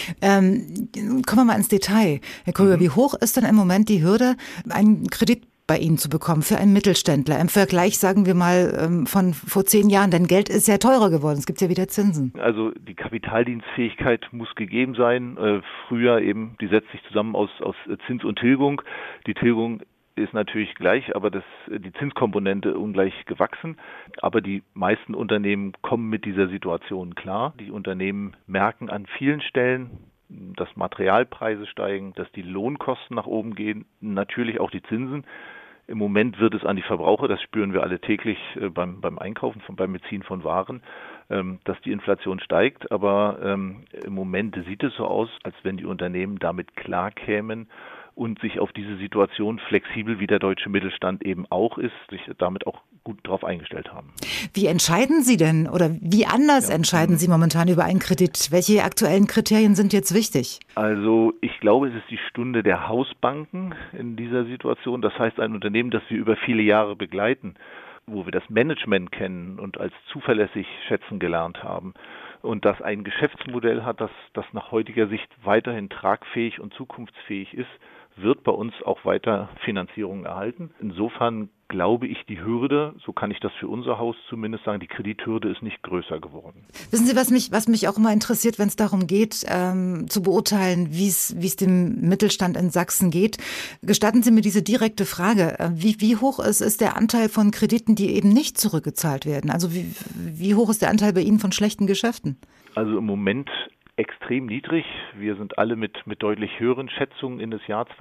Kommen wir mal ins Detail. Herr Kröger, wie hoch ist denn im Moment die Hürde, einen Kredit bei Ihnen zu bekommen für einen Mittelständler? Im Vergleich, sagen wir mal, von vor 10 Jahren, denn Geld ist ja teurer geworden, es gibt ja wieder Zinsen. Also die Kapitaldienstfähigkeit muss gegeben sein. Früher eben, die setzt sich zusammen aus Zins und Tilgung. Die Tilgung ist natürlich gleich, aber die Zinskomponente ungleich gewachsen. Aber die meisten Unternehmen kommen mit dieser Situation klar. Die Unternehmen merken an vielen Stellen, dass Materialpreise steigen, dass die Lohnkosten nach oben gehen, natürlich auch die Zinsen. Im Moment wird es an die Verbraucher, das spüren wir alle täglich beim Einkaufen, beim Beziehen von Waren, dass die Inflation steigt. Aber im Moment sieht es so aus, als wenn die Unternehmen damit klarkämen und sich auf diese Situation flexibel, wie der deutsche Mittelstand eben auch ist, sich damit auch gut drauf eingestellt haben. Wie entscheiden Sie denn oder wie anders entscheiden Sie momentan über einen Kredit? Welche aktuellen Kriterien sind jetzt wichtig? Also ich glaube, es ist die Stunde der Hausbanken in dieser Situation. Das heißt, ein Unternehmen, das wir über viele Jahre begleiten, wo wir das Management kennen und als zuverlässig schätzen gelernt haben und das ein Geschäftsmodell hat, das nach heutiger Sicht weiterhin tragfähig und zukunftsfähig ist, wird bei uns auch weiter Finanzierung erhalten. Insofern glaube ich, die Hürde, so kann ich das für unser Haus zumindest sagen, die Kredithürde ist nicht größer geworden. Wissen Sie, was mich auch immer interessiert, wenn es darum geht, zu beurteilen, wie es dem Mittelstand in Sachsen geht. Gestatten Sie mir diese direkte Frage. Wie hoch ist der Anteil von Krediten, die eben nicht zurückgezahlt werden? Also wie hoch ist der Anteil bei Ihnen von schlechten Geschäften? Also im Moment extrem niedrig. Wir sind alle mit deutlich höheren Schätzungen in das Jahr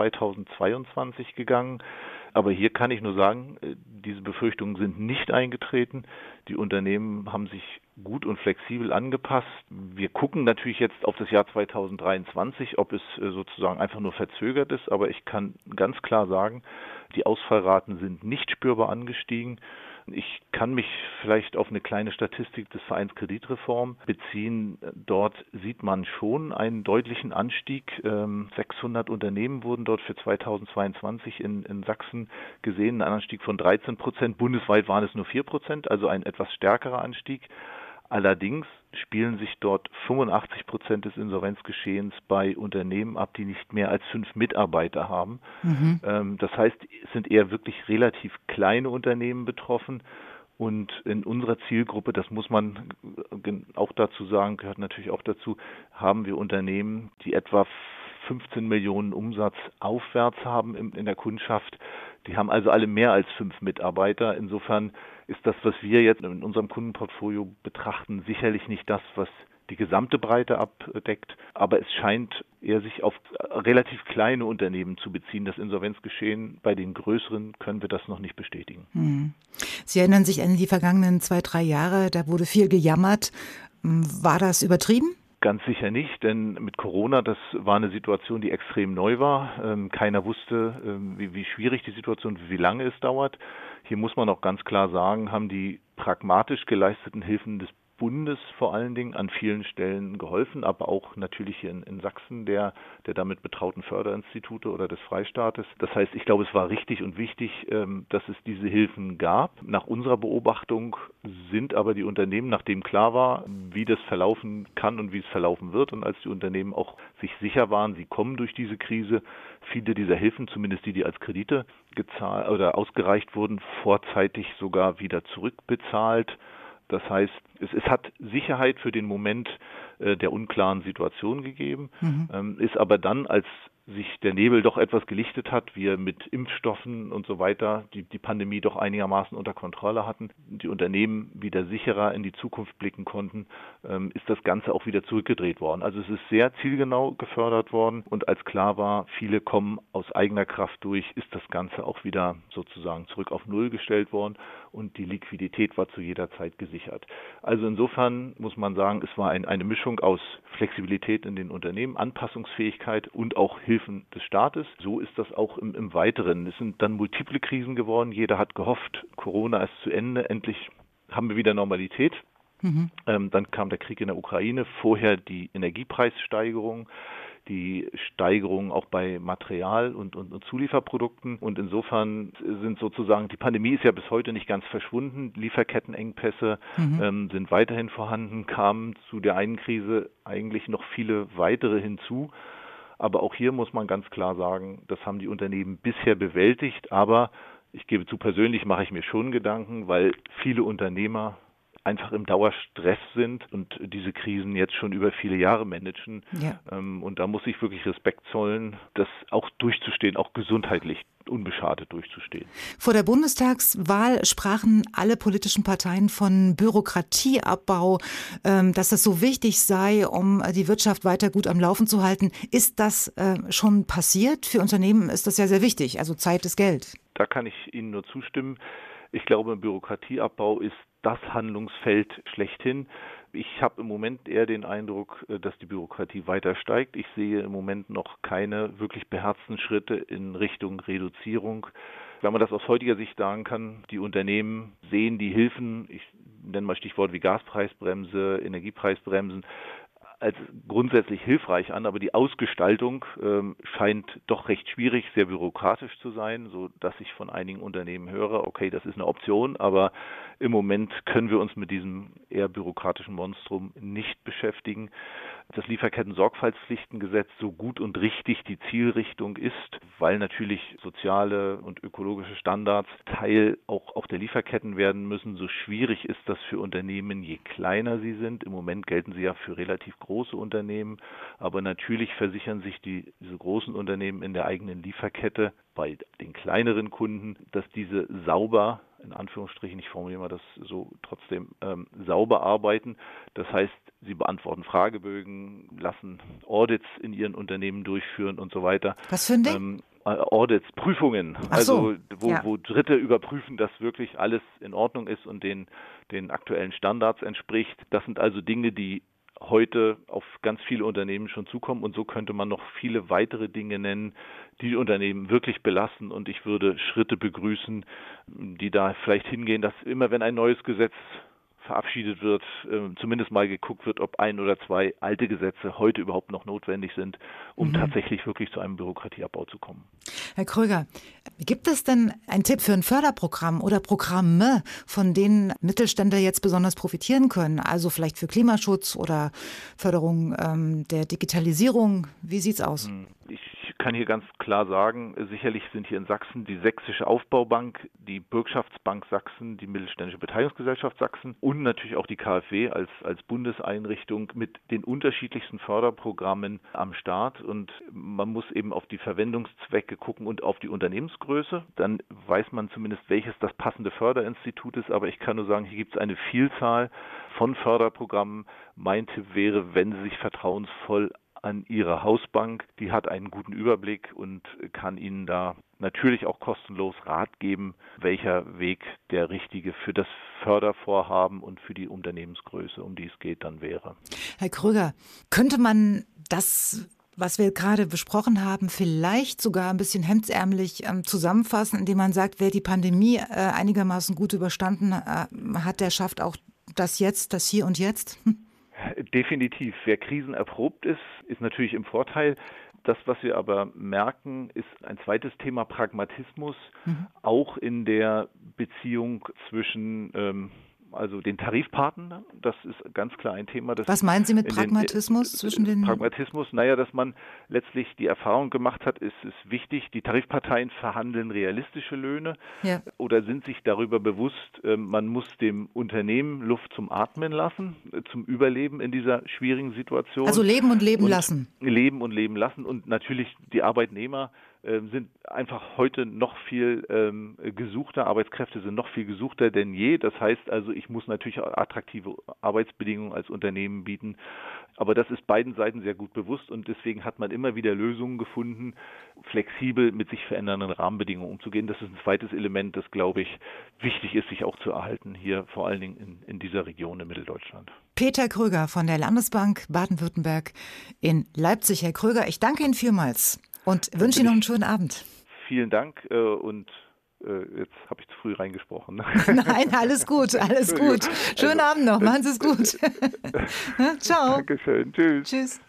2022 gegangen. Aber hier kann ich nur sagen, diese Befürchtungen sind nicht eingetreten. Die Unternehmen haben sich gut und flexibel angepasst. Wir gucken natürlich jetzt auf das Jahr 2023, ob es sozusagen einfach nur verzögert ist. Aber ich kann ganz klar sagen, die Ausfallraten sind nicht spürbar angestiegen. Ich kann mich vielleicht auf eine kleine Statistik des Vereins Kreditreform beziehen. Dort sieht man schon einen deutlichen Anstieg. 600 Unternehmen wurden dort für 2022 in Sachsen gesehen, ein Anstieg von 13%. Bundesweit waren es nur 4%, also ein etwas stärkerer Anstieg. Allerdings spielen sich dort 85% des Insolvenzgeschehens bei Unternehmen ab, die nicht mehr als 5 Mitarbeiter haben. Das heißt, es sind eher wirklich relativ kleine Unternehmen betroffen. Und in unserer Zielgruppe, das muss man auch dazu sagen, gehört natürlich auch dazu, haben wir Unternehmen, die etwa 15 Millionen Umsatz aufwärts haben in der Kundschaft. Die haben also alle mehr als 5 Mitarbeiter. Insofern ist das, was wir jetzt in unserem Kundenportfolio betrachten, sicherlich nicht das, was die gesamte Breite abdeckt. Aber es scheint eher sich auf relativ kleine Unternehmen zu beziehen. Das Insolvenzgeschehen bei den größeren können wir das noch nicht bestätigen. Sie erinnern sich an die vergangenen 2-3 Jahre, da wurde viel gejammert. War das übertrieben? Ganz sicher nicht, denn mit Corona, das war eine Situation, die extrem neu war. Keiner wusste, wie schwierig die Situation, wie lange es dauert. Hier muss man auch ganz klar sagen, haben die pragmatisch geleisteten Hilfen des Bundes vor allen Dingen an vielen Stellen geholfen, aber auch natürlich hier in Sachsen der damit betrauten Förderinstitute oder des Freistaates. Das heißt, ich glaube, es war richtig und wichtig, dass es diese Hilfen gab. Nach unserer Beobachtung sind aber die Unternehmen, nachdem klar war, wie das verlaufen kann und wie es verlaufen wird, und als die Unternehmen auch sich sicher waren, sie kommen durch diese Krise, viele dieser Hilfen, zumindest die als Kredite gezahlt oder ausgereicht wurden, vorzeitig sogar wieder zurückbezahlt. Das heißt, es hat Sicherheit für den Moment der unklaren Situation gegeben, ist aber dann, als sich der Nebel doch etwas gelichtet hat, wir mit Impfstoffen und so weiter die Pandemie doch einigermaßen unter Kontrolle hatten, die Unternehmen wieder sicherer in die Zukunft blicken konnten, ist das Ganze auch wieder zurückgedreht worden. Also es ist sehr zielgenau gefördert worden, und als klar war, viele kommen aus eigener Kraft durch, ist das Ganze auch wieder sozusagen zurück auf Null gestellt worden, und die Liquidität war zu jeder Zeit gesichert. Also insofern muss man sagen, es war eine Mischung aus Flexibilität in den Unternehmen, Anpassungsfähigkeit und auch Hilfen des Staates. So ist das auch im Weiteren. Es sind dann multiple Krisen geworden. Jeder hat gehofft, Corona ist zu Ende. Endlich haben wir wieder Normalität. Dann kam der Krieg in der Ukraine, vorher die Energiepreissteigerung, die Steigerung auch bei Material und Zulieferprodukten. Und insofern sind sozusagen, die Pandemie ist ja bis heute nicht ganz verschwunden. Lieferkettenengpässe sind weiterhin vorhanden, kamen zu der einen Krise eigentlich noch viele weitere hinzu. Aber auch hier muss man ganz klar sagen, das haben die Unternehmen bisher bewältigt. Aber ich gebe zu, persönlich mache ich mir schon Gedanken, weil viele Unternehmer einfach im Dauerstress sind und diese Krisen jetzt schon über viele Jahre managen. Ja. Und da muss ich wirklich Respekt zollen, das auch durchzustehen, auch gesundheitlich unbeschadet durchzustehen. Vor der Bundestagswahl sprachen alle politischen Parteien von Bürokratieabbau, dass das so wichtig sei, um die Wirtschaft weiter gut am Laufen zu halten. Ist das schon passiert? Für Unternehmen ist das ja sehr wichtig, also Zeit ist Geld. Da kann ich Ihnen nur zustimmen. Ich glaube, Bürokratieabbau ist das Handlungsfeld schlechthin. Ich habe im Moment eher den Eindruck, dass die Bürokratie weiter steigt. Ich sehe im Moment noch keine wirklich beherzten Schritte in Richtung Reduzierung. Wenn man das aus heutiger Sicht sagen kann, die Unternehmen sehen die Hilfen, ich nenne mal Stichwort wie Gaspreisbremse, Energiepreisbremsen, als grundsätzlich hilfreich an, aber die Ausgestaltung scheint doch recht schwierig, sehr bürokratisch zu sein, so dass ich von einigen Unternehmen höre, okay, das ist eine Option, aber im Moment können wir uns mit diesem eher bürokratischen Monstrum nicht beschäftigen. Das Lieferketten-Sorgfaltspflichtengesetz, so gut und richtig die Zielrichtung ist, weil natürlich soziale und ökologische Standards Teil auch der Lieferketten werden müssen, so schwierig ist das für Unternehmen, je kleiner sie sind. Im Moment gelten sie ja für relativ große Unternehmen, aber natürlich versichern sich diese großen Unternehmen in der eigenen Lieferkette bei den kleineren Kunden, dass diese sauber, in Anführungsstrichen, ich formuliere mal das so, trotzdem sauber arbeiten. Das heißt, sie beantworten Fragebögen, lassen Audits in ihren Unternehmen durchführen und so weiter. Was für ein Ding? Audits, Prüfungen, so, wo Dritte überprüfen, dass wirklich alles in Ordnung ist und den aktuellen Standards entspricht. Das sind also Dinge, die heute auf ganz viele Unternehmen schon zukommen. Und so könnte man noch viele weitere Dinge nennen, die Unternehmen wirklich belasten. Und ich würde Schritte begrüßen, die da vielleicht hingehen, dass immer, wenn ein neues Gesetz verabschiedet wird, zumindest mal geguckt wird, ob 1 oder 2 alte Gesetze heute überhaupt noch notwendig sind, um tatsächlich wirklich zu einem Bürokratieabbau zu kommen. Herr Kröger, gibt es denn einen Tipp für ein Förderprogramm oder Programme, von denen Mittelständler jetzt besonders profitieren können? Also vielleicht für Klimaschutz oder Förderung der Digitalisierung. Wie sieht's aus? Ich kann hier ganz klar sagen, sicherlich sind hier in Sachsen die Sächsische Aufbaubank, die Bürgschaftsbank Sachsen, die Mittelständische Beteiligungsgesellschaft Sachsen und natürlich auch die KfW als Bundeseinrichtung mit den unterschiedlichsten Förderprogrammen am Start. Und man muss eben auf die Verwendungszwecke gucken und auf die Unternehmensgröße. Dann weiß man zumindest, welches das passende Förderinstitut ist. Aber ich kann nur sagen, hier gibt es eine Vielzahl von Förderprogrammen. Mein Tipp wäre, wenn Sie sich vertrauensvoll an Ihre Hausbank, die hat einen guten Überblick und kann Ihnen da natürlich auch kostenlos Rat geben, welcher Weg der richtige für das Fördervorhaben und für die Unternehmensgröße, um die es geht, dann wäre. Herr Kröger, könnte man das, was wir gerade besprochen haben, vielleicht sogar ein bisschen hemdsärmlich zusammenfassen, indem man sagt, wer die Pandemie einigermaßen gut überstanden hat, der schafft auch das Jetzt, das Hier und Jetzt? Definitiv. Wer krisenerprobt ist, ist natürlich im Vorteil. Das, was wir aber merken, ist ein zweites Thema Pragmatismus, auch in der Beziehung zwischen also den Tarifpartnern. Das ist ganz klar ein Thema. Was meinen Sie mit Pragmatismus zwischen den? Pragmatismus, dass man letztlich die Erfahrung gemacht hat, ist es wichtig, die Tarifparteien verhandeln realistische Löhne oder sind sich darüber bewusst, man muss dem Unternehmen Luft zum Atmen lassen, zum Überleben in dieser schwierigen Situation. Also leben und leben lassen. Leben und leben lassen und natürlich die Arbeitnehmer sind einfach heute noch viel gesuchter, Arbeitskräfte sind noch viel gesuchter denn je. Das heißt also, ich muss natürlich attraktive Arbeitsbedingungen als Unternehmen bieten. Aber das ist beiden Seiten sehr gut bewusst und deswegen hat man immer wieder Lösungen gefunden, flexibel mit sich verändernden Rahmenbedingungen umzugehen. Das ist ein zweites Element, das, glaube ich, wichtig ist, sich auch zu erhalten, hier vor allen Dingen in dieser Region in Mitteldeutschland. Peter Kröger von der Landesbank Baden-Württemberg in Leipzig. Herr Kröger, ich danke Ihnen vielmals. Und wünsche Ihnen noch einen schönen Abend. Vielen Dank und jetzt habe ich zu früh reingesprochen. Nein, alles gut, alles gut. Schönen Abend noch, machen Sie es gut. Ciao. Dankeschön, tschüss. Tschüss.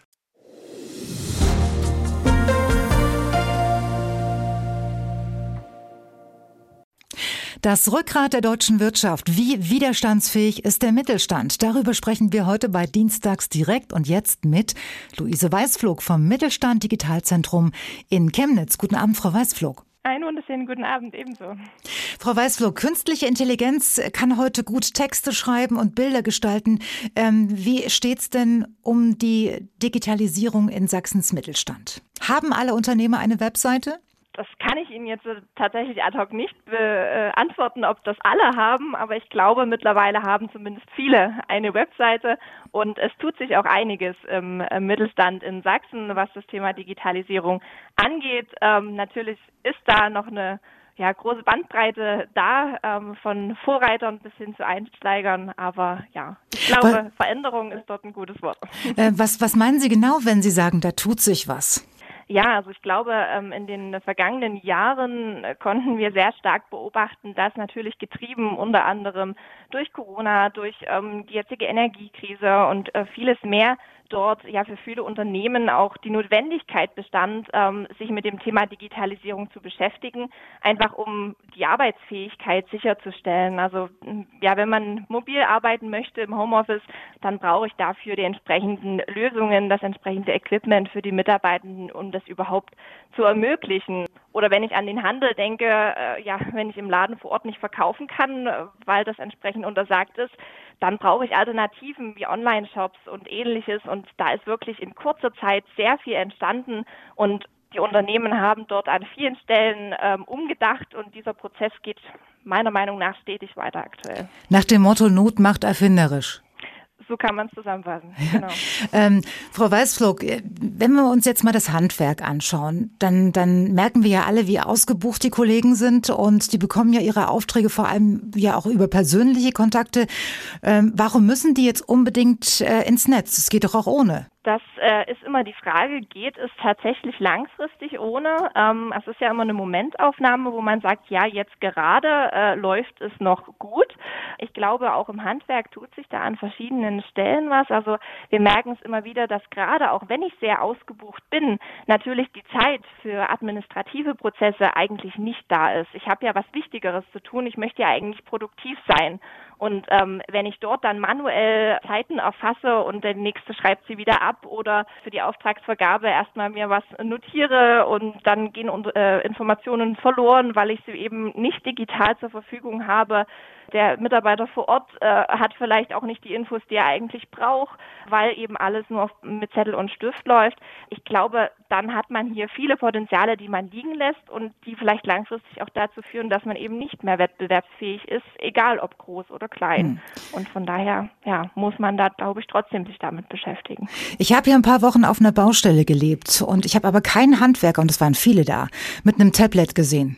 Das Rückgrat der deutschen Wirtschaft. Wie widerstandsfähig ist der Mittelstand? Darüber sprechen wir heute bei Dienstags direkt und jetzt mit Luise Weißflog vom Mittelstand Digitalzentrum in Chemnitz. Guten Abend, Frau Weißflog. Einen wunderschönen guten Abend ebenso. Frau Weißflog, künstliche Intelligenz kann heute gut Texte schreiben und Bilder gestalten. Wie steht's denn um die Digitalisierung in Sachsens Mittelstand? Haben alle Unternehmer eine Webseite? Das kann ich Ihnen jetzt tatsächlich ad hoc nicht beantworten, ob das alle haben, aber ich glaube, mittlerweile haben zumindest viele eine Webseite und es tut sich auch einiges im Mittelstand in Sachsen, was das Thema Digitalisierung angeht. Natürlich ist da noch eine große Bandbreite da, von Vorreitern bis hin zu Einsteigern, aber ich glaube, Veränderung ist dort ein gutes Wort. Was meinen Sie genau, wenn Sie sagen, da tut sich was? Ja, also ich glaube, in den vergangenen Jahren konnten wir sehr stark beobachten, dass natürlich getrieben unter anderem durch Corona, durch die jetzige Energiekrise und vieles mehr dort für viele Unternehmen auch die Notwendigkeit bestand, sich mit dem Thema Digitalisierung zu beschäftigen, einfach um die Arbeitsfähigkeit sicherzustellen. Also wenn man mobil arbeiten möchte im Homeoffice, dann brauche ich dafür die entsprechenden Lösungen, das entsprechende Equipment für die Mitarbeitenden, um das überhaupt zu ermöglichen. Oder wenn ich an den Handel denke, wenn ich im Laden vor Ort nicht verkaufen kann, weil das entsprechend untersagt ist, dann brauche ich Alternativen wie Online-Shops und Ähnliches. Und da ist wirklich in kurzer Zeit sehr viel entstanden und die Unternehmen haben dort an vielen Stellen umgedacht und dieser Prozess geht meiner Meinung nach stetig weiter aktuell. Nach dem Motto Not macht erfinderisch. So kann man es zusammenfassen. Genau. Frau Weißflog, wenn wir uns jetzt mal das Handwerk anschauen, dann merken wir ja alle, wie ausgebucht die Kollegen sind und die bekommen ja ihre Aufträge vor allem ja auch über persönliche Kontakte. Warum müssen die jetzt unbedingt ins Netz? Es geht doch auch ohne. Das ist immer die Frage, geht es tatsächlich langfristig ohne? Es ist ja immer eine Momentaufnahme, wo man sagt, ja, jetzt gerade läuft es noch gut. Ich glaube, auch im Handwerk tut sich da an verschiedenen Stellen was. Also wir merken es immer wieder, dass gerade auch wenn ich sehr ausgebucht bin, natürlich die Zeit für administrative Prozesse eigentlich nicht da ist. Ich habe ja was Wichtigeres zu tun. Ich möchte ja eigentlich produktiv sein. Und wenn ich dort dann manuell Zeiten erfasse und der Nächste schreibt sie wieder ab oder für die Auftragsvergabe erstmal mir was notiere und dann gehen Informationen verloren, weil ich sie eben nicht digital zur Verfügung habe. Der Mitarbeiter vor Ort hat vielleicht auch nicht die Infos, die er eigentlich braucht, weil eben alles nur mit Zettel und Stift läuft. Ich glaube, dann hat man hier viele Potenziale, die man liegen lässt und die vielleicht langfristig auch dazu führen, dass man eben nicht mehr wettbewerbsfähig ist, egal ob groß oder klein. Und von daher muss man da, glaube ich, trotzdem sich damit beschäftigen. Ich habe hier ein paar Wochen auf einer Baustelle gelebt und ich habe aber keinen Handwerker, und es waren viele da, mit einem Tablet gesehen.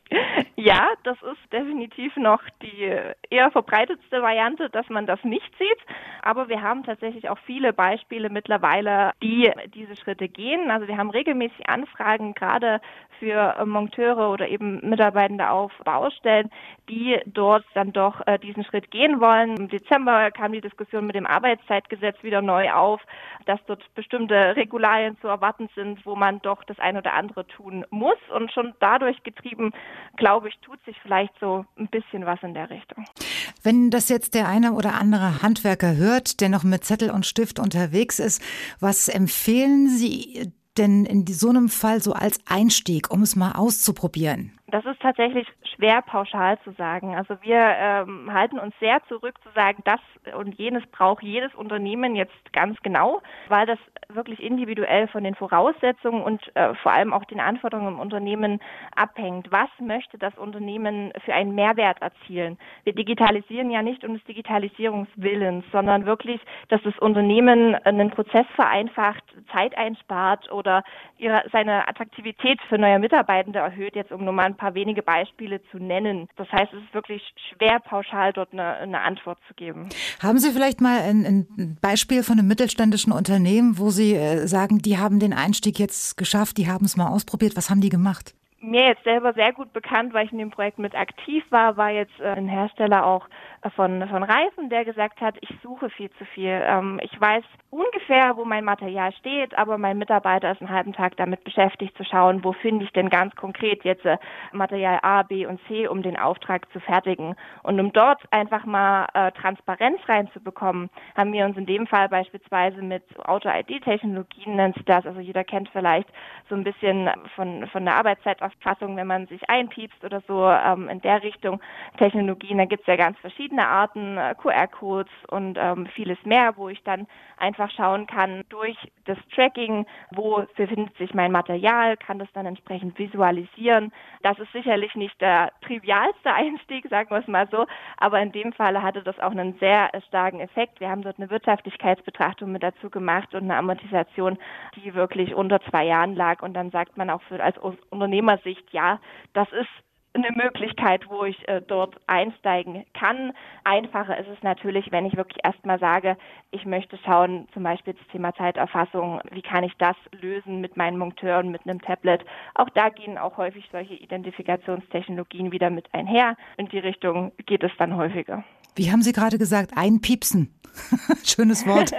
Ja, das ist definitiv noch die eher verbreitetste Variante, dass man das nicht sieht. Aber wir haben tatsächlich auch viele Beispiele mittlerweile, die diese Schritte gehen. Also wir haben regelmäßig Anfragen, gerade für Monteure oder eben Mitarbeitende auf Baustellen, die dort dann doch diesen Schritt gehen wollen. Im Dezember kam die Diskussion mit dem Arbeitszeitgesetz wieder neu auf, dass dort bestimmte Regularien zu erwarten sind, wo man doch das ein oder andere tun muss. Und schon dadurch getrieben, glaube ich, tut sich vielleicht so ein bisschen was in der Richtung. Wenn das jetzt der eine oder andere Handwerker hört, der noch mit Zettel und Stift unterwegs ist, was empfehlen Sie denn in so einem Fall so als Einstieg, um es mal auszuprobieren? Das ist tatsächlich schwer pauschal zu sagen. Also wir halten uns sehr zurück zu sagen, das und jenes braucht jedes Unternehmen jetzt ganz genau, weil das wirklich individuell von den Voraussetzungen und vor allem auch den Anforderungen im Unternehmen abhängt. Was möchte das Unternehmen für einen Mehrwert erzielen? Wir digitalisieren ja nicht um des Digitalisierungswillens, sondern wirklich, dass das Unternehmen einen Prozess vereinfacht, Zeit einspart oder seine Attraktivität für neue Mitarbeitende erhöht, jetzt um nur mal ein paar wenige Beispiele zu nennen. Das heißt, es ist wirklich schwer, pauschal dort eine Antwort zu geben. Haben Sie vielleicht mal ein Beispiel von einem mittelständischen Unternehmen, wo Sie sagen, die haben den Einstieg jetzt geschafft, die haben es mal ausprobiert. Was haben die gemacht? Mir jetzt selber sehr gut bekannt, weil ich in dem Projekt mit aktiv war jetzt ein Hersteller auch von Reifen, der gesagt hat, ich suche viel zu viel. Ich weiß ungefähr, wo mein Material steht, aber mein Mitarbeiter ist einen halben Tag damit beschäftigt zu schauen, wo finde ich denn ganz konkret jetzt Material A, B und C, um den Auftrag zu fertigen. Und um dort einfach mal Transparenz reinzubekommen, haben wir uns in dem Fall beispielsweise mit Auto-ID-Technologien, nennt sich das, also jeder kennt vielleicht so ein bisschen von der Arbeitszeiterfassung, wenn man sich einpiepst oder so in der Richtung Technologien, da gibt es ja ganz verschiedene Arten, QR-Codes und vieles mehr, wo ich dann einfach schauen kann durch das Tracking, wo befindet sich mein Material, kann das dann entsprechend visualisieren. Das ist sicherlich nicht der trivialste Einstieg, sagen wir es mal so, aber in dem Fall hatte das auch einen sehr starken Effekt. Wir haben dort eine Wirtschaftlichkeitsbetrachtung mit dazu gemacht und eine Amortisation, die wirklich unter 2 Jahren lag, und dann sagt man auch als Unternehmersicht, ja, das ist eine Möglichkeit, wo ich dort einsteigen kann. Einfacher ist es natürlich, wenn ich wirklich erstmal sage, ich möchte schauen, zum Beispiel das Thema Zeiterfassung, wie kann ich das lösen mit meinen Monteuren, mit einem Tablet. Auch da gehen auch häufig solche Identifikationstechnologien wieder mit einher. In die Richtung geht es dann häufiger. Wie haben Sie gerade gesagt? Einpiepsen. Schönes Wort.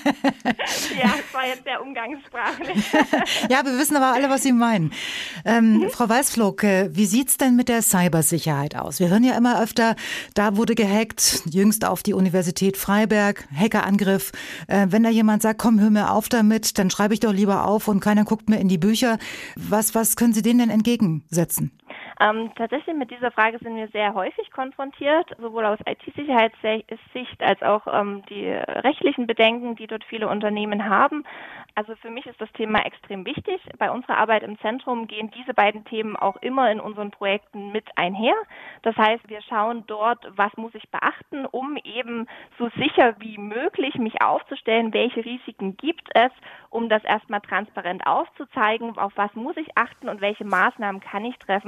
Ja, das war jetzt sehr umgangssprachlich. Ja, wir wissen aber alle, was Sie meinen. Frau Weißflog, wie sieht's denn mit der Cybersicherheit aus? Wir hören ja immer öfter, da wurde gehackt, jüngst auf die Universität Freiberg, Hackerangriff. Wenn da jemand sagt, komm, hör mir auf damit, dann schreibe ich doch lieber auf und keiner guckt mir in die Bücher. Was können Sie denen denn entgegensetzen? Tatsächlich mit dieser Frage sind wir sehr häufig konfrontiert, sowohl aus IT-Sicherheitssicht als auch die rechtlichen Bedenken, die dort viele Unternehmen haben. Also für mich ist das Thema extrem wichtig. Bei unserer Arbeit im Zentrum gehen diese beiden Themen auch immer in unseren Projekten mit einher. Das heißt, wir schauen dort, was muss ich beachten, um eben so sicher wie möglich mich aufzustellen, welche Risiken gibt es, um das erstmal transparent aufzuzeigen, auf was muss ich achten und welche Maßnahmen kann ich treffen,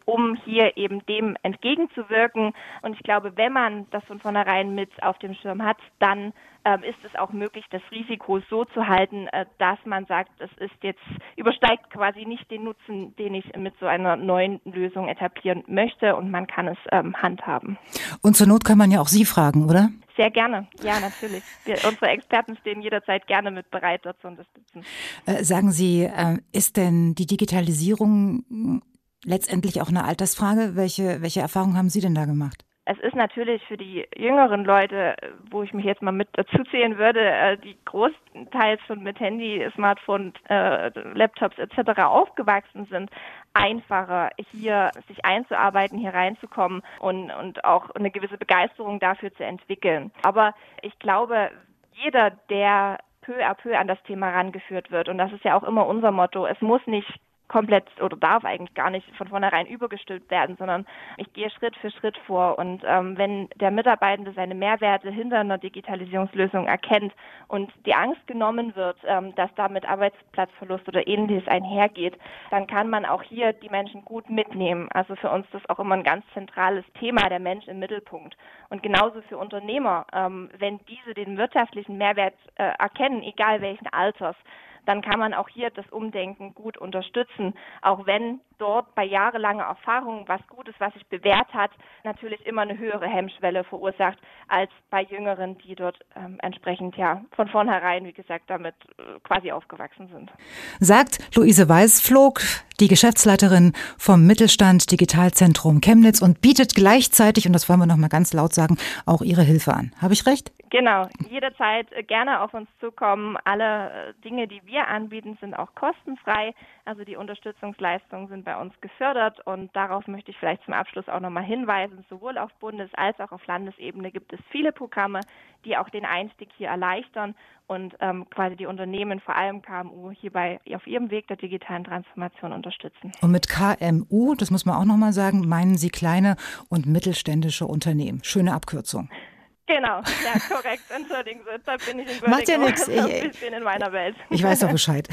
um hier eben dem entgegenzuwirken. Und ich glaube, wenn man das von vornherein mit auf dem Schirm hat, dann ist es auch möglich, das Risiko so zu halten, dass man sagt, es ist jetzt, übersteigt quasi nicht den Nutzen, den ich mit so einer neuen Lösung etablieren möchte, und man kann es handhaben. Und zur Not kann man ja auch Sie fragen, oder? Sehr gerne, ja, natürlich. Unsere Experten stehen jederzeit gerne mit bereit, dort zu unterstützen. Sagen Sie, ist denn die Digitalisierung letztendlich auch eine Altersfrage? Welche Erfahrungen haben Sie denn da gemacht? Es ist natürlich für die jüngeren Leute, wo ich mich jetzt mal mit dazu zählen würde, die großteils schon mit Handy, Smartphone, Laptops etc. aufgewachsen sind, einfacher, hier sich einzuarbeiten, hier reinzukommen und auch eine gewisse Begeisterung dafür zu entwickeln. Aber ich glaube, jeder, der peu à peu an das Thema rangeführt wird, und das ist ja auch immer unser Motto, es muss nicht komplett oder darf eigentlich gar nicht von vornherein übergestülpt werden, sondern ich gehe Schritt für Schritt vor. Und wenn der Mitarbeitende seine Mehrwerte hinter einer Digitalisierungslösung erkennt und die Angst genommen wird, dass damit Arbeitsplatzverlust oder Ähnliches einhergeht, dann kann man auch hier die Menschen gut mitnehmen. Also für uns ist das auch immer ein ganz zentrales Thema, der Mensch im Mittelpunkt. Und genauso für Unternehmer, wenn diese den wirtschaftlichen Mehrwert erkennen, egal welchen Alters, dann kann man auch hier das Umdenken gut unterstützen, auch wenn dort bei jahrelanger Erfahrung was Gutes, was sich bewährt hat, natürlich immer eine höhere Hemmschwelle verursacht als bei Jüngeren, die dort entsprechend von vornherein, wie gesagt, damit quasi aufgewachsen sind. Sagt Luise Weißflog, die Geschäftsleiterin vom Mittelstand Digitalzentrum Chemnitz, und bietet gleichzeitig, und das wollen wir noch mal ganz laut sagen, auch ihre Hilfe an. Habe ich recht? Genau, jederzeit gerne auf uns zukommen. Alle Dinge, die wir anbieten, sind auch kostenfrei. Also die Unterstützungsleistungen sind bei uns gefördert, und darauf möchte ich vielleicht zum Abschluss auch nochmal hinweisen. Sowohl auf Bundes- als auch auf Landesebene gibt es viele Programme, die auch den Einstieg hier erleichtern und quasi die Unternehmen, vor allem KMU, hierbei auf ihrem Weg der digitalen Transformation unterstützen. Und mit KMU, das muss man auch nochmal sagen, meinen Sie kleine und mittelständische Unternehmen. Schöne Abkürzung. Genau, ja, korrekt. Entschuldigen Sie, da bin ich in Würdigung. Macht ja nichts. Ein bisschen in meiner Welt. Ich weiß doch Bescheid.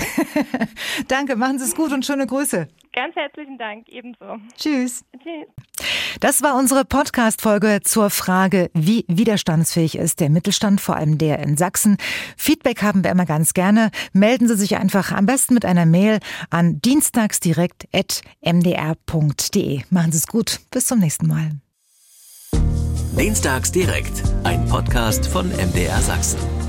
Danke, machen Sie es gut und schöne Grüße. Ganz herzlichen Dank, ebenso. Tschüss. Tschüss. Das war unsere Podcast-Folge zur Frage, wie widerstandsfähig ist der Mittelstand, vor allem der in Sachsen. Feedback haben wir immer ganz gerne. Melden Sie sich einfach am besten mit einer Mail an dienstagsdirekt@mdr.de. Machen Sie es gut. Bis zum nächsten Mal. Dienstags direkt, ein Podcast von MDR Sachsen.